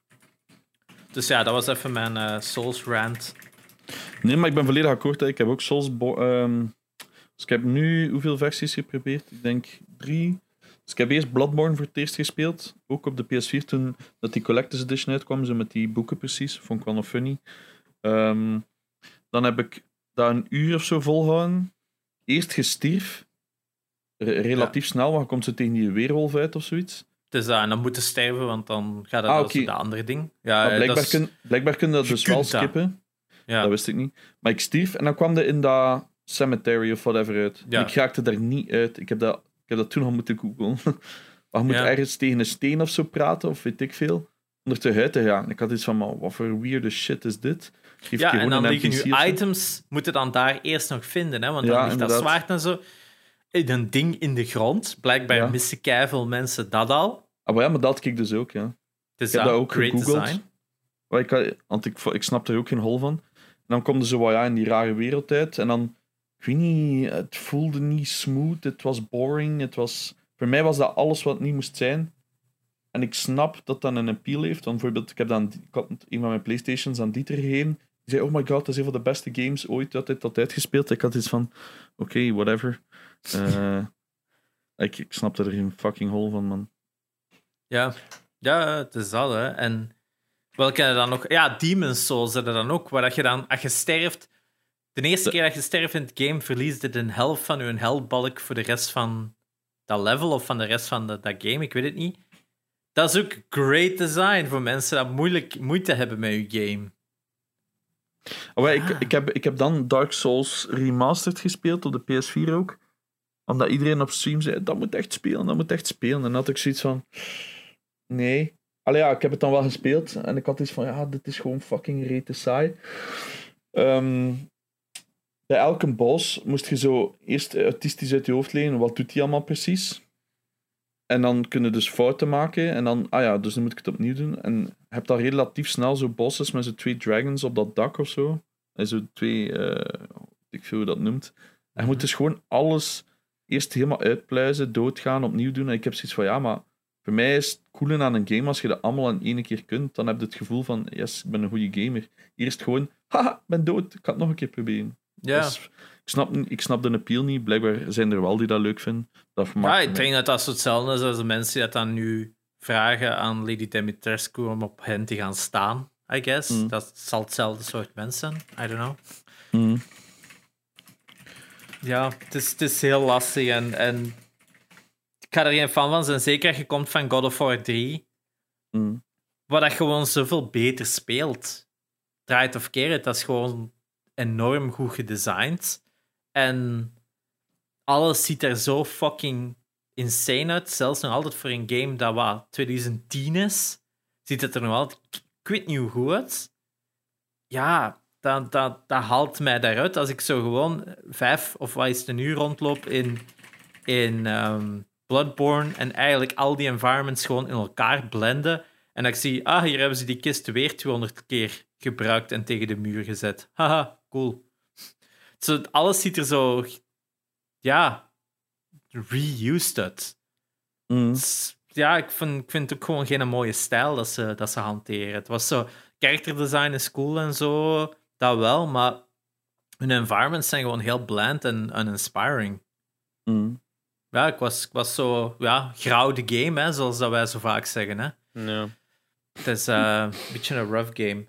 Dus ja, dat was even mijn uh, Souls rant. Nee, maar ik ben volledig akkoord. Ik heb ook Souls... Bo- um, dus ik heb nu hoeveel versies geprobeerd? Ik denk drie. Dus ik heb eerst Bloodborne voor het eerst gespeeld. Ook op de P S vier toen dat die Collector's Edition uitkwam. Zo met die boeken precies. Vond ik wel nog funny. Um, dan heb ik daar een uur of zo volgehouden. Eerst gestierf. Re- relatief ja. snel, want je komt zo tegen die weerwolf uit of zoiets. Dus uh, en dan moeten sterven, want dan gaat dat ah, als okay. de andere ding. Ja, blijkbaar, dat is... kun, blijkbaar kun je dat dus wel skippen. Ja. Dat wist ik niet. Maar ik stierf en dan kwam er in dat cemetery of whatever uit. Ja. Ik raakte daar niet uit. Ik heb dat, ik heb dat toen al moeten googlen. Maar je moet ja. ergens tegen een steen of zo praten, of weet ik veel, om er te uit te gaan. Ik had iets van, man, wat voor weirde shit is dit? Geef ja, en dan liggen nu items, moet je dan daar eerst nog vinden, hè? Want dan ja, ligt inderdaad. Dat zwaard en zo. Een ding in de grond. Blijkbaar ja. missen keiveel mensen dat al. Ah, maar ja, maar dat had ik dus ook, ja. Dus ik heb dat ook great gegoogeld. Design. Ik, had, want ik, ik snapte er ook geen hol van. En dan kwam er zo wat ja, in die rare wereld uit. En dan, ik weet niet, het voelde niet smooth. Het was boring. Het was, voor mij was dat alles wat het niet moest zijn. En ik snap dat dat een appeal heeft. Want bijvoorbeeld, ik heb dan ik had een van mijn Playstations aan Dieter gegeven. Die zei, oh my god, dat is een van de beste games ooit dat hij dat uitgespeeld. Ik had iets van, oké, okay, whatever. Uh, ik, ik snapte er geen fucking hol van, man. Ja, ja, het is dat, hè. En welke dan nog... Ja, Demon's Souls er dan ook, waar dat je dan, als je sterft... De eerste keer dat je sterft in het game, verliest het een helft van je healthbalk voor de rest van dat level, of van de rest van de, dat game, ik weet het niet. Dat is ook great design voor mensen die moeilijk moeite hebben met je game. Oh, ja. ik, ik, heb, ik heb dan Dark Souls Remastered gespeeld op de P S vier ook. Omdat iedereen op stream zei, dat moet echt spelen, dat moet echt spelen. En dan had ik zoiets van, nee. Allee ja, ik heb het dan wel gespeeld. En ik had iets van, ja, dit is gewoon fucking rete saai. Um, bij elke boss moest je zo eerst autistisch uit je hoofd leren. Wat doet hij allemaal precies? En dan kun je dus fouten maken. En dan, ah ja, dus dan moet ik het opnieuw doen. En je hebt dan relatief snel zo bosses met zo twee dragons op dat dak of zo. En zo twee, uh, ik weet hoe je dat noemt. En je moet dus gewoon alles eerst helemaal uitpluizen, doodgaan, opnieuw doen. En ik heb zoiets van, ja, maar voor mij is het coole aan een game, als je dat allemaal in één keer kunt, dan heb je het gevoel van, yes, ik ben een goede gamer. Eerst gewoon, haha, ik ben dood, ik ga het nog een keer proberen. Ja. Dus, ik, snap, ik snap de appeal niet. Blijkbaar zijn er wel die dat leuk vinden. Dat ja, ik denk dat dat zo hetzelfde is als de mensen die dat dan nu vragen aan Lady Dimitrescu om op hen te gaan staan, I guess. Mm. Dat zal hetzelfde soort mensen zijn. I don't know. Mm. ja, het is, het is heel lastig. En, en ik ga er geen fan van zijn. Zeker als je komt van God of War drie. Mm. Waar dat gewoon zoveel beter speelt. Draait of keer, dat is gewoon enorm goed gedesigned. En alles ziet er zo fucking insane uit. Zelfs nog altijd voor een game dat wat twintig tien is, ziet het er nog altijd, ik weet niet hoe goed uit. Ja, dat, dat, dat haalt mij daaruit. Als ik zo gewoon vijf of wat is het, een uur rondloop in, in um, Bloodborne en eigenlijk al die environments gewoon in elkaar blenden. En ik zie, ah, hier hebben ze die kist weer tweehonderd keer gebruikt en tegen de muur gezet. Haha, cool. Zo, alles ziet er zo... Ja, reused uit. Mm. Dus, ja, ik vind, ik vind het ook gewoon geen mooie stijl dat ze, dat ze hanteren. Het was zo... Character design is cool en zo, dat wel, maar hun environments zijn gewoon heel bland en uninspiring. Mm. Ja, ik was, ik was zo... Ja, grauw de game, hè, zoals dat wij zo vaak zeggen, hè. Ja. Het is uh, een beetje een rough game.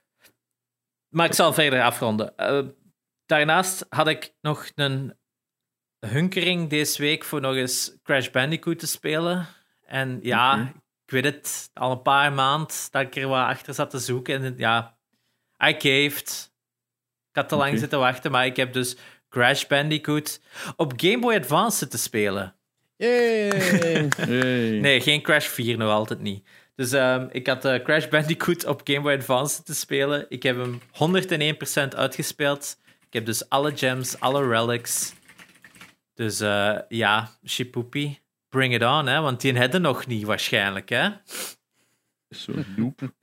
Maar ik zal verder afronden. Uh, daarnaast had ik nog een hunkering deze week voor nog eens Crash Bandicoot te spelen. En ja, Okay. ik weet het, al een paar maanden dat ik er wat achter zat te zoeken. En ja, I caved. Ik had te lang Okay. zitten wachten, maar ik heb dus Crash Bandicoot op Game Boy Advance zitten spelen. Yay! Hey. Nee, geen Crash vier, nog altijd niet. Dus um, ik had uh, Crash Bandicoot op Game Boy Advance te spelen. Ik heb hem honderdéén procent uitgespeeld. Ik heb dus alle gems, alle relics. Dus uh, ja, Shipoopie, bring it on, hè? Want die hadden nog niet waarschijnlijk, hè? Zo'n noob.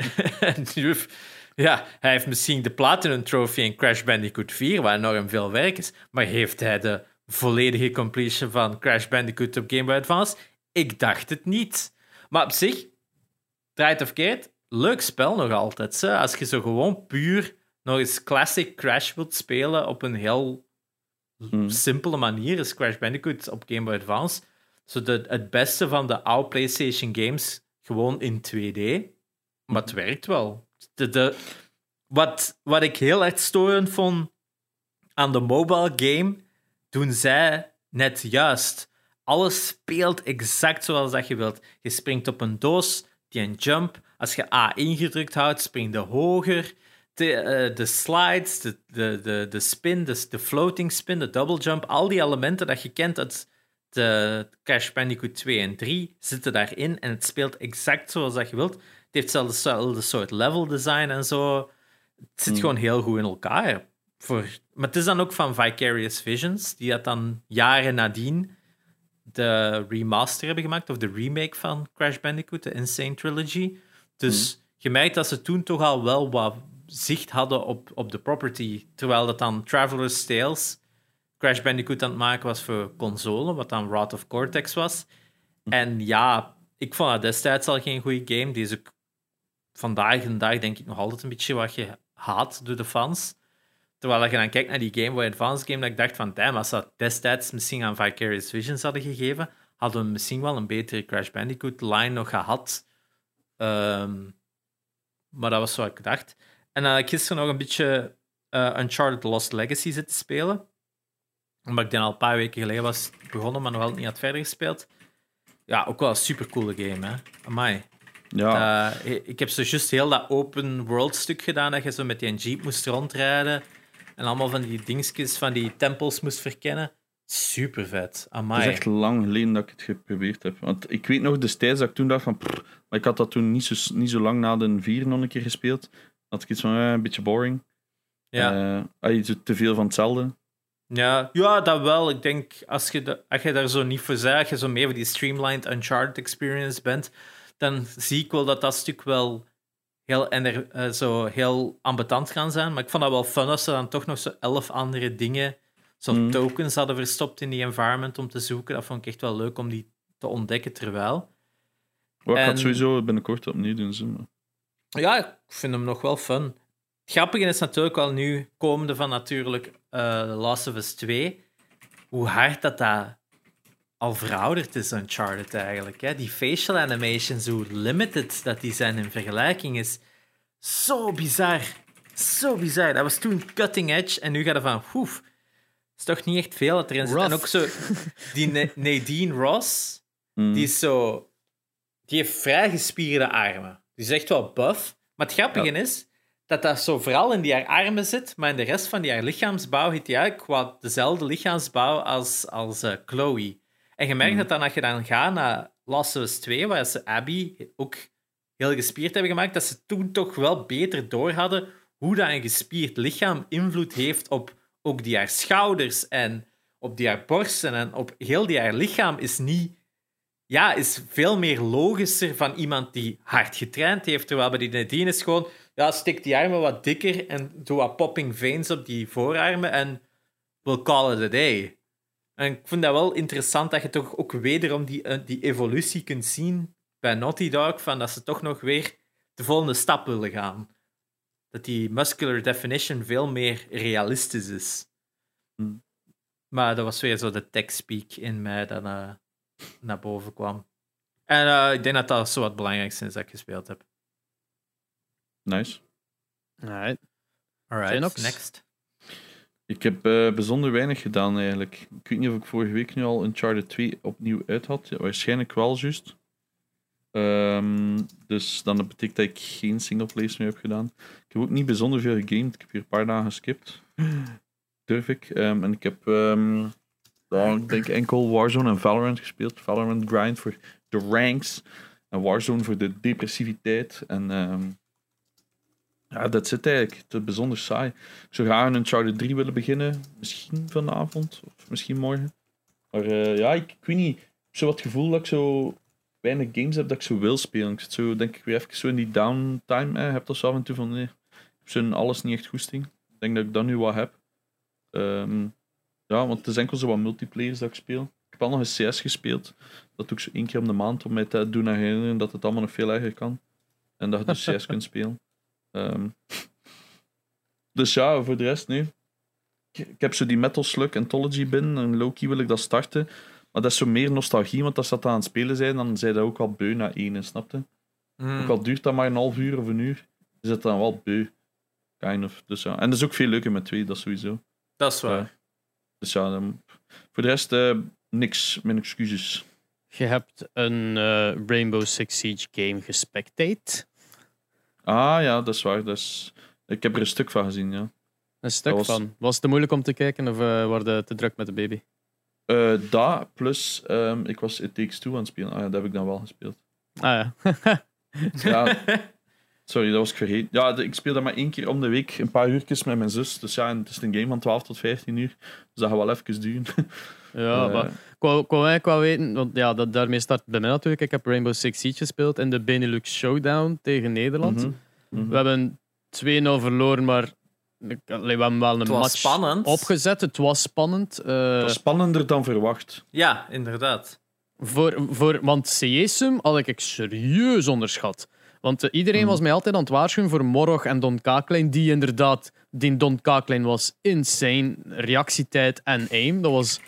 Ja, hij heeft misschien de Platinum Trophy in Crash Bandicoot vier, waar enorm veel werk is. Maar heeft hij de volledige completion van Crash Bandicoot op Game Boy Advance? Ik dacht het niet. Maar op zich, draait of keert, leuk spel nog altijd. Hè? Als je zo gewoon puur nog eens classic Crash wilt spelen op een heel Mm. simpele manier, is Crash Bandicoot op Game Boy Advance zo de, het beste van de oude PlayStation games gewoon in twee D. Maar het werkt wel. De, de, wat, wat ik heel erg storend vond aan de mobile game, doen zij net juist. Alles speelt exact zoals dat je wilt. Je springt op een doos, die een jump. Als je A ingedrukt houdt, spring je hoger. De, uh, de slides, de, de, de, de spin, de, de floating spin, de double jump, al die elementen dat je kent uit de Crash Bandicoot twee en drie zitten daarin en het speelt exact zoals dat je wilt. Het heeft zelfs hetzelfde soort level design en zo. Het zit Mm. gewoon heel goed in elkaar. Voor... Maar het is dan ook van Vicarious Visions, die dat dan jaren nadien de remaster hebben gemaakt, of de remake van Crash Bandicoot, de Insane Trilogy. Dus Mm. je merkt dat ze toen toch al wel wat zicht hadden op, op de property, terwijl dat dan Traveler's Tales Crash Bandicoot aan het maken was voor console, wat dan Wrath of Cortex was. En ja, ik vond dat destijds al geen goede game. Die is ook vandaag en dag denk ik nog altijd een beetje wat gehaat door de fans. Terwijl je dan kijkt naar die Game Boy Advance game, dat ik dacht van, damn, als ze dat destijds misschien aan Vicarious Visions hadden gegeven, hadden we misschien wel een betere Crash Bandicoot-line nog gehad. Um, maar dat was wat ik dacht. En dan had ik gisteren nog een beetje uh, Uncharted Lost Legacy zitten spelen. Omdat ik dan al een paar weken geleden was begonnen, maar nog altijd niet had verder gespeeld. Ja, ook wel een supercoole game, hè. Amai. Ja. Uh, ik heb zo juist heel dat open world stuk gedaan, dat je zo met die jeep moest rondrijden en allemaal van die dingetjes, van die tempels moest verkennen. Super vet. Amai. Het is echt lang geleden dat ik het geprobeerd heb. Want ik weet nog destijds dat ik toen dacht van... Pff, maar ik had dat toen niet zo, niet zo lang na de vier nog een keer gespeeld. Dan had ik iets van, eh, een beetje boring. Ja. Uh, te veel van hetzelfde. Ja, ja, dat wel. Ik denk, als je, de, als je daar zo niet voor zei, als je zo meer voor die streamlined Uncharted experience bent, dan zie ik wel dat dat stuk wel heel, ener, uh, zo heel ambetant kan zijn. Maar ik vond dat wel fun als ze dan toch nog zo elf andere dingen, zo Mm. tokens hadden verstopt in die environment om te zoeken. Dat vond ik echt wel leuk om die te ontdekken terwijl. Oh, ik En- ga het sowieso binnenkort opnieuw doen. Zo. maar- Ja, ik vind hem nog wel fun. Het grappige is natuurlijk wel nu, komende van natuurlijk uh, The Last of Us twee, hoe hard dat, dat al verouderd is, Uncharted eigenlijk. Hè? Die facial animations, hoe limited dat die zijn in vergelijking, is zo bizar. Zo bizar. Dat was toen cutting edge en nu gaat het van, oef, is toch niet echt veel dat erin zit. Rough. En ook zo, die Na- Nadine Ross, Mm. die is zo... Die heeft vrij gespierde armen. Die is echt wel buff. Maar het grappige Ja. is dat dat zo vooral in die haar armen zit, maar in de rest van die haar lichaamsbouw heeft hij eigenlijk wat dezelfde lichaamsbouw als, als uh, Chloe. En je merkt Mm. dat dan, als je dan gaat naar Last of Us twee, waar ze Abby ook heel gespierd hebben gemaakt, dat ze toen toch wel beter door hadden hoe dat een gespierd lichaam invloed heeft op ook die haar schouders en op die haar borsten en op heel die haar lichaam is niet... Ja, is veel meer logischer van iemand die hard getraind heeft. Terwijl bij die Nadine is gewoon... Ja, stik die armen wat dikker en doe wat popping veins op die voorarmen en we'll call it a day. En ik vind dat wel interessant dat je toch ook wederom die, uh, die evolutie kunt zien bij Naughty Dog, van dat ze toch nog weer de volgende stap willen gaan. Dat die muscular definition veel meer realistisch is. Hmm. Maar dat was weer zo de tech-speak in mij dat uh, naar boven kwam. En uh, ik denk dat dat zo wat het belangrijkste is dat ik gespeeld heb. Nice. Alright. Alright, Xenox? next. Ik heb uh, bijzonder weinig gedaan eigenlijk. Ik weet niet of ik vorige week nu al Uncharted twee opnieuw uit had. Ja, waarschijnlijk wel, juist. Um, dus dan betekent dat ik geen singleplays meer heb gedaan. Ik heb ook niet bijzonder veel gegamed. Ik heb hier een paar dagen geskipt. Durf ik. Um, en ik heb um, dan, ik denk enkel Warzone en Valorant gespeeld. Valorant grind voor de ranks. En Warzone voor de depressiviteit. En um, ja, dat zit eigenlijk. Het is bijzonder saai. Ik zou graag een Uncharted drie willen beginnen. Misschien vanavond. Of misschien morgen. Maar uh, ja, ik, ik weet niet. Ik heb zo wat het gevoel dat ik zo weinig games heb dat ik zo wil spelen. Ik zit zo, denk ik, weer even zo in die downtime. Eh, heb dat zo af en toe van, nee, ik heb zo in alles niet echt goesting. Ik denk dat ik dat nu wat heb. Um, ja, want het is enkel zo wat multiplayers dat ik speel. Ik heb al nog een C S gespeeld. Dat doe ik zo één keer om de maand om mij te doen herinneren dat het allemaal nog veel erger kan. En dat je dus C S kunt spelen. Um, dus ja, voor de rest, nee. Ik, ik heb zo die Metal Slug Anthology binnen en Loki wil ik dat starten. Maar dat is zo meer nostalgie, want als dat aan het spelen zijn, dan zijn dat ook al beu na één, snapte? Mm. Ook al duurt dat maar een half uur of een uur, is het dan wel beu. Kind of. Dus ja. En dat is ook veel leuker met twee, dat sowieso. Dat is waar. Ja. Dus ja, dan, voor de rest, uh, niks. Mijn excuses. Je hebt een uh, Rainbow Six Siege game gespectate. Ah ja, dat is waar. Dat is... Ik heb er een stuk van gezien, ja. Een stuk was... van. Was het te moeilijk om te kijken of uh, word je te druk met de baby? Uh, dat, plus um, ik was It Takes Two aan het spelen. Ah ja, dat heb ik dan wel gespeeld. Ah ja. Ja, sorry, dat was ik vergeten. Ja, de, ik speel dat maar één keer om de week, een paar uurtjes met mijn zus. Dus ja, het is een game van twaalf tot vijftien uur. Dus dat gaat wel even duren. Ja, uh, maar ik wou, ik wou eigenlijk wel weten, want ja, dat, daarmee start het bij mij natuurlijk. Ik heb Rainbow Six Siege gespeeld in de Benelux Showdown tegen Nederland. Mm-hmm. Mm-hmm. We hebben twee nul verloren, maar allee, we hebben wel een Het was match spannend. opgezet. Het was spannend. Uh, het was spannender dan verwacht. Ja, inderdaad. Voor, voor, want C J-sum had ik serieus onderschat. Want uh, iedereen Hmm. was mij altijd aan het waarschuwen voor Morog en Don Kaaklijn. Die inderdaad, die Don Kaaklijn was insane. Reactietijd en aim. Dat was...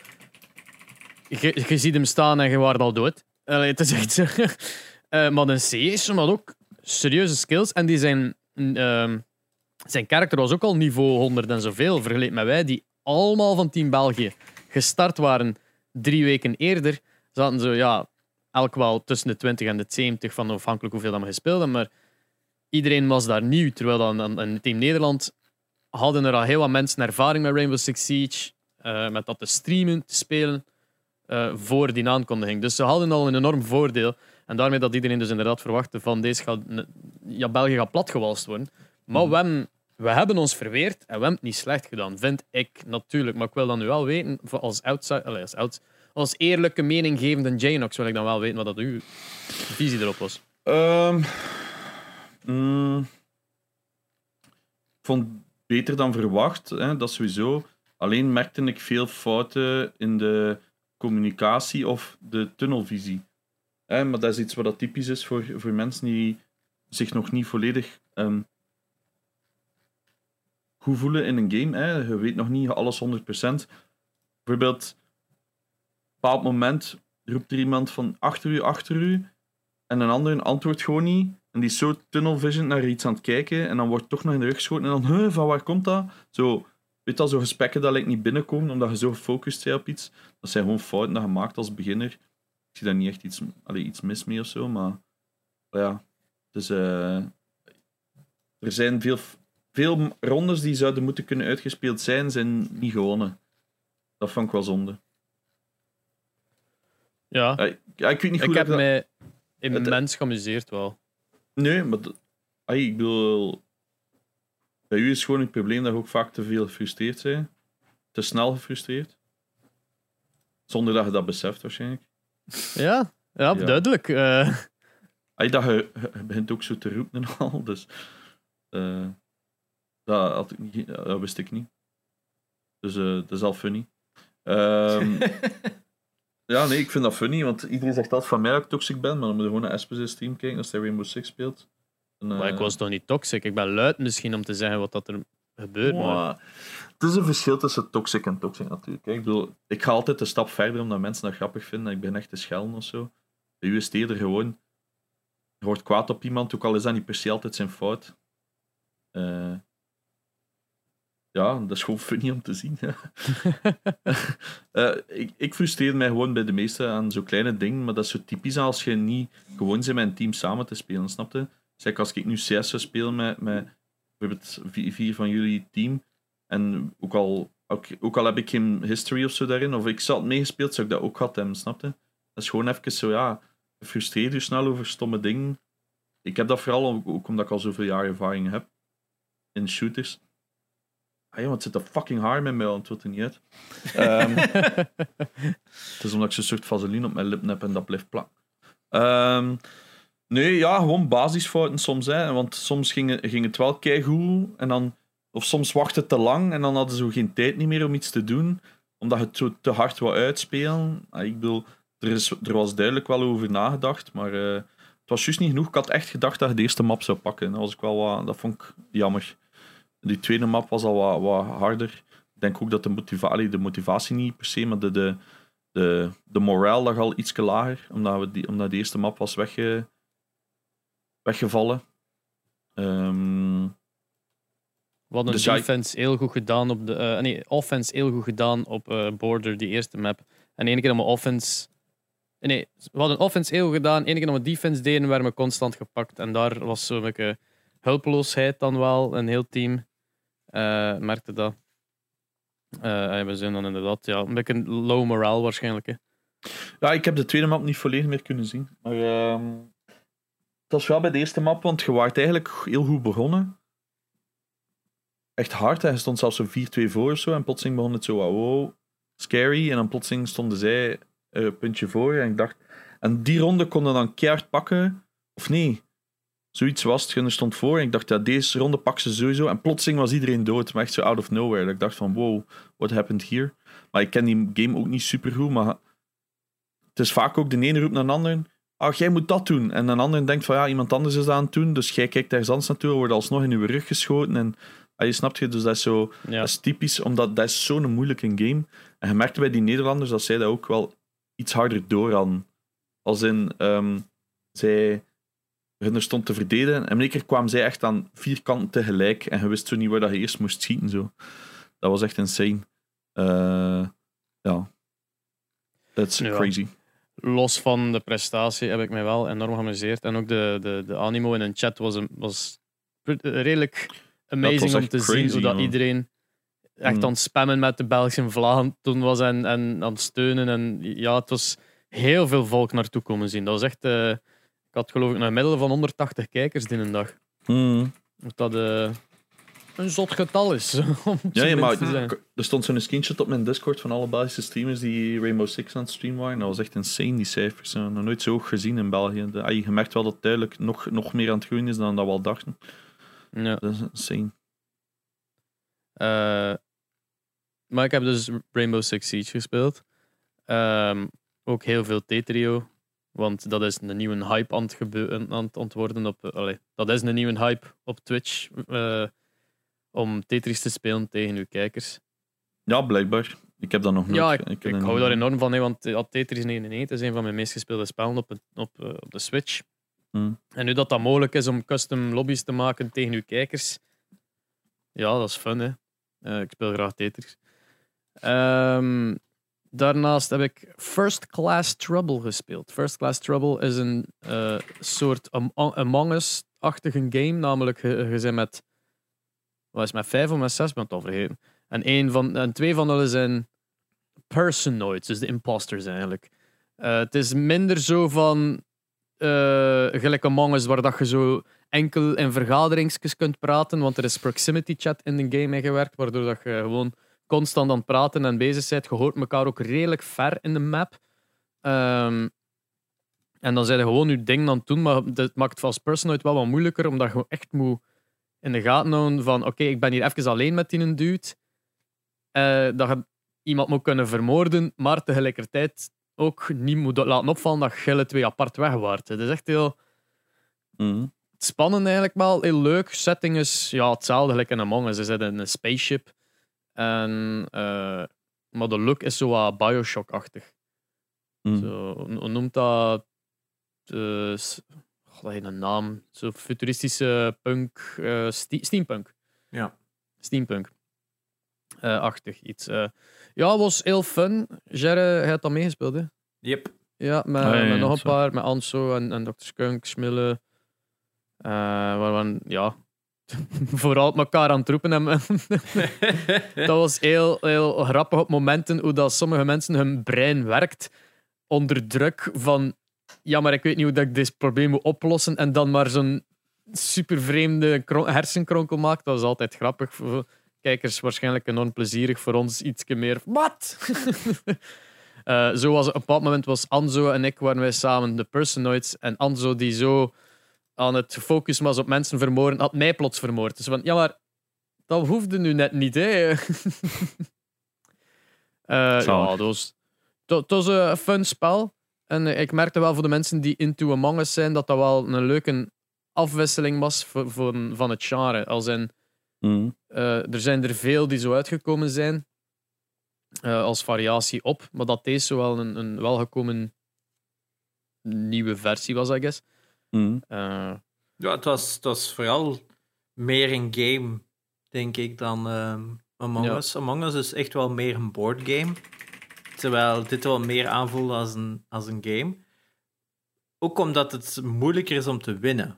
Je, je ziet hem staan en je wordt al dood. Allee, het is echt zo. uh, maar een C J-sum had ook serieuze skills. En die zijn... Uh, zijn karakter was ook al niveau honderd en zoveel. Vergeleken met wij, die allemaal van Team België gestart waren drie weken eerder. Zaten zo, ja, elk wel tussen de twintig en de zeventig, van afhankelijk hoeveel dat we gespeeld hebben. Maar iedereen was daar nieuw. Terwijl dan in Team Nederland hadden er al heel wat mensen ervaring met Rainbow Six Siege. Uh, met dat te streamen, te spelen. Uh, voor die aankondiging. Dus ze hadden al een enorm voordeel. En daarmee dat iedereen dus inderdaad verwachtte van deze gaat, ja, België gaat platgewalst worden. Maar we hebben, we hebben ons verweerd en we hebben het niet slecht gedaan, vind ik natuurlijk. Maar ik wil dan nu wel weten, als, outside, allez, als, out, als eerlijke meninggevende Janox, wil ik dan wel weten wat dat uw visie erop was. Um, mm, ik vond het beter dan verwacht, hè, dat sowieso. Alleen merkte ik veel fouten in de communicatie of de tunnelvisie. Hè, maar dat is iets wat dat typisch is voor, voor mensen die zich nog niet volledig... Um, goed voelen in een game. Hè. Je weet nog niet alles honderd procent. Bijvoorbeeld, op een bepaald moment roept er iemand van achter u, achter u, en een ander antwoordt gewoon niet. En die is zo tunnel vision naar iets aan het kijken, en dan wordt toch nog in de rug geschoten, en dan, huh, van waar komt dat? Zo, weet al, zo gesprekken dat like, niet binnenkomen omdat je zo gefocust bent op iets. Dat zijn gewoon fouten dat je maakt als beginner. Ik zie daar niet echt iets, allee, iets mis mee of zo, maar, maar ja. Dus, uh, er zijn veel, veel rondes die zouden moeten kunnen uitgespeeld zijn, zijn niet gewonnen. Dat vond ik wel zonde. Ja, Ja, ja, ik weet niet hoe ik heb dat... mij immens geamuseerd wel. Nee, maar dat... Ay, ik bedoel... Bij u is gewoon het probleem dat je ook vaak te veel gefrustreerd bent. Te snel gefrustreerd. Zonder dat je dat beseft, waarschijnlijk. Ja, ja, Ja. duidelijk. Uh... Ay, dat je, je begint ook zo te roepen en al, dus... Uh, dat, had ik niet, dat wist ik niet. Dus uh, dat is al funny. Um, ja, nee, ik vind dat funny, want iedereen zegt altijd van mij dat ik toxic ben, maar dan moet je gewoon naar Espes' stream kijken als hij Rainbow Six speelt. En, uh, Maar ik was toch niet toxic? Ik ben luid misschien om te zeggen wat dat er gebeurt. wow. Maar... Het is een verschil tussen toxic en toxic natuurlijk. Ik bedoel, ik ga altijd een stap verder omdat mensen dat grappig vinden en ik ben echt te schelden of zo. Bij u is het eerder gewoon, je wordt kwaad op iemand, ook al is dat niet per se altijd zijn fout. Uh, ja, dat is gewoon funny om te zien. uh, ik, ik frustreer mij gewoon bij de meeste aan zo'n kleine dingen, maar dat is zo typisch als je niet gewoon bent met een team samen te spelen, snap je? Zeg, als ik nu C S zou spelen met, met bijvoorbeeld vier van jullie team, en ook al, ook, ook al heb ik geen history of zo daarin, of ik zou het meegespeeld, zou ik dat ook gehad hebben, snap je? Dat is gewoon even zo, ja, je frustreert je snel over stomme dingen. Ik heb dat vooral ook omdat ik al zoveel jaar ervaring heb in shooters. Ah ja, want het zit er fucking hard met mij, want het wordt er niet uit. Um, het is omdat ik zo'n soort vaseline op mijn lip heb en dat blijft plakken. Um, nee, ja, gewoon basisfouten soms. Hè, want soms ging, ging het wel keigoed en dan... Of soms wachtte het te lang en dan hadden ze geen tijd niet meer om iets te doen, omdat het zo te hard wou uitspelen. Ah, ik bedoel, er, is, er was duidelijk wel over nagedacht, maar uh, het was juist niet genoeg. Ik had echt gedacht dat je de eerste map zou pakken. Dat, was ik wel wat, dat vond ik jammer. Die tweede map was al wat, wat harder. Ik denk ook dat de, motiva- de motivatie niet per se, maar de, de, de, de morale lag al iets lager, omdat, we die, omdat de eerste map was wegge, weggevallen. Um, We hadden dus defense heel goed gedaan op de... Uh, nee, offense heel goed gedaan op uh, Border, die eerste map. En de ene keer dat we offense... Nee, we hadden offense heel goed gedaan. De ene keer dat we defense deden, werden we constant gepakt. En daar was zo'n beetje hulpeloosheid dan wel. Een heel team uh, merkte dat. Uh, we zijn dan inderdaad ja, een beetje low morale waarschijnlijk. Hè. Ja, ik heb de tweede map niet volledig meer kunnen zien. Maar uh, het was wel bij de eerste map, want je waart eigenlijk heel goed begonnen. Echt hard, hè. Je stond zelfs zo vier twee voor of zo. En plotseling begon het zo, wow, scary. En dan plotseling stonden zij een uh, puntje voor. En ik dacht... En die ronde konden dan keihard pakken. Of nee, zoiets was het. Gunner stond voor. En ik dacht, ja, deze ronde pakken ze sowieso. En plotseling was iedereen dood. Maar echt zo out of nowhere. Dat ik dacht van, wow, what happened here? Maar ik ken die game ook niet super goed. Maar het is vaak ook de ene roept naar de ander. Ah, jij moet dat doen. En een ander denkt van, ja, iemand anders is dat aan het doen. Dus jij kijkt ergens anders naartoe. Wordt alsnog in uw rug geschoten. En ah, je snapt je, dus dat is zo... Ja. Dat is typisch, omdat dat is zo'n moeilijke game. En je merkte bij die Nederlanders dat zij dat ook wel iets harder door hadden. Als in, um, zij... Hunner stond te verdedigen en in één keer kwamen zij echt aan vier kanten tegelijk en je wist zo niet waar dat je eerst moest schieten. Zo. Dat was echt insane. Uh, ja. That's ja. crazy. Los van de prestatie heb ik mij wel enorm geamuseerd. En ook de, de, de animo in een chat was, was redelijk amazing ja, om te crazy, zien hoe dat man. iedereen echt mm. aan het spammen met de Belgische vlaggen toen was en, en aan het steunen. En ja, het was heel veel volk naartoe komen zien. Dat was echt... Uh, ik had geloof ik een gemiddelde van honderdtachtig kijkers in een dag. Mm. Dat uh, een zot getal is. Om ja, ja, maar te zijn. er stond zo'n screenshot op mijn Discord van alle Belgische streamers die Rainbow Six aan het streamen waren. Dat was echt insane, die cijfers. Nog nooit zo hoog gezien in België. De, ah, je merkt wel dat het duidelijk nog, nog meer aan het groeien is dan dat we al dachten. Ja. Dat is insane. Uh, maar ik heb dus Rainbow Six Siege gespeeld. Um, ook heel veel Tetrio. Want dat is een nieuwe hype aan het, gebe- aan het worden op... Uh, allez, dat is een nieuwe hype op Twitch. Uh, om Tetris te spelen tegen uw kijkers. Ja, blijkbaar. Ik heb dat nog nooit. Ja, ik, ik, ik hou daar enorm van. Hè, want uh, Tetris negenennegentig is een van mijn meest gespeelde spellen op, het, op, uh, op de Switch. Hmm. En nu dat dat mogelijk is om custom lobby's te maken tegen uw kijkers... Ja, dat is fun, hè. Uh, ik speel graag Tetris. Um, daarnaast heb ik First Class Trouble gespeeld. First Class Trouble is een uh, soort am- Among Us-achtige game. Namelijk, je, je bent met, wat is het, met vijf of met zes, ik ben het al vergeten. En, één van, en twee van hen zijn personoids, dus de imposters eigenlijk. Uh, het is minder zo van uh, gelijk Among Us, waar dat je zo enkel in vergaderingsjes kunt praten, want er is proximity chat in de game ingewerkt, waardoor dat je gewoon constant aan het praten en bezig bent. Je hoort elkaar ook redelijk ver in de map. Um, en dan zijn je gewoon je ding aan het doen, maar dat maakt het als personoid wel wat moeilijker, omdat je echt moet in de gaten houden van oké, okay, ik ben hier even alleen met die dude. Uh, dat je iemand moet kunnen vermoorden, maar tegelijkertijd ook niet moet laten opvallen dat je twee apart weg waart. Het is echt heel mm. spannend eigenlijk wel, heel leuk. Setting is ja, hetzelfde gelijk in Among Us. Ze zitten in een spaceship. En, uh, maar de look is zo wat Bioshock-achtig. Mm. Zo, hoe noemt dat? Uh, oh, dat heeft een naam. Zo futuristische punk. Uh, ste- steampunk. Ja. Steampunk. Uh, achtig iets. Uh, ja, het was heel fun. Jerry, jij hebt dat meegespeeld, hè? Yep. Ja, met, ah, ja, met ja, nog een zo. paar. Met Anso en, en dokter Skunk, Smille. Uh, waar we, ja... vooral elkaar aan het roepen. En dat was heel, heel grappig op momenten hoe dat sommige mensen hun brein werkt onder druk van ja, maar ik weet niet hoe dat ik dit probleem moet oplossen en dan maar zo'n super vreemde hersenkronkel maakt. Dat is altijd grappig. Voor kijkers waarschijnlijk enorm plezierig. Voor ons ietsje meer wat? uh, zo was op een bepaald moment was Anzo en ik waren wij samen de personoids en Anzo die zo aan het focussen was op mensen vermoorden, had mij plots vermoord. Dus van, ja, maar dat hoefde nu net niet, hè. uh, ja, dat was, dat, dat was een fun spel. En uh, ik merkte wel voor de mensen die into Among Us zijn, dat dat wel een leuke afwisseling was voor, voor, van het genre. Als in, Mm. uh, er zijn er veel die zo uitgekomen zijn, uh, als variatie op, maar dat deze zo wel een, een welgekomen nieuwe versie was, I guess. Mm. Uh, Ja, het was, het was vooral meer een game, denk ik, dan um, Among Ja. Us. Among Us is echt wel meer een boardgame. Terwijl dit wel meer aanvoelde als een, als een game. Ook omdat het moeilijker is om te winnen.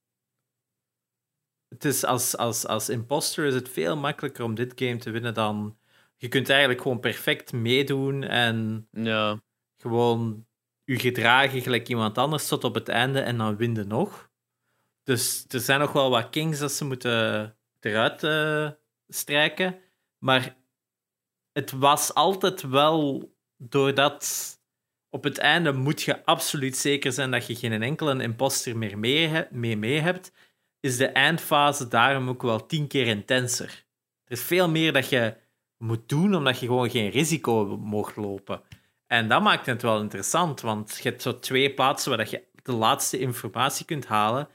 Het is als, als, als imposter is het veel makkelijker om dit game te winnen dan... Je kunt eigenlijk gewoon perfect meedoen en ja. gewoon je gedragen gelijk iemand anders tot op het einde en dan win je nog. Dus er zijn nog wel wat kings dat ze moeten eruit uh, strijken. Maar het was altijd wel doordat op het einde moet je absoluut zeker zijn dat je geen enkele imposter meer mee, he- mee, mee hebt, is de eindfase daarom ook wel tien keer intenser. Er is veel meer dat je moet doen, omdat je gewoon geen risico mocht lopen. En dat maakt het wel interessant, want je hebt zo twee plaatsen waar dat je de laatste informatie kunt halen.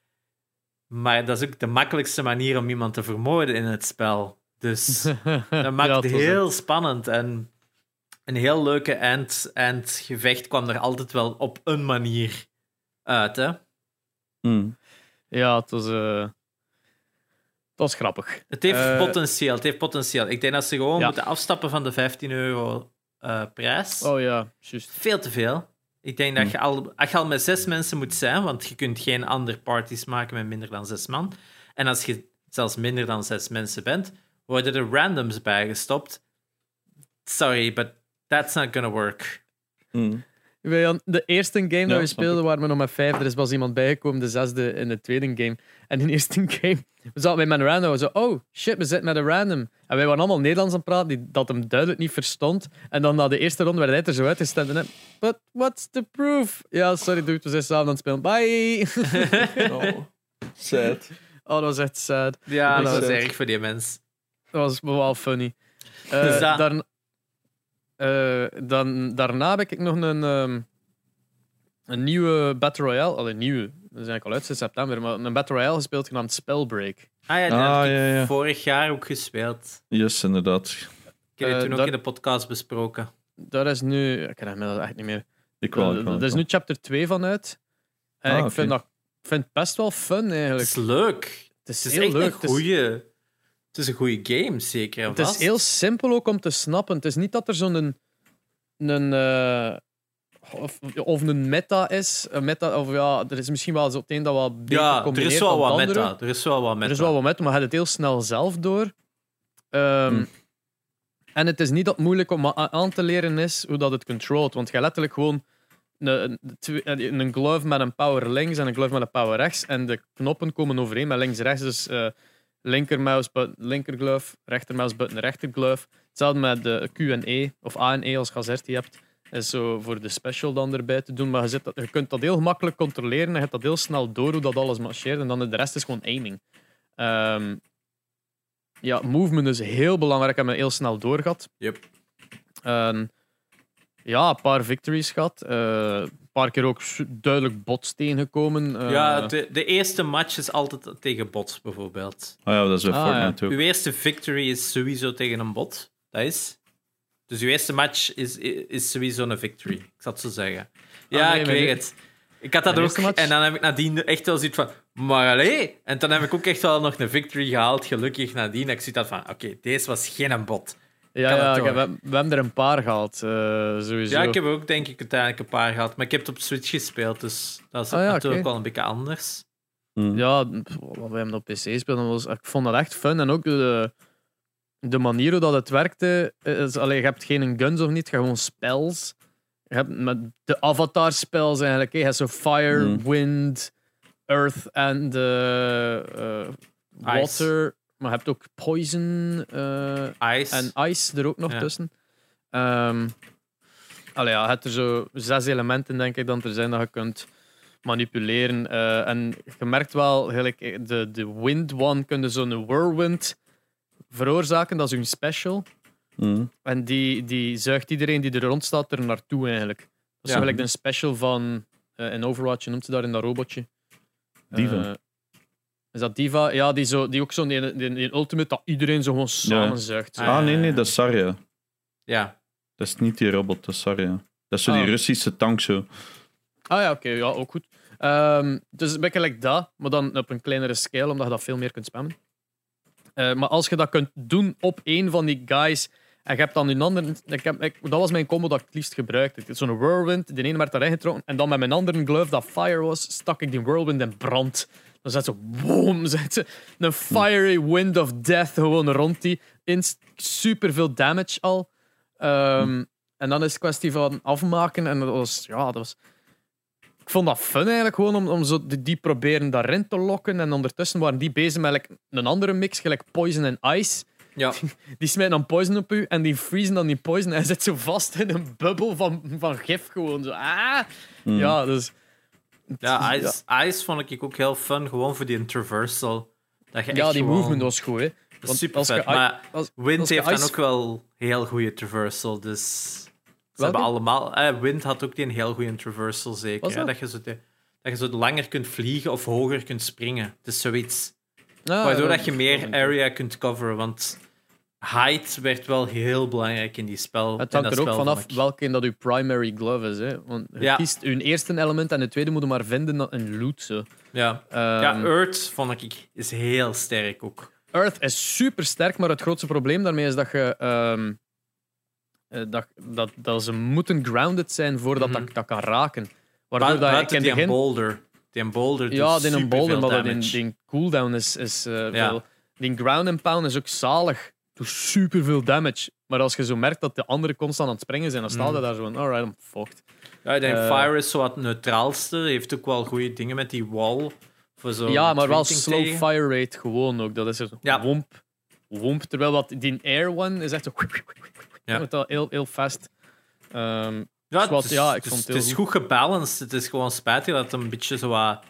Maar dat is ook de makkelijkste manier om iemand te vermoorden in het spel. Dus dat maakt Ja, het het was heel echt- spannend. En een heel leuke eind, eindgevecht kwam er altijd wel op een manier uit. Hè? Mm. Ja, het was, uh, het was grappig. Het heeft Eh, potentieel. Het heeft potentieel. Ik denk dat ze gewoon Ja. moeten afstappen van de vijftien euro uh, prijs. Oh ja, juist. Veel te veel. Ik denk dat Hm. je al, als je al met zes mensen moet zijn, want je kunt geen andere parties maken met minder dan zes man. En als je zelfs minder dan zes mensen bent, worden er randoms bijgestopt. Sorry, but that's not gonna work. Mm. Wij hadden- De eerste game dat Ja, we snap speelden waren we nog met vijf. Er is was iemand bijgekomen, de zesde in de tweede game. En in de eerste game we zaten met een random. We zo, oh shit, we zitten met een random. En wij waren allemaal Nederlands aan het praten, die, dat hem duidelijk niet verstond. En dan na de eerste ronde werd hij er zo uitgestemd. En hij, but what's the proof? Ja, sorry dude, we zijn samen aan het spelen. Bye! Oh. Sad. Oh, dat was echt sad. Ja, Dat dat is is het. erg voor die mens. Dat was wel funny. Eh, Dus dat- daarna, eh, dan, daarna heb ik nog een, ehm, een nieuwe Battle Royale. Al een nieuwe, dat is eigenlijk al uit sinds september. Maar een Battle Royale gespeeld genaamd Spellbreak. Ah ja, die Ah, heb ik ja, ja. vorig jaar ook gespeeld. Yes, inderdaad. Ik heb het Eh, toen ook dat- in de podcast besproken. Daar is nu. Ik ken het echt niet meer. Ik wel, ik Er wel, ik is wel. nu chapter twee van uit. En Ah, ik oké. vind dat ik vind het best wel fun Het eigenlijk. is leuk. Het is, Het is heel echt leuk. een Het is- goeie. Het is een goede game, zeker en Het is vast. heel simpel ook om te snappen. Het is niet dat er zo'n... Een, een, uh, of, of een meta is. Een meta, of ja, er is misschien wel zo het een dat wat beter Ja, er combineert is wel dan wat het andere. meta. Er is wel wat meta. Er is wel wat meta, maar je hebt het heel snel zelf door. Um, Hmm. En het is niet dat het moeilijk om a- aan te leren is hoe dat het controlt. Want je hebt letterlijk gewoon een, een, een glove met een power links en een glove met een power rechts. En de knoppen komen overeen met links-rechts. Dus uh, linker mouse button, linker glove, rechter mouse button, rechter glove. Hetzelfde met de Q en E, of A en E als je Azerty hebt. Is zo voor de special dan erbij te doen. Maar je, zit dat, je kunt dat heel gemakkelijk controleren en je hebt dat heel snel door hoe dat alles marcheert. En dan de rest is gewoon aiming. Um, ja, movement is heel belangrijk. Ik heb me heel snel doorgehad. Yep. Um, ja, een paar victories gehad. Uh, een paar keer ook duidelijk bots tegengekomen. Uh, ja, de, de eerste match is altijd tegen bots, bijvoorbeeld. Oh ja, dat is bij Ah, Fortnite ja. ook. Uw eerste victory is sowieso tegen een bot. Dat is. Dus uw eerste match is, is sowieso een victory. Ik zal het zo zeggen. Ja, ah, nee, ik weet weet het. Ik had dat ook. En dan heb ik nadien echt wel zoiets van... Maar allee! En dan heb ik ook echt wel nog een victory gehaald, gelukkig nadien. Ik zie dat van... Oké, okay, deze was geen een bot. Ja, ja ik heb, we, we hebben er een paar gehad, uh, sowieso. Ja, ik heb ook denk ik uiteindelijk een paar gehad. Maar ik heb het op Switch gespeeld, dus dat is ah, ja, natuurlijk okay. wel een beetje anders. Hmm. Ja, wat wij hem op P C speelden, was, ik vond dat echt fun. En ook de, de manier hoe dat het werkte. Is, allee, je hebt geen guns of niet, je hebt gewoon spells. Je hebt met de avatar spells eigenlijk. Je hebt zo fire, hmm. wind, earth en uh, uh, water. Ice. Maar je hebt ook poison uh, Ice. en ice er ook nog ja. tussen. Um, allee, ja, je hebt er zo zes elementen, denk ik, dan er zijn dat je kunt manipuleren. Uh, en je merkt wel, gelijk, de, de wind one kun je zo'n whirlwind veroorzaken, dat is een special. Mm. En die, die zuigt iedereen die er rond staat er naartoe eigenlijk. Dat is Ja. gelijk een special van uh, in Overwatch, je noemt ze daar in dat robotje. Diva. Uh, is dat Diva? Ja, die, zo, die ook zo'n die, die, die ultimate dat iedereen zo gewoon samenzuigt. Ja. Zo. Ah, nee, nee, dat is Sarja. Ja. Dat is niet die robot, dat is Sarja. Dat is zo Ah. die Russische tank zo. Ah ja, oké, okay, ja, ook goed. Um, dus een beetje like dat, maar dan op een kleinere scale, omdat je dat veel meer kunt spammen. Uh, maar als je dat kunt doen op één van die guys, en je hebt dan een ander... Ik heb, ik, dat was mijn combo dat ik het liefst gebruikte. Zo'n whirlwind, de ene werd daarin getrokken, en dan met mijn andere glove dat fire was, stak ik die whirlwind in brand. Dan zet ze boom, zet ze een fiery wind of death gewoon rond die. In super veel damage al. Um, en dan is het kwestie van afmaken, en dat was... Ja, dat was... Ik vond dat fun eigenlijk gewoon om, om zo die, die proberen daarin te lokken. En ondertussen waren die bezig met like, een andere mix, gelijk poison en ice. Ja. Die smijten dan poison op u en die freezen dan die poison. En hij zit zo vast in een bubbel van, van gif gewoon. Zo. Ah! Mm. Ja, dus... Ja, Ice, Ice vond ik ook heel fun, gewoon voor die traversal. Dat je Ja, echt die gewoon... movement was goed, hè. Dat is super als je vet. i- Maar als- Wind als je heeft dan ice- ook wel heel goede traversal, dus... Ze Welke? hebben allemaal... Eh, Wind had ook die een heel goede traversal, zeker. Was Hè? dat? Dat, je zo de, dat je zo langer kunt vliegen of hoger kunt springen. Het is zoiets. Ah, Waardoor ja, dat je meer area kunt coveren, want... Height werd wel heel belangrijk in die spel. Het in hangt dat er ook spel, vanaf vond ik. welke in dat uw primary glove is. Hè. Want je Ja. kiest je eerste element en de tweede moet je maar vinden in loot. Zo. Ja. Um, ja, Earth vond ik is heel sterk ook. Earth is super sterk, maar het grootste probleem daarmee is dat je. Um, uh, dat, dat, dat ze moeten grounded zijn voordat Mhm. dat, dat kan raken. Waardoor dat Buiten ik in die het begin. boulder. Die boulder Ja, doet die een superveel boulder, maar die, damage. die cooldown is. is uh, Ja. veel. Die ground and pound is ook zalig. Doet super veel damage. Maar als je zo merkt dat de anderen constant aan het springen zijn, dan staat Mhm. je daar zo van: alright, I'm fucked. Ja, ik denk Eh, Fire is zo wat neutraalste. Heeft ook wel goede dingen met die wall. Voor zo Ja, maar wel twintig slow tegen. fire rate gewoon ook. Dat is zo Ja. womp, womp. Terwijl dat, die air one is echt zo... Ja. Met dat heel, heel fast. Ehm, Ja, Zwat, het is, ja, ik het is- vond het het heel is goed gebalanced. Het is gewoon spijtig dat het een beetje zo wat...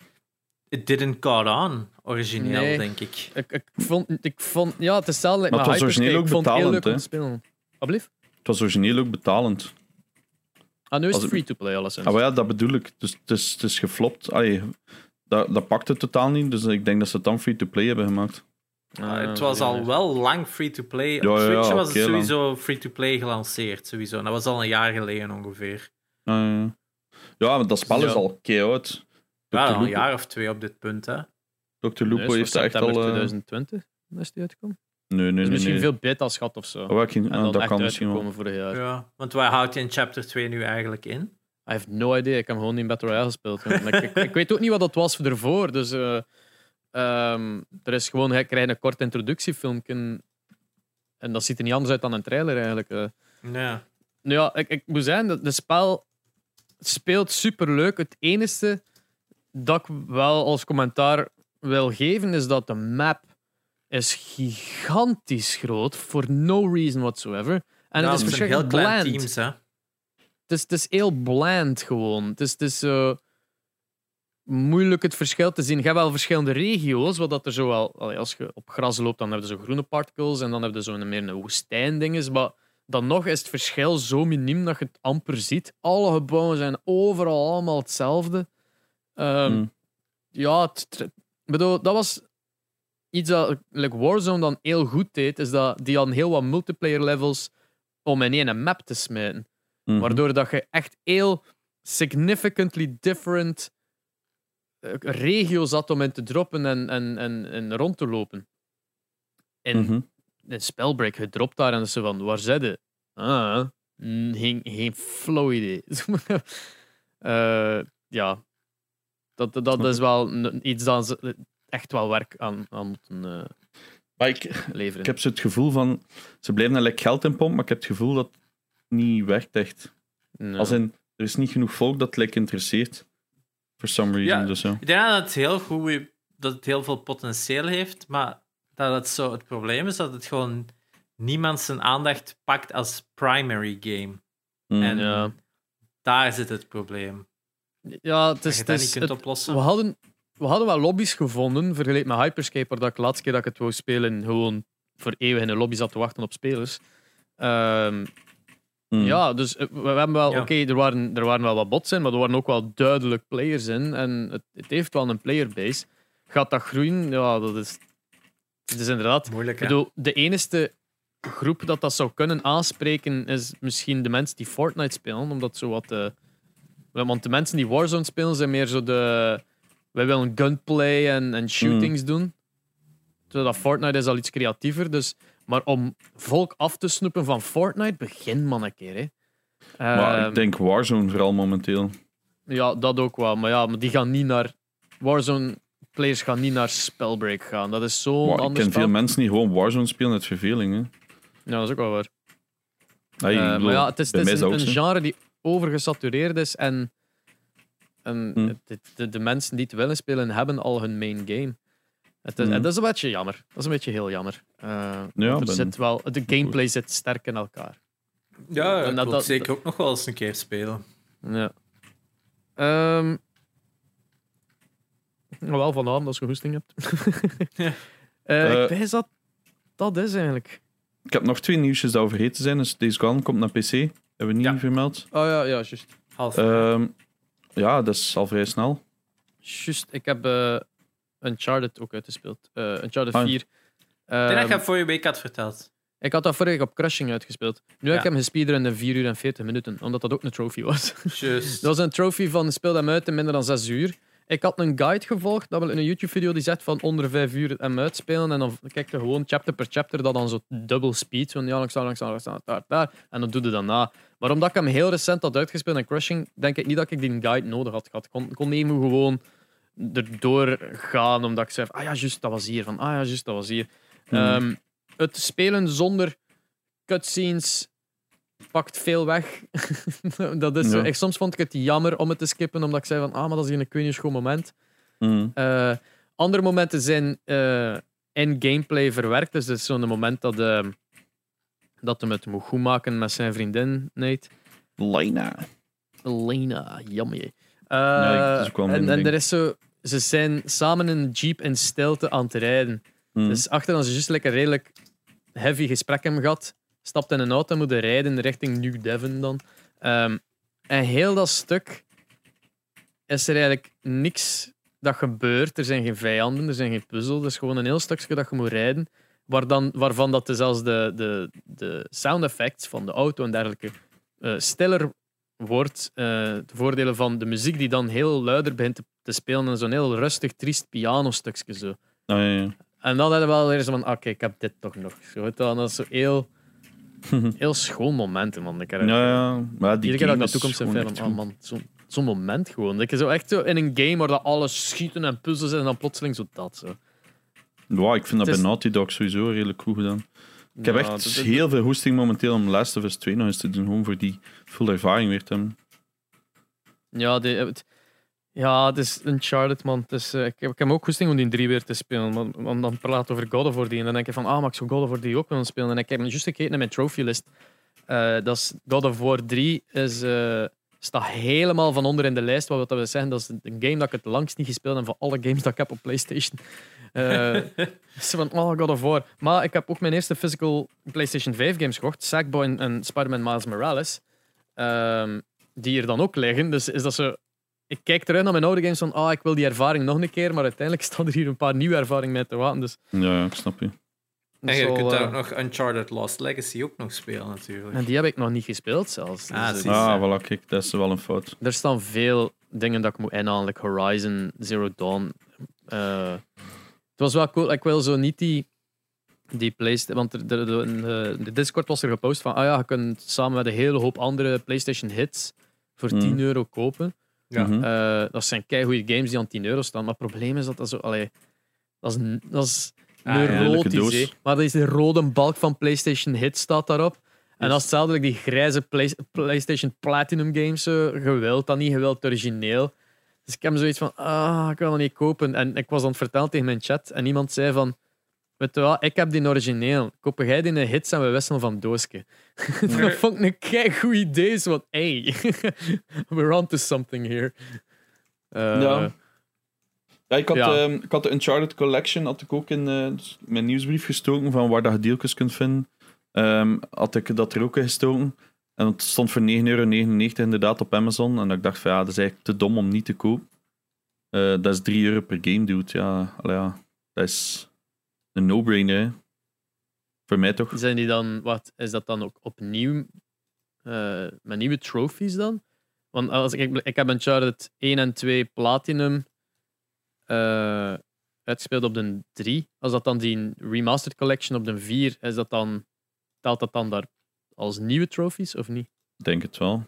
It didn't caught on, origineel, Nee. denk ik. ik, ik, vond, ik vond... Ja, het is hetzelfde. Maar het was origineel ook Ik vond het heel leuk betalend, om te spelen. Wat blieft? Het was origineel ook betalend. Ah, nu is Als het het- free-to-play alleszins. Ah, maar ja, dat bedoel ik. Dus het is, het is geflopt. Allee, dat, dat pakte totaal niet, dus ik denk dat ze het dan free-to-play hebben gemaakt. Ah, het was ja, al ja. wel lang free-to-play. Op Ja, ja, Switch ja, was oké, het sowieso free-to-play gelanceerd. Sowieso. Dat was al een jaar geleden ongeveer. Ah, ja. Ja, maar dat spel Ja. is al keihard. Ja, dokter al een Lupo, jaar of twee op dit punt. Hè. dokter Nee, Lupo het heeft was dat echt september al... eh, twintig twintig. is die uitgekomen? Nee, nee, Dus nee. misschien nee. veel beta's gehad of zo. Oh, ik ging- En ah, dan dat echt kan misschien wel. uitgekomen vorig jaar. Ja, want waar houdt je in chapter twee nu eigenlijk in? I have no idea. Ik heb gewoon in Battle Royale gespeeld. Maar ik, ik, ik weet ook niet wat dat was voor ervoor. Dus uh, um, er is gewoon, je krijgt een kort introductiefilmpje. En dat ziet er niet anders uit dan een trailer eigenlijk. Uh. Ja. Nou ja, ik, ik moet zeggen, dat de spel speelt superleuk. Het enige dat ik wel als commentaar wil geven is dat de map is gigantisch groot. For no reason whatsoever. En Ja, het is het zijn verschrikkelijk heel kleine bland. teams, hè? Het is, het is heel bland gewoon. Het is, het is uh, moeilijk het verschil te zien. Je hebt wel verschillende regio's, wat dat er zo wel, als je op gras loopt, dan heb je zo groene particles en dan heb je zo een, meer een woestijndinges. Maar dan nog is het verschil zo miniem dat je het amper ziet. Alle gebouwen zijn overal allemaal hetzelfde. Um, Hmm. Ja, het, het- ik bedoel, dat was iets dat like Warzone dan heel goed deed, is dat die hadden heel wat multiplayer levels om in één map te smijten. Mhm. Waardoor dat je echt heel significantly different eh, regio's had om in te droppen en, en, en, en rond te lopen. En Mhm. in Spellbreak, je dropt daar en ze van, waar zit je? Ah, mm, geen, geen flow idee. Eh, ja, dat, dat, dat is wel een- iets dat ze echt wel werk aan, aan moeten eh, Maar ik, leveren. ik heb zo het gevoel van... Ze blijven er like geld in pompen, maar ik heb het gevoel dat het niet werkt echt. Ja. Als in, er is niet genoeg volk dat het like, interesseert. For some reason, Ja. dus zo. Ik denk dat het heel goed dat het heel veel potentieel heeft, maar dat het zo het probleem is dat het gewoon niemand zijn aandacht pakt als primary game. Mm. En Ja. daar zit het probleem. Ja, het Dat is, je het dat is, niet kunt het- oplossen. we, hadden, we hadden wel lobby's gevonden, vergeleken met Hyperscape, waar dat ik de laatste keer dat ik het wou spelen gewoon voor eeuwig in een lobby zat te wachten op spelers. Ehm, Mm. Ja, dus eh, we, we hebben wel, Ja. oké, er, waren, er waren wel wat bots in, maar er waren ook wel duidelijk players in. En het, het heeft wel een playerbase. Gaat dat groeien? Ja, dat is, het is inderdaad. Moeilijk, Ik hè? bedoel, de enige groep dat dat zou kunnen aanspreken is misschien de mensen die Fortnite spelen, omdat zo wat. eh, want de mensen die Warzone spelen zijn meer zo de. Wij willen gunplay en, en shootings doen. Terwijl dat Fortnite is al iets creatiever. Dus, maar om volk af te snoepen van Fortnite, begin man een keer. Hè. Maar Ehm, ik denk Warzone vooral momenteel. Ja, dat ook wel. Maar ja, maar die gaan niet naar. Warzone players gaan niet naar Spellbreak gaan. Dat is zo'n Maar ik ander ken spel. veel mensen die gewoon Warzone spelen uit verveling. Hè. Ja, dat is ook wel waar. Ah, ik Eh, bedoel, maar ja, het is, bij het mij is is een, dat ook een zo. genre die overgesatureerd is. En, en Hm. het- het- de, de mensen die het willen spelen, hebben al hun main game. Het is, Hm. En dat is een beetje jammer. Dat is een beetje heel jammer. Eh, want er ben- zit wel, de gameplay zit sterk in elkaar. Ja, En ik dat- wil dat- zeker ook nog wel eens een keer spelen. Ja. Ehm wel vanavond als je goesting hebt. Ja. Eh, Eh, ik wijs dat dat is eigenlijk. Ik heb nog twee nieuwsjes dat vergeten zijn. Dus Days Gone komt naar P C. Hebben we niet Ja. vermeld. Oh ja, ja, juist. Half. Ehm, ja, dat is al vrij snel. Juist, ik heb eh Uncharted ook uitgespeeld. Eh Uncharted Ah, ja. vier. ik denk dat Ehm, je dat vorige week had verteld. ik had dat vorige week op Crushing uitgespeeld. Nu heb Ja. ik hem gespeedrun in vier uur en veertig minuten, omdat dat ook een trophy was. Juist. Dat was een trophy van speel hem uit in minder dan zes uur. Ik had een guide gevolgd, dat wel in een YouTube-video die zegt van onder vijf uur hem uitspelen. En dan kijk je gewoon chapter per chapter, dat dan zo double speed. Zo, ja, langzaam, langzaam, langzaam, daar, daar. En dan doe je dat na. Maar omdat ik hem heel recent had uitgespeeld in Crushing, denk ik niet dat ik die guide nodig had gehad. Ik kon, kon even gewoon erdoor gaan, omdat ik zei, ah ja, juist, dat was hier. Van, ah ja, juist, dat was hier. Hmm. Ehm, het spelen zonder cutscenes pakt veel weg. dat is, Ja. ik, soms vond ik het jammer om het te skippen, omdat ik zei van, ah, maar dat is hier een kun schoon moment. Mm. Eh, andere momenten zijn eh, in gameplay verwerkt. Dus het is zo'n moment dat, uh, dat hem het moet goed maken met zijn vriendin, Nate. Lena. Lena, jammer. Uh, Ja, dat is ook wel mijn en, en ding. er is zo, ze zijn samen in een jeep in stilte aan het rijden. Mm. Dus achter dan ze juist like een redelijk heavy gesprek hebben gehad. Stapt in een auto en moet rijden richting New Devon dan. Um, en heel dat stuk is er eigenlijk niks dat gebeurt. Er zijn geen vijanden, er zijn geen puzzels. Het is gewoon een heel stukje dat je moet rijden. Waar dan, waarvan dat zelfs de, de, de sound effects van de auto en dergelijke uh, stiller wordt. Uh, de voordelen van de muziek die dan heel luider begint te, te spelen en zo'n heel rustig, triest pianostukje zo. Ah, ja, ja. En dan hadden we wel weer zo van, oké, okay, ik heb dit toch nog. Zo, weet je wel. En dat is zo heel, heel schoon momenten, man. Ik heb, ja, ja. Maar die iedere keer dat ik naar is toekomst in gewoon film, echt oh goed. man, zo'n zo'n moment gewoon. Dat je zo echt zo in een game waar dat alles schieten en puzzels is en dan plotseling zo dat. Zo. Wow, ik vind dat Het is- bij Naughty Dog sowieso redelijk goed gedaan. Ik heb Ja, echt dat- dat- heel veel hoesting momenteel om Last of Us twee nog eens te doen, gewoon voor die full ervaring weer te hebben. Ja, die, het, ja, het is Uncharted, man. Het is, eh, ik, heb, ik heb ook goesting om die drie weer te spelen. Want, want dan praat over God of War die en dan denk ik van, ah, maar ik zou God of War die ook willen spelen. En ik heb juist gekeken naar mijn trophy-list. Eh, dat is God of War drie is, eh, staat helemaal van onder in de lijst. Wat wil dat zeggen? Dat is een game dat ik het langst niet gespeeld heb van alle games dat ik heb op PlayStation. Eh dus van, oh, God of War. Maar ik heb ook mijn eerste physical PlayStation vijf games gekocht. Sackboy en, en Spider-Man Miles Morales. Ehm, die er dan ook liggen. Dus is dat zo... Ik kijk terug naar mijn oude games van, ah, ik wil die ervaring nog een keer, maar uiteindelijk staan er hier een paar nieuwe ervaringen mee te wachten. Dus Ja, ja, ik snap je. dat En is je wel, kunt daar eh, ook nog Uncharted Lost Legacy ook nog spelen, natuurlijk. En die heb ik nog niet gespeeld zelfs. Ah, Dus, zie. eh, Ah, voilà, kijk, dat is wel een fout. er staan veel dingen dat ik moet inhalen, like Horizon, Zero Dawn. Eh, het was wel cool. Ik wil zo niet die, die PlayStation... Want de, de, de, de Discord was er gepost van, ah ja, je kunt samen met een hele hoop andere PlayStation hits voor Mm. tien euro kopen. Ja. Mhm. Eh, dat zijn keigoede games die aan tien euro staan. Maar het probleem is dat dat zo... Allee, dat is, een- dat is Ah, ja. neurotisch, Lelijke doos. hè. Maar dat is de rode balk van PlayStation Hits staat daarop. En Yes. dat is hetzelfde like die grijze Play- PlayStation Platinum games. Zo. Je wilt dat niet, je wilt het origineel. Dus ik heb zoiets van, ah, ik wil dat niet kopen. En ik was aan het vertellen tegen mijn chat. En iemand zei van, weet je wat, ik heb die origineel. Kopen jij die in Hits en we wisselen van doosje. Dat vond ik een keigoed idee. Zo van, hey, we're on to something here. Eh, Ja. Ja, ik had, Ja. ehm, ik had de Uncharted Collection had ik ook in eh, mijn nieuwsbrief gestoken van waar dat je deeltjes kunt vinden. Ehm, had ik dat er ook in gestoken. En het stond voor negen euro negenennegentig inderdaad op Amazon. En ik dacht van ja, dat is eigenlijk te dom om niet te kopen. Eh, dat is drie euro per game, dude. Ja, allee, ja. Dat is een no-brainer, hè. Voor mij toch? Zijn die dan, wat, is dat dan ook opnieuw eh, met nieuwe trophies dan? Want als ik, ik heb Uncharted één en twee Platinum eh uitgespeeld op de drie. Als dat dan die Remastered Collection op de vier, is dat dan, telt dat dan daar als nieuwe trophies of niet? Ik denk het wel.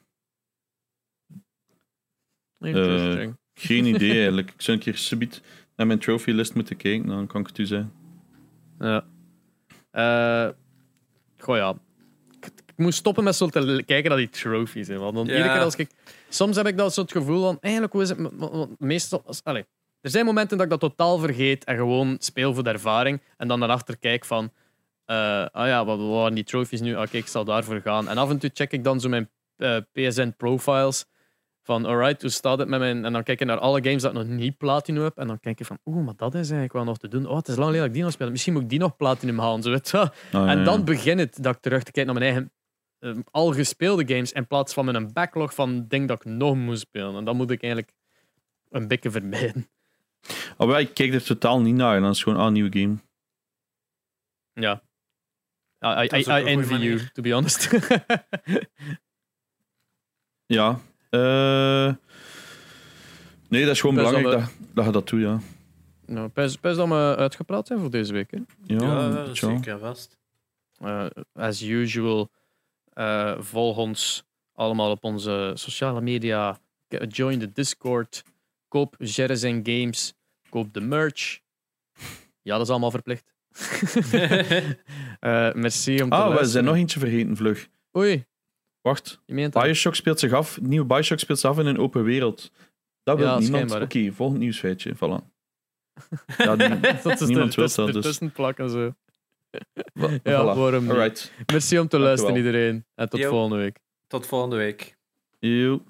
Interesting. Geen idee eigenlijk. Ik zou een keer subiet naar mijn trophy-list moeten kijken, dan kan ik het u zeggen. Ja. Eh goh ja. Ik, ik moest stoppen met zo te l- kijken naar die trophies. Hè, want dan Ja. iedere keer als ik... Soms heb ik dat soort gevoel van... Eigenlijk, hoe is het... m- m- Meestal... Als, allez, er zijn momenten dat ik dat totaal vergeet en gewoon speel voor de ervaring. En dan daarachter kijk van... eh, ah ja, wat wat waren die trophies nu? Oké, ik zal daarvoor gaan. En af en toe check ik dan zo mijn eh, P S N profiles. Van, alright, hoe staat het met mijn... En dan kijk ik naar alle games dat ik nog niet platinum heb. En dan kijk ik van, oeh, maar dat is eigenlijk wel nog te doen. Oh, het is lang geleden dat ik die nog speel. Misschien moet ik die nog platinum halen. Zo, weet je wel. Ah, ja, En ja. dan begint het dat ik terug te kijken naar mijn eigen eh, al gespeelde games in plaats van met een backlog van dingen dat ik nog moet spelen. En dan moet ik eigenlijk een beetje vermijden. Oh, maar ik kijk er totaal niet naar. En dan is het gewoon, ah, nieuwe game. Ja. I, I, Dat is I, ook I een goeie envy you, manier. to be honest. Ja. Eh, nee, dat is gewoon Best wel belangrijk dat, dat je dat doet, ja. nou, best, best dat we uitgepraat zijn voor deze week. Hè. Ja, Ja, een dat beetje is wel. zeker en vast. Uh, as usual, uh, volg ons allemaal op onze sociale media. Join de Discord. Koop Jerez en Games. Koop de merch. Ja, dat is allemaal verplicht. uh, merci om te Ah, we luisteren. zijn nog eentje vergeten, vlug. Oei, Wacht. je meent dat? Bioshock speelt zich af. Het nieuwe Bioshock speelt zich af in een open wereld. Dat wil Ja, niemand. schijnbaar, Oké, hè. volgend nieuwsfeitje. Voilà. Ja, die, dat is niemand er, wil tussen, dat, dus. ertussen plakken zo. wa- Ja, voilà. waarom niet? Alright. Merci om te Dank u luisteren, wel. iedereen. En tot Yo. volgende week. Tot volgende week. Yo.